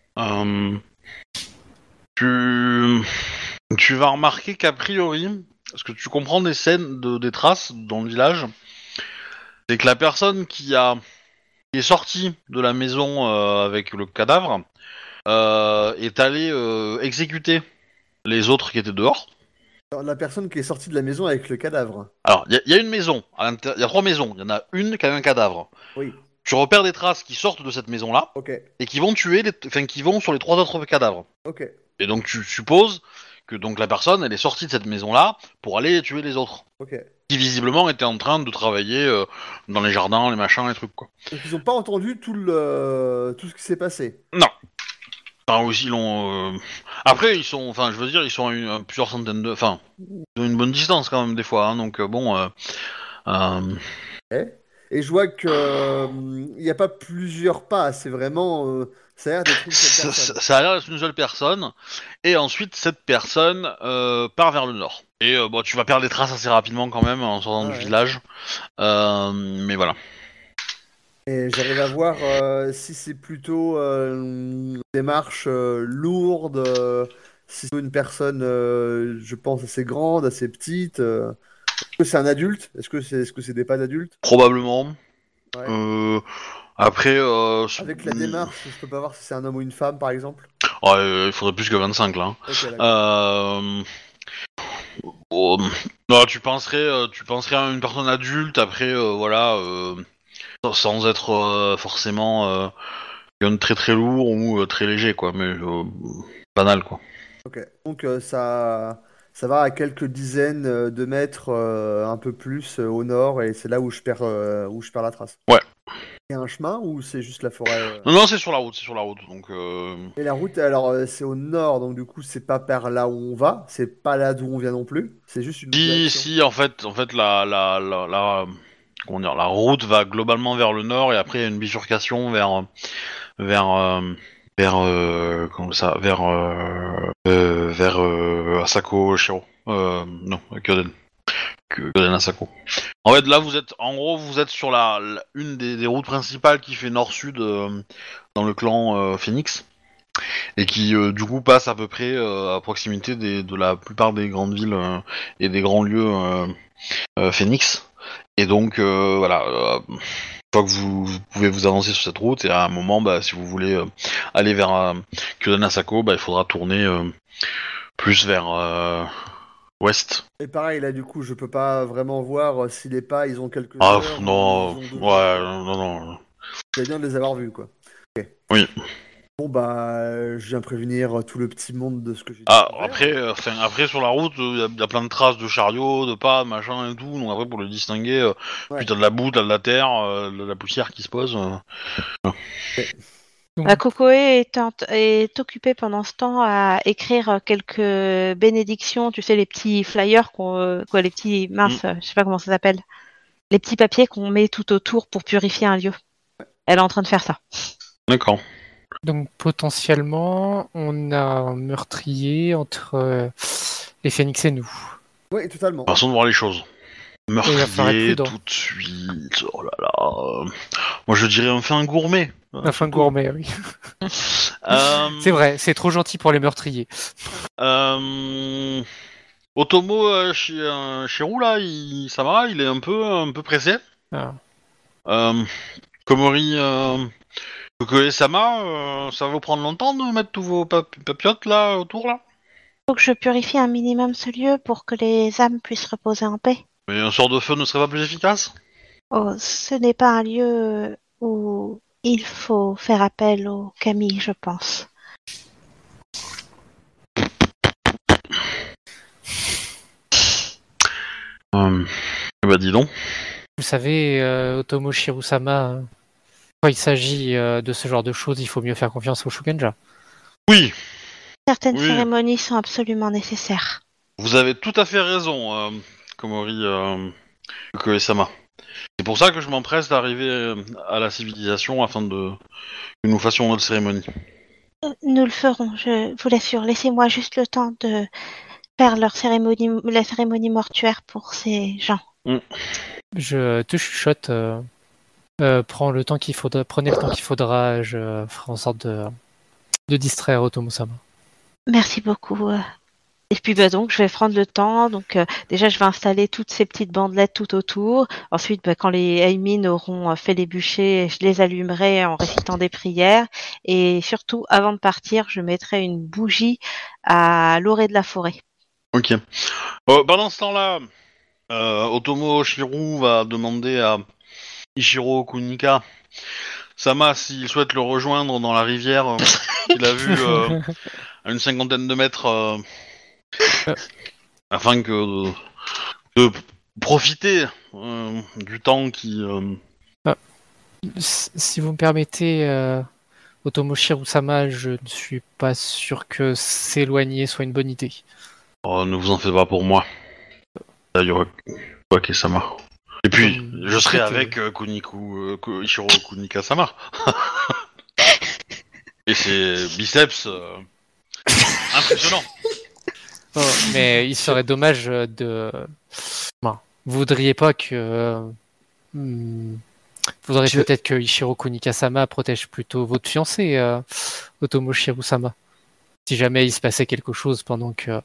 Speaker 1: Tu vas remarquer qu'a priori, parce que tu comprends des scènes, des traces dans le village, c'est que la personne qui est sortie de la maison avec le cadavre est allée exécuter les autres qui étaient dehors.
Speaker 5: Alors, la personne qui est sortie de la maison avec le cadavre.
Speaker 1: Alors, il y a une maison, il y a 3 maisons, il y en a une qui a un cadavre.
Speaker 5: Oui,
Speaker 1: Tu repères des traces qui sortent de cette maison-là
Speaker 5: ok,
Speaker 1: et qui vont qui vont sur les 3 autres cadavres.
Speaker 5: ok,
Speaker 1: Et donc tu supposes que donc la personne, elle est sortie de cette maison-là pour aller tuer les autres,
Speaker 5: ok.
Speaker 1: qui visiblement étaient en train de travailler dans les jardins, les machins, les trucs quoi.
Speaker 5: Donc ils ont pas entendu tout ce qui s'est passé.
Speaker 1: Non. Enfin aussi ils l'ont. Après ils sont, enfin je veux dire ils sont à plusieurs centaines de, enfin ils ont une bonne distance quand même des fois, donc bon.
Speaker 5: Ok. Et je vois que il n'y a pas plusieurs pas, c'est vraiment ça a l'air d'être une seule personne.
Speaker 1: Ça a l'air d'être une seule personne, et ensuite cette personne part vers le nord. Et bon, tu vas perdre les traces assez rapidement quand même en sortant
Speaker 5: Ah
Speaker 1: du
Speaker 5: ouais.
Speaker 1: village, mais voilà.
Speaker 5: Et j'arrive à voir si c'est plutôt une démarche lourde, si c'est une personne, je pense, assez grande, assez petite. Est-ce que c'est un adulte? Est-ce que c'est des pas d'adultes?
Speaker 1: Probablement.
Speaker 5: Ouais.
Speaker 1: Après,
Speaker 5: Avec la démarche, je peux pas voir si c'est un homme ou une femme, par exemple.
Speaker 1: il faudrait plus que 25 là.
Speaker 5: Ok, d'accord.
Speaker 1: Oh, non, tu penserais à une personne adulte. Après, voilà, sans être forcément quelqu'un de très très lourd ou très léger quoi, mais banal quoi.
Speaker 5: Ok. Donc ça ça va à quelques dizaines de mètres, un peu plus au nord, et c'est là où je perds la trace.
Speaker 1: Ouais.
Speaker 5: Il y a un chemin ou c'est juste la forêt
Speaker 1: Non, c'est sur la route, donc...
Speaker 5: Et la route, alors c'est au nord, donc du coup c'est pas par là où on va, c'est pas là d'où on vient non plus, c'est juste une direction.
Speaker 1: Si, en fait, comment dire, la route va globalement vers le nord et après il y a une bifurcation vers, comment ça, vers Asako Shiro. Non, Kyoden Asako. En fait, là, vous êtes sur une des routes principales qui fait nord-sud dans le clan Phoenix. Et qui du coup passe à peu près à proximité de la plupart des grandes villes et des grands lieux Phoenix. Et donc voilà, une fois que vous pouvez vous avancer sur cette route, et à un moment, si vous voulez aller vers Kyoden Asako, il faudra tourner plus vers ouest.
Speaker 5: Et pareil, là du coup je peux pas vraiment voir si les pas ils ont quelques
Speaker 1: Ah
Speaker 5: heures,
Speaker 1: non,
Speaker 5: ou ils ont 2
Speaker 1: ouais,
Speaker 5: jours.
Speaker 1: non.
Speaker 5: C'est bien de les avoir vus, quoi. Ok.
Speaker 1: Oui.
Speaker 5: Bon je viens prévenir tout le petit monde de ce que j'ai
Speaker 1: Ah,
Speaker 5: découvert.
Speaker 1: après sur la route, il y a plein de traces de chariots, de pas, de machin et tout. Donc après pour le distinguer,
Speaker 5: Ouais.
Speaker 1: puis t'as de la boue, t'as de la terre, de la poussière qui se pose.
Speaker 3: Kokoe est occupé pendant ce temps à écrire quelques bénédictions, tu sais, les petits flyers, les petits, mince, je sais pas comment ça s'appelle, les petits papiers qu'on met tout autour pour purifier un lieu. Elle est en train de faire ça.
Speaker 1: D'accord.
Speaker 4: Donc potentiellement, on a un meurtrier entre les Phoenix et nous.
Speaker 5: Oui, totalement.
Speaker 1: Façon de voir les choses.
Speaker 4: il va falloir être
Speaker 1: Meurtrier,
Speaker 4: prudent.
Speaker 1: tout de suite. Oh là là. Moi je dirais on fait un gourmet.
Speaker 4: Enfin, gourmet, oui. C'est vrai, c'est trop gentil pour les meurtriers.
Speaker 1: Otomo Shirou là, ça va, il est un peu pressé.
Speaker 4: Ah.
Speaker 1: Komori Kokoe-sama, ça va vous prendre longtemps de mettre tous vos papiotes là autour là?
Speaker 3: Faut que je purifie un minimum ce lieu pour que les âmes puissent reposer en paix.
Speaker 1: Mais un sort de feu ne serait pas plus efficace?
Speaker 3: Oh, ce n'est pas un lieu où il faut faire appel aux Camille, je pense.
Speaker 1: Dis donc.
Speaker 4: Vous savez, Otomo Shirusama, quand il s'agit de ce genre de choses, il faut mieux faire confiance au Shugenja.
Speaker 1: Oui,
Speaker 3: Certaines
Speaker 1: Oui.
Speaker 3: cérémonies sont absolument nécessaires.
Speaker 1: vous avez tout à fait raison, Komori Kokoe-sama. C'est pour ça que je m'empresse d'arriver à la civilisation afin que nous fassions notre cérémonie.
Speaker 3: Nous le ferons, je vous l'assure. Laissez-moi juste le temps de faire la cérémonie mortuaire pour ces gens.
Speaker 4: Je te chuchote. Prenez le temps qu'il faudra. Je ferai en sorte de distraire Otomo-sama.
Speaker 3: Merci beaucoup. Et puis donc, je vais prendre le temps. Donc déjà, je vais installer toutes ces petites bandelettes tout autour. Ensuite, quand les Aimin auront fait les bûchers, je les allumerai en récitant des prières. Et surtout, avant de partir, je mettrai une bougie à l'orée de la forêt.
Speaker 1: Ok. Pendant ce temps-là, Otomo Shirou va demander à Ichiro Kunika Sama s'il souhaite le rejoindre dans la rivière qu'il a vue à une 50aine de mètres afin de profiter du temps qui...
Speaker 4: Si vous me permettez, Otomo Shirusama, je ne suis pas sûr que s'éloigner soit une bonne idée.
Speaker 1: Oh, ne vous en faites pas pour moi. D'ailleurs, ok, Sama. Et puis, je serai avec Ichiro Kunika-sama. Et ses biceps impressionnants.
Speaker 4: Oh, mais il serait dommage de... Enfin, vous voudriez pas que... Faudrait peut-être que Ichiro Kunika-sama protège plutôt votre fiancé, Otomo Shirusama. Si jamais il se passait quelque chose pendant que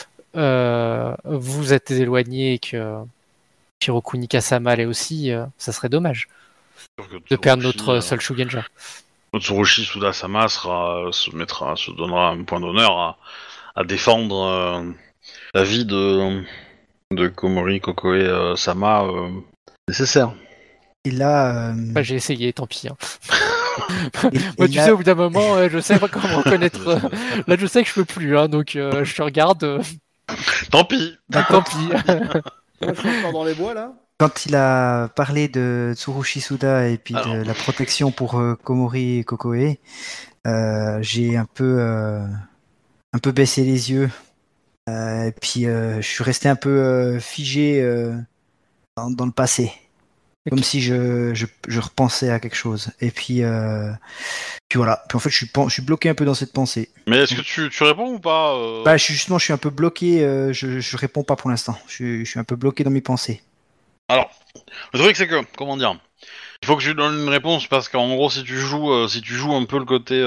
Speaker 4: vous êtes éloigné et que Ichiro Kunika-sama l'est aussi, ça serait dommage de perdre notre seul Shugenja.
Speaker 1: Tsurushi Suda-sama se donnera un point d'honneur à défendre la vie de Komori Kokoe-sama nécessaire.
Speaker 2: Et là,
Speaker 4: J'ai essayé, tant pis. Hein. Moi, tu sais, au bout d'un moment, je sais pas comment reconnaître. Là, je sais que je peux plus, hein, donc je te regarde.
Speaker 1: Tant pis.
Speaker 4: Tant pis.
Speaker 5: Moi, je suis encore dans les bois, là.
Speaker 2: Quand il a parlé de Tsurushi Suda et puis
Speaker 1: Alors.
Speaker 2: de la protection pour Komori et Kokoe, j'ai un peu baissé les yeux. Et puis je suis resté un peu figé dans le passé. Comme si je repensais à quelque chose. Et puis voilà. Puis en fait, je suis bloqué un peu dans cette pensée.
Speaker 1: Mais est-ce que tu réponds ou pas
Speaker 2: Bah, je suis un peu bloqué. Je réponds pas pour l'instant. Je suis un peu bloqué dans mes pensées.
Speaker 1: Alors, le truc c'est que, comment dire, il faut que je lui donne une réponse parce qu'en gros, si tu joues un peu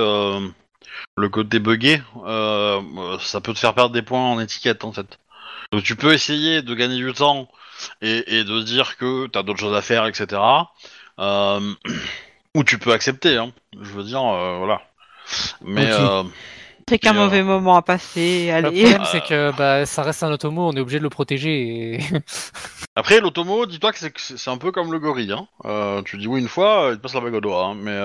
Speaker 1: le côté buggé, ça peut te faire perdre des points en étiquette en fait. Donc tu peux essayer de gagner du temps et de dire que t'as d'autres choses à faire, etc. Euh, ou tu peux accepter, hein. Je veux dire, voilà. Mais
Speaker 2: Ok.
Speaker 3: C'est qu'un
Speaker 1: Et,
Speaker 3: mauvais moment à passer.
Speaker 4: Le
Speaker 3: Allez.
Speaker 4: problème, c'est que ça reste un automo, on est obligé de le protéger. Et...
Speaker 1: après, l'automo, dis-toi que c'est un peu comme le gorille. Hein. Tu dis oui une fois, il te passe la bague au doigt. Hein. Mais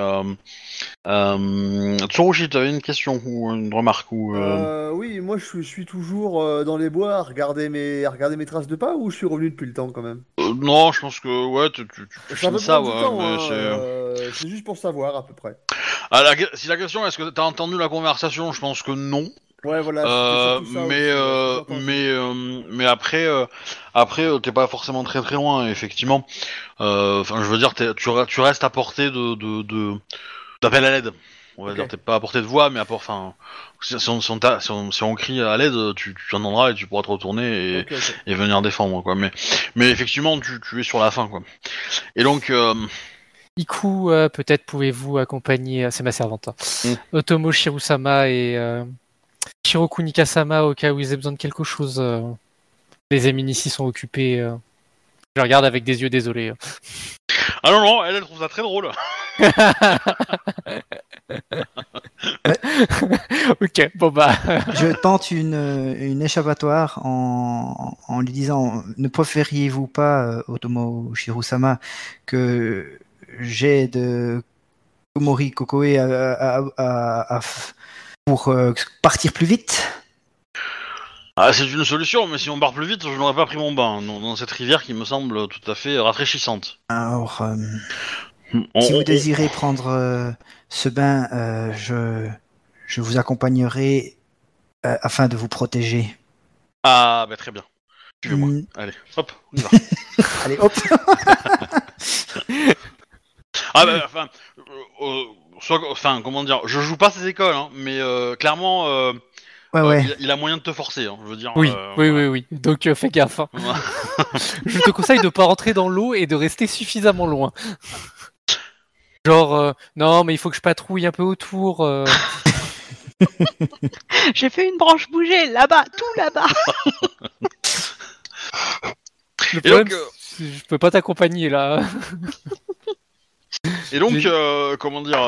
Speaker 1: Tsurushi, tu avais une question ou une remarque ou
Speaker 5: Oui, moi, je suis toujours dans les bois à regarder mes traces de pas ou je suis revenu depuis le temps, quand même?
Speaker 1: non, je pense que ouais, tu
Speaker 5: Ça
Speaker 1: finis
Speaker 5: peut
Speaker 1: ça,
Speaker 5: prendre du
Speaker 1: ouais.
Speaker 5: temps,
Speaker 1: Mais
Speaker 5: hein, c'est juste pour savoir, à peu près.
Speaker 1: si la question est-ce que t'as entendu la conversation, je pense que non.
Speaker 5: Ouais, voilà, c'était surtout ça aussi, ouais, c'est que j'ai entendu.
Speaker 1: Mais après, t'es pas forcément très très loin, effectivement. Enfin, je veux dire, tu restes à portée d'appel à l'aide. On va
Speaker 5: Ok.
Speaker 1: dire, t'es pas à portée de voix, mais enfin, si on crie à l'aide, tu entendras et tu pourras te retourner
Speaker 5: Ok, ok.
Speaker 1: et venir défendre, quoi. Mais effectivement, tu es sur la fin, quoi. Et donc,
Speaker 4: Iku, peut-être pouvez-vous accompagner, c'est ma servante, hein,
Speaker 1: Mm.
Speaker 4: Otomo Shirusama et Shiroku Nikasama au cas où ils aient besoin de quelque chose. Les émines ici sont occupés. Je regarde avec des yeux désolés.
Speaker 1: ah non, elle trouve ça très drôle.
Speaker 4: Ok, bon bah.
Speaker 2: Je tente une échappatoire en lui disant ne préfériez-vous pas, Otomo Shirusama, que j'aide Komori Kokoe pour partir plus vite?
Speaker 1: Ah, c'est une solution, mais si on part plus vite, je n'aurais pas pris mon bain dans cette rivière qui me semble tout à fait rafraîchissante.
Speaker 2: Alors,
Speaker 1: On-
Speaker 2: si vous
Speaker 1: on-
Speaker 2: désirez prendre ce bain, je vous accompagnerai afin de vous protéger.
Speaker 1: Ah, bah très bien. Suivez-moi.
Speaker 2: Hmm,
Speaker 1: Allez, hop, on y va.
Speaker 2: allez, hop.
Speaker 1: Ah bah, enfin, comment dire, je joue pas ces écoles, hein, mais clairement,
Speaker 2: Ouais, ouais.
Speaker 1: il a moyen de te forcer, hein, je veux dire.
Speaker 4: Oui, oui,
Speaker 1: voilà.
Speaker 4: oui, oui. Donc fais gaffe. Hein. Je te conseille de pas rentrer dans l'eau et de rester suffisamment loin. Genre, non, mais il faut que je patrouille un peu autour.
Speaker 3: J'ai fait une branche bouger là-bas, tout là-bas.
Speaker 4: Le
Speaker 1: Et
Speaker 4: problème,
Speaker 1: donc,
Speaker 4: je peux pas t'accompagner là.
Speaker 1: comment dire,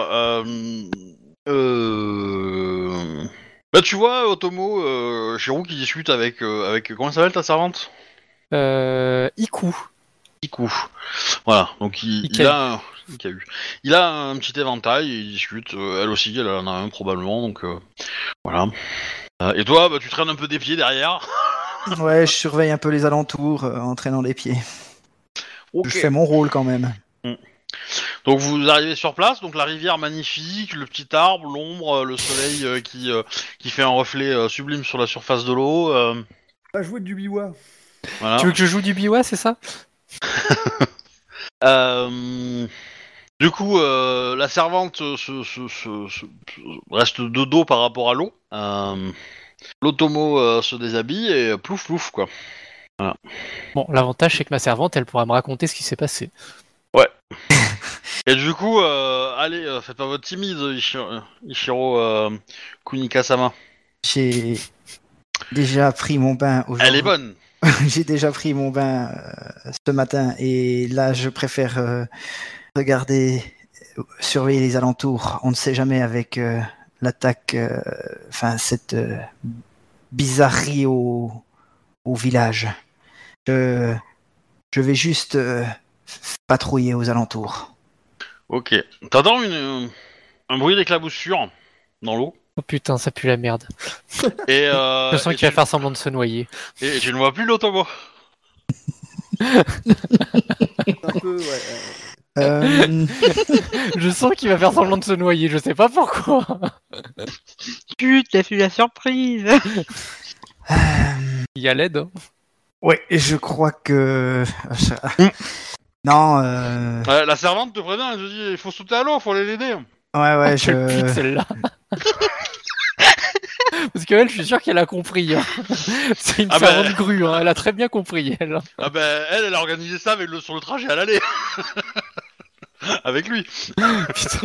Speaker 1: bah tu vois, Otomo, Shiro qui discute avec comment s'appelle ta servante?
Speaker 4: Iku.
Speaker 1: Iku. Voilà, donc il a un petit éventail et il discute. Elle aussi, elle en a un probablement, donc voilà. Et toi, bah, tu traînes un peu des pieds derrière.
Speaker 2: Ouais, je surveille un peu les alentours en traînant les pieds.
Speaker 1: Ok.
Speaker 2: Je fais mon rôle quand même.
Speaker 1: Donc vous arrivez sur place, donc la rivière magnifique, le petit arbre, l'ombre, le soleil qui fait un reflet sublime sur la surface de l'eau.
Speaker 5: Pas jouer du biwa.
Speaker 1: Voilà.
Speaker 4: Tu veux que je joue du biwa, c'est ça?
Speaker 1: Du coup, la servante reste de dos par rapport à l'eau. L'automo se déshabille et plouf plouf quoi. Voilà.
Speaker 4: Bon, l'avantage c'est que ma servante, elle pourra me raconter ce qui s'est passé.
Speaker 1: Et du coup, allez, faites pas votre timide, Ichiro Kunikasama.
Speaker 2: J'ai déjà pris mon bain aujourd'hui.
Speaker 1: Elle est bonne.
Speaker 2: J'ai déjà pris mon bain ce matin et là je préfère regarder, surveiller les alentours. On ne sait jamais avec l'attaque, enfin cette bizarrerie au village. Je vais juste patrouiller aux alentours.
Speaker 1: Ok. T'entends un bruit d'éclaboussure dans l'eau.
Speaker 4: Oh putain, ça pue la merde.
Speaker 1: Et,
Speaker 4: Je sens
Speaker 1: et
Speaker 4: qu'il va
Speaker 1: tu-
Speaker 4: faire semblant de se noyer.
Speaker 1: et tu ne vois plus l'automo.
Speaker 5: Un peu, ouais.
Speaker 4: Je sens qu'il va faire semblant de se noyer, je sais pas pourquoi.
Speaker 3: Chut, t'as vu la surprise.
Speaker 4: Il y a l'aide. Hein.
Speaker 2: Ouais, je crois que. Non,
Speaker 1: La servante te prévient, elle te dit il faut sauter à l'eau, faut aller l'aider.
Speaker 2: ouais,
Speaker 4: Quelle pute
Speaker 2: je.
Speaker 4: celle-là. Parce qu'elle, je suis sûr qu'elle a compris. Hein. C'est une
Speaker 1: Ah
Speaker 4: servante grue, hein. Elle a très bien compris, elle. Hein.
Speaker 1: Ah ben elle a organisé ça sur le trajet à l'aller. Avec lui.
Speaker 4: Putain.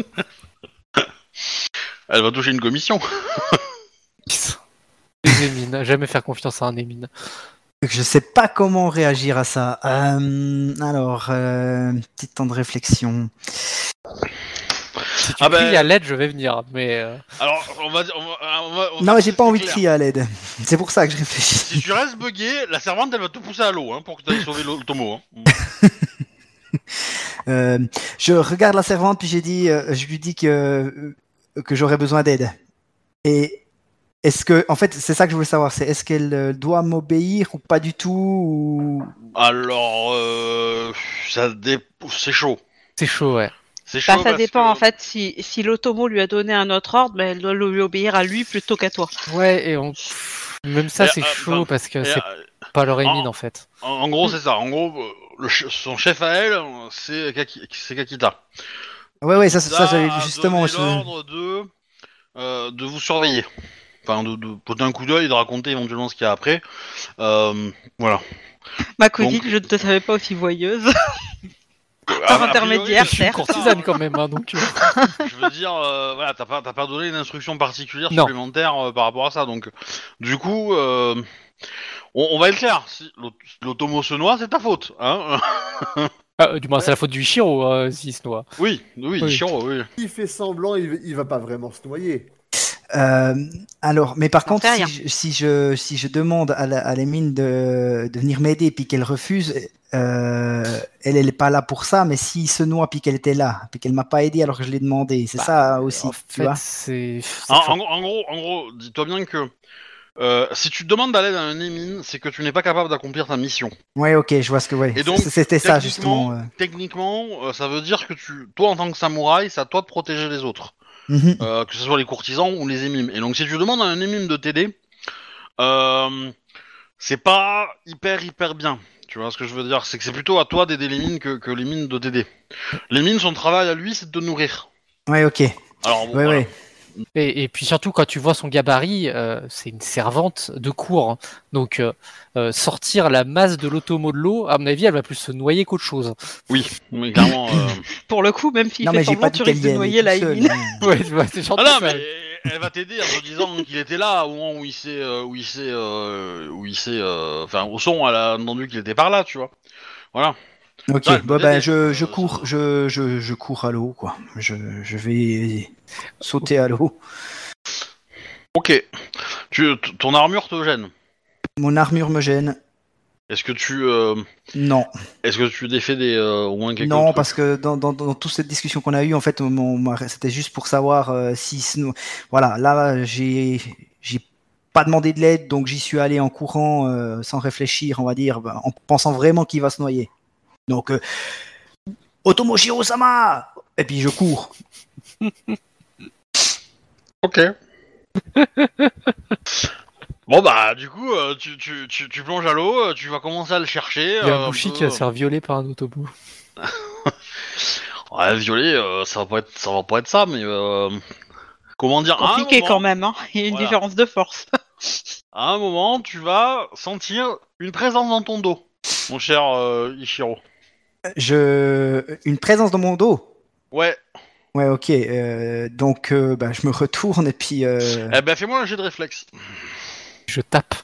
Speaker 1: Elle va toucher une commission.
Speaker 4: Putain. Les émines, jamais faire confiance à un émine.
Speaker 2: Je sais pas comment réagir à ça. Alors, petit temps de réflexion.
Speaker 4: Si tu
Speaker 1: Ah ben-
Speaker 4: cries à l'aide, je vais venir. Mais
Speaker 1: Alors on va dire.
Speaker 2: Non, mais j'ai pas envie de
Speaker 1: clair.
Speaker 2: crier à l'aide. C'est pour ça que je réfléchis.
Speaker 1: Si tu restes bugué, la servante elle va te pousser à l'eau hein, pour que tu ailles sauver l'automo. Hein.
Speaker 2: Je regarde la servante puis je lui dis que j'aurais besoin d'aide. Et est-ce que, en fait, c'est ça que je voulais savoir, c'est est-ce qu'elle doit m'obéir ou pas du tout ou...
Speaker 1: Alors c'est chaud.
Speaker 4: c'est chaud, ouais.
Speaker 1: C'est chaud.
Speaker 3: Bah, ça
Speaker 1: parce
Speaker 3: dépend
Speaker 1: que-
Speaker 3: en fait. Si l'automo lui a donné un autre ordre, bah, elle doit lui obéir à lui plutôt qu'à toi.
Speaker 4: Ouais, et même ça,
Speaker 1: Et,
Speaker 4: c'est chaud
Speaker 1: enfin,
Speaker 4: parce que
Speaker 1: Et,
Speaker 4: c'est pas leur émine, en fait.
Speaker 1: en gros c'est ça. En gros son chef à elle c'est Kakita.
Speaker 2: Ouais, ça j'avais
Speaker 1: a
Speaker 2: justement.
Speaker 1: donné l'ordre de vous surveiller. Enfin, de poser un coup d'œil et de raconter éventuellement ce qu'il y a après. Voilà.
Speaker 3: Ma cousine,
Speaker 1: Donc-
Speaker 3: je ne te savais pas aussi voyeuse.
Speaker 1: A
Speaker 3: intermédiaire.
Speaker 4: Je suis une
Speaker 3: certes.
Speaker 4: courtisane quand même, hein, donc.
Speaker 1: Je veux dire, voilà, t'as pas donné une instruction particulière
Speaker 4: Non.
Speaker 1: supplémentaire par rapport à ça. Donc, du coup, on va être clair. Si l'automo se noie, c'est ta faute. Hein
Speaker 4: Du moins, c'est la faute du Ichiro s'il se noie.
Speaker 1: oui,
Speaker 4: Oui.
Speaker 1: Shiro, oui.
Speaker 5: Il fait semblant, il va pas vraiment se noyer.
Speaker 2: Alors, mais par
Speaker 3: J'en
Speaker 2: contre,
Speaker 3: sais rien.
Speaker 2: si je demande à les mines de venir m'aider puis qu'elle refuse, elle est pas là pour ça. Mais s'il se noie puis qu'elle était là puis qu'elle m'a pas aidé alors que je l'ai demandé, c'est ça aussi,
Speaker 4: En
Speaker 2: tu vois.
Speaker 4: fait, c'est.
Speaker 1: En gros, dis-toi bien que si tu demandes d'aller à un émine, c'est que tu n'es pas capable d'accomplir ta mission.
Speaker 2: Ouais, ok, je vois ce que ouais.
Speaker 1: Et donc,
Speaker 2: C'était ça justement.
Speaker 1: Techniquement, ça veut dire que toi, en tant que samouraï, c'est à toi de protéger les autres.
Speaker 2: Mhm.
Speaker 1: Que ce soit les courtisans ou les émimes. Et donc si tu demandes à un émime de t'aider, c'est pas hyper bien. Tu vois ce que je veux dire? C'est que c'est plutôt à toi d'aider les mines que les mines de t'aider. Les mines, son travail à lui, c'est de te nourrir.
Speaker 2: Ouais, ok.
Speaker 1: Alors, bon,
Speaker 2: Ouais,
Speaker 1: voilà.
Speaker 2: ouais.
Speaker 4: Et puis surtout, quand tu vois son gabarit, c'est une servante de cour. Hein. Donc, sortir la masse de l'automo de l'eau, à mon avis, elle va plus se noyer qu'autre chose.
Speaker 1: Oui, mais clairement.
Speaker 3: Pour le coup, même s'il
Speaker 2: Non,
Speaker 3: fait
Speaker 2: mais j'ai
Speaker 3: semblant,
Speaker 2: pas
Speaker 3: tu
Speaker 2: dit
Speaker 3: risques
Speaker 2: qu'elle
Speaker 3: de
Speaker 2: y
Speaker 3: noyer la
Speaker 2: allait tout
Speaker 3: émine.
Speaker 2: seule, hein.
Speaker 4: Ouais, tu vois, c'est gentil.
Speaker 1: Ah non,
Speaker 4: ça.
Speaker 1: mais elle va t'aider en te disant qu'il était là au moment où il s'est, enfin au son, elle a entendu qu'il était par là, tu vois. Voilà.
Speaker 2: Ok,
Speaker 1: Ouais,
Speaker 2: bon,
Speaker 1: peut-être,
Speaker 2: je cours, je cours à l'eau, quoi. Je vais sauter à l'eau.
Speaker 1: Ok. Ton armure te gêne.
Speaker 2: Mon armure me gêne.
Speaker 1: Est-ce que
Speaker 2: Non,
Speaker 1: tu défais au moins quelques
Speaker 2: non,
Speaker 1: trucs
Speaker 2: parce que dans toute cette discussion qu'on a eue, en fait, c'était juste pour savoir si, voilà, là, j'ai pas demandé de l'aide, donc j'y suis allé en courant, sans réfléchir, on va dire, en pensant vraiment qu'il va se noyer. Donc, Otomoshiro-sama, et puis je cours.
Speaker 1: Ok. Bon bah du coup tu plonges à l'eau, tu vas commencer à le chercher.
Speaker 4: Il y a un bouchi qui va se faire violer par un autobus.
Speaker 1: Ouais, violet, ça va pas être ça, mais comment dire, à un
Speaker 3: Compliqué
Speaker 1: moment-
Speaker 3: quand même, hein. Il y a une
Speaker 1: Voilà.
Speaker 3: différence de force.
Speaker 1: À un moment, tu vas sentir une présence dans ton dos, mon cher Ichiro.
Speaker 2: Une présence dans mon dos.
Speaker 1: Ouais.
Speaker 2: Ouais, ok. Donc, je me retourne et puis.
Speaker 1: Eh ben fais-moi un jet de réflexe.
Speaker 4: Je tape.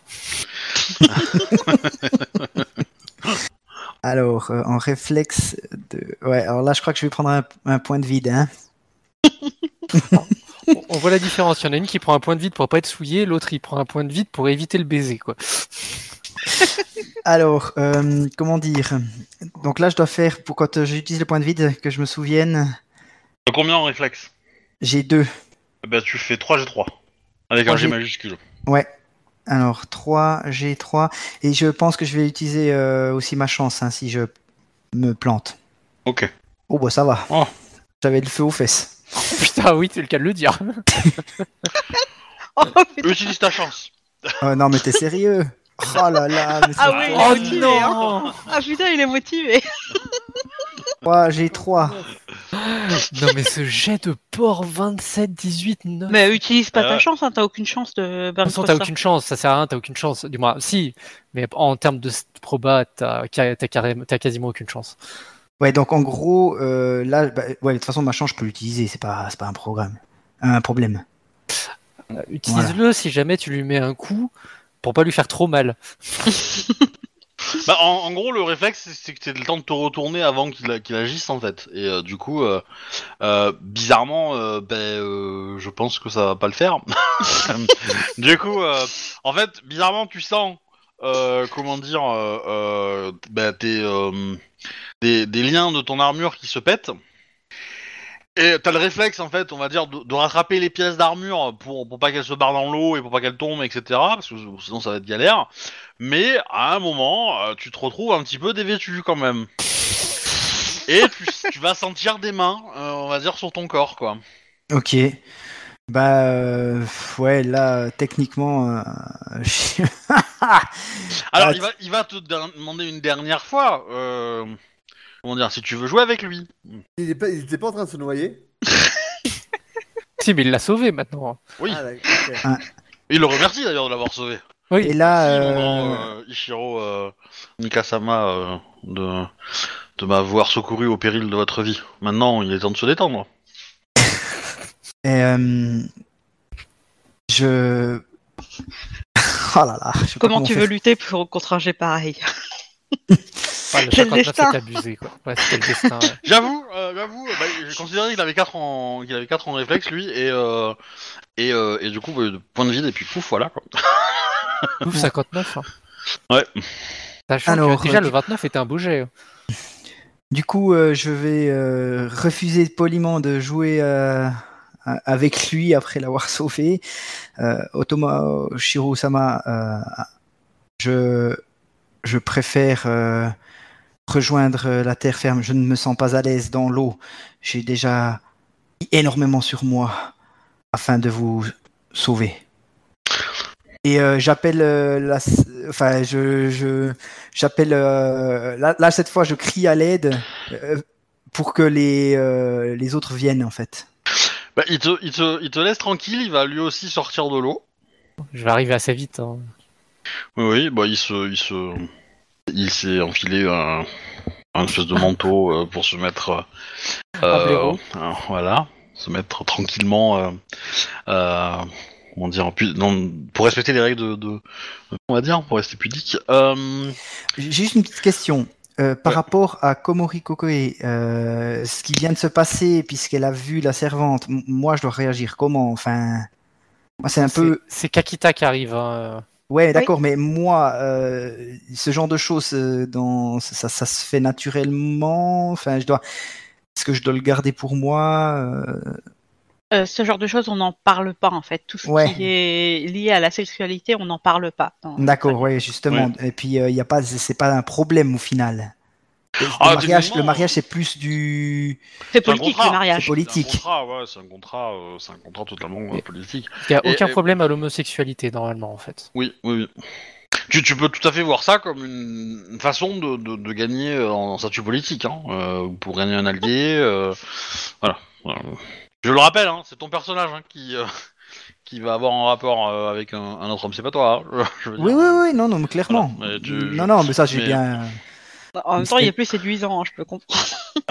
Speaker 2: Alors, en réflexe de. Ouais, alors là, je crois que je vais prendre un point de vide, hein.
Speaker 4: On voit la différence. Il y en a une qui prend un point de vide pour pas être souillé, l'autre il prend un point de vide pour éviter le baiser, quoi.
Speaker 2: Alors, comment dire? Donc là, je dois faire, pour quand j'utilise le point de vide, que je me souvienne,
Speaker 1: Combien en réflexe?
Speaker 2: j'ai 2.
Speaker 1: Eh ben tu fais 3 G3. Avec un G
Speaker 2: J'ai-
Speaker 1: majuscule.
Speaker 2: Ouais. Alors, 3, G3. Et je pense que je vais utiliser aussi ma chance si je me plante.
Speaker 1: Ok.
Speaker 2: Oh, bah ça va.
Speaker 1: Oh.
Speaker 2: J'avais le feu aux fesses.
Speaker 4: Putain, oui, c'est le cas de le dire.
Speaker 3: Oh, putain.
Speaker 1: Utilise ta chance.
Speaker 2: Non, mais t'es sérieux? Oh là là, mais
Speaker 3: Ah
Speaker 2: c'est
Speaker 3: oui, il
Speaker 2: pas-
Speaker 3: est motivé, hein. Ah putain, il est motivé.
Speaker 2: 3, G3.
Speaker 4: Non, mais ce jet de porc 27, 18, 9.
Speaker 3: Mais utilise pas ta
Speaker 1: Ouais.
Speaker 3: chance, hein, t'as aucune chance de
Speaker 4: De toute façon, t'as aucune chance, ça sert à rien, t'as aucune chance. Du moins, si, mais en termes de proba, t'as quasiment aucune chance.
Speaker 2: Ouais, donc en gros, là, ouais, de toute façon, ma chance, je peux l'utiliser. C'est pas un problème.
Speaker 4: Utilise-le si jamais tu lui mets un coup pour pas lui faire trop mal.
Speaker 1: Bah, en gros, le réflexe, c'est que t'as le temps de te retourner avant qu'il agisse, en fait. Et du coup, bizarrement, je pense que ça va pas le faire. Du coup, en fait, bizarrement, tu sens, comment dire, des liens de ton armure qui se pètent. Et t'as le réflexe, en fait, on va dire, de rattraper les pièces d'armure pour pas qu'elles se barrent dans l'eau et pour pas qu'elles tombent, etc. Parce que sinon ça va être galère. Mais à un moment, tu te retrouves un petit peu dévêtu quand même. Et tu vas sentir des mains, on va dire, sur ton corps, quoi.
Speaker 2: Ok. Bah, ouais, là, techniquement.
Speaker 1: Alors,
Speaker 2: Ah,
Speaker 1: il va te demander une dernière fois, comment dire, si tu veux jouer avec lui.
Speaker 5: Il était pas en train de se noyer?
Speaker 4: Si, mais il l'a sauvé maintenant.
Speaker 1: Oui.
Speaker 5: Ah, d'accord, ok.
Speaker 1: Il le remercie d'ailleurs de l'avoir sauvé.
Speaker 4: Oui.
Speaker 2: Et là,
Speaker 1: Merci, mon grand Ichiro Mikasama, de m'avoir secouru au péril de votre vie. Maintenant, il est temps de se détendre.
Speaker 2: je. Oh là là. Je sais pas
Speaker 3: Comment tu
Speaker 2: faire.
Speaker 3: veux lutter contre un jet pareil?
Speaker 4: Enfin, le
Speaker 3: C'est le
Speaker 4: 59,
Speaker 3: destin.
Speaker 4: c'est abusé, quoi. Ouais, c'était le destin. Ouais.
Speaker 1: J'avoue, j'ai considéré qu'il avait 4 en réflexe, lui, et du coup, point de vide, et puis pouf, voilà, quoi.
Speaker 4: Ouf, 59. Hein.
Speaker 1: Ouais.
Speaker 4: Sachant
Speaker 2: Alors,
Speaker 4: que déjà, le 29 était un beau jet.
Speaker 2: Du coup, je vais refuser poliment de jouer avec lui après l'avoir sauvé. Otoma Shiro-sama, je préfère rejoindre la terre ferme. Je ne me sens pas à l'aise dans l'eau. J'ai déjà mis énormément sur moi afin de vous sauver. Et j'appelle enfin j'appelle là cette fois je crie à l'aide pour que les autres viennent en fait.
Speaker 1: Bah, il te laisse tranquille, il va lui aussi sortir de l'eau.
Speaker 4: Je vais arriver assez vite. Hein.
Speaker 1: Oui, bah, il s'est enfilé un espèce de manteau pour se mettre,
Speaker 4: blaireau.
Speaker 1: voilà, se mettre tranquillement, comment dire, pour respecter les règles on va dire, pour rester pudique.
Speaker 2: J'ai juste une petite question. Par
Speaker 1: Ouais.
Speaker 2: rapport à Komori Kokoe, ce qui vient de se passer puisqu'elle a vu la servante, moi je dois réagir comment? Enfin, moi c'est un peu.
Speaker 4: C'est Kakita qui arrive. Hein.
Speaker 2: Ouais, d'accord, mais moi, ce genre de choses, ça se fait naturellement. Enfin, est-ce que je dois le garder pour moi?
Speaker 3: Ce genre de choses, on n'en parle pas en fait. Tout ce
Speaker 2: Ouais.
Speaker 3: qui est lié à la sexualité, on n'en parle pas.
Speaker 2: D'accord, ouais, justement.
Speaker 1: Ouais.
Speaker 2: Et puis, il y a pas, c'est pas un problème au final.
Speaker 1: Ah,
Speaker 2: Le
Speaker 1: techniquement,
Speaker 2: mariage, c'est plus du.
Speaker 3: C'est
Speaker 1: C'est un
Speaker 3: politique
Speaker 1: contrat.
Speaker 3: le mariage.
Speaker 2: C'est politique.
Speaker 1: C'est un contrat totalement
Speaker 4: Et-
Speaker 1: politique.
Speaker 4: Il n'y a aucun
Speaker 1: Et-
Speaker 4: problème à l'homosexualité, normalement, en fait.
Speaker 1: Oui. Tu peux tout à fait voir ça comme une façon de gagner en statut politique, hein, pour gagner un allié. Voilà. Je le rappelle, hein, c'est ton personnage qui va avoir un rapport avec un autre homme, c'est pas toi. Hein, je veux
Speaker 2: Oui,
Speaker 1: dire.
Speaker 2: oui, non, mais clairement.
Speaker 1: Voilà, mais
Speaker 2: Non, mais ça, j'ai
Speaker 1: mais-
Speaker 2: bien.
Speaker 3: En même temps, il est plus séduisant, hein, je peux comprendre.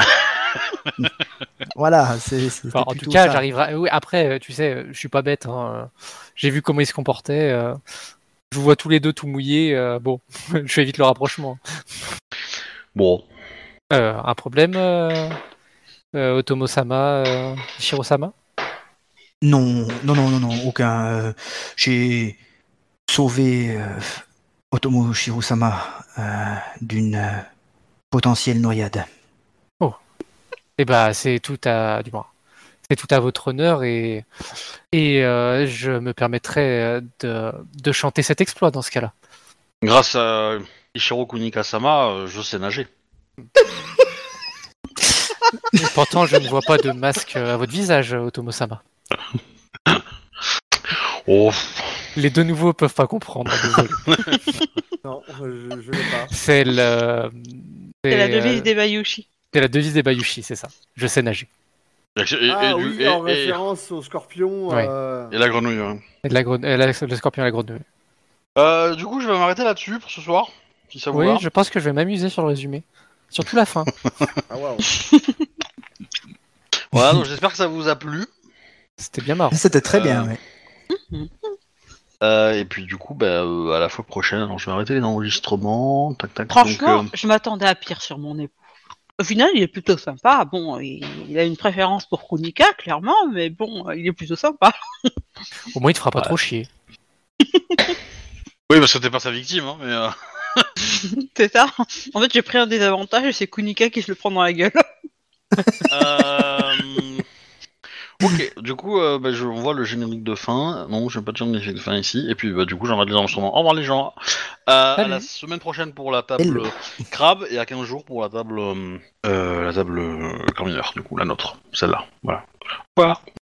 Speaker 2: Voilà, c'était
Speaker 4: Enfin, en tout
Speaker 2: plutôt
Speaker 4: cas,
Speaker 2: ça.
Speaker 4: j'arriverai. Oui, après, tu sais, je suis pas bête. Hein. J'ai vu comment ils se comportaient. Je vous vois tous les deux tout mouillés. Bon, je fais vite le rapprochement.
Speaker 1: Bon.
Speaker 4: Un problème, Otomo-sama, Shiro-sama?
Speaker 2: Non, aucun. J'ai sauvé Otomo Shiro-sama d'une potentielle noyade.
Speaker 4: Eh ben, c'est tout à. Du moins. C'est tout à votre honneur et je me permettrai de chanter cet exploit dans ce cas-là.
Speaker 1: Grâce à Ichiro Kunikasama, je sais nager.
Speaker 4: Et pourtant, je ne vois pas de masque à votre visage, Otomo-sama.
Speaker 1: Oh,
Speaker 4: Les deux nouveaux peuvent pas comprendre, désolé.
Speaker 5: Non, je l'ai pas.
Speaker 4: C'est
Speaker 3: C'est la devise des Bayushi.
Speaker 4: C'est la devise des Bayushi, c'est ça. Je sais nager.
Speaker 5: En référence au scorpion.
Speaker 4: Ouais.
Speaker 1: Et la grenouille. Ouais.
Speaker 4: Et le scorpion et la grenouille.
Speaker 1: Du coup, je vais m'arrêter là-dessus pour ce soir, si ça vous
Speaker 4: Oui,
Speaker 1: va.
Speaker 4: je pense que je vais m'amuser sur le résumé. Surtout la fin.
Speaker 5: Ah waouh.
Speaker 1: Voilà, donc j'espère que ça vous a plu.
Speaker 4: C'était bien marrant.
Speaker 2: C'était très bien, ouais.
Speaker 1: Et puis du coup, à la fois prochaine, alors je vais arrêter les enregistrements. Tac, tac.
Speaker 3: Franchement,
Speaker 1: donc,
Speaker 3: je m'attendais à pire sur mon époux. Au final, il est plutôt sympa. Bon, il a une préférence pour Kunika, clairement, mais bon, il est plutôt sympa.
Speaker 4: Au moins, il te fera pas trop chier.
Speaker 1: Oui, parce que t'es pas sa victime, hein, mais...
Speaker 3: C'est ça. En fait, j'ai pris un désavantage et c'est Kunika qui se le prend dans la gueule.
Speaker 1: Ok, du coup, je vois le générique de fin. Non, je vais pas de générique de fin ici. Et puis, du coup, j'envoie les enregistrements. Au revoir les gens. À la semaine prochaine pour la table
Speaker 2: Hello.
Speaker 1: crabe et à 15 jours pour la table cormineur, du coup, la nôtre. Celle-là. Voilà. Voilà.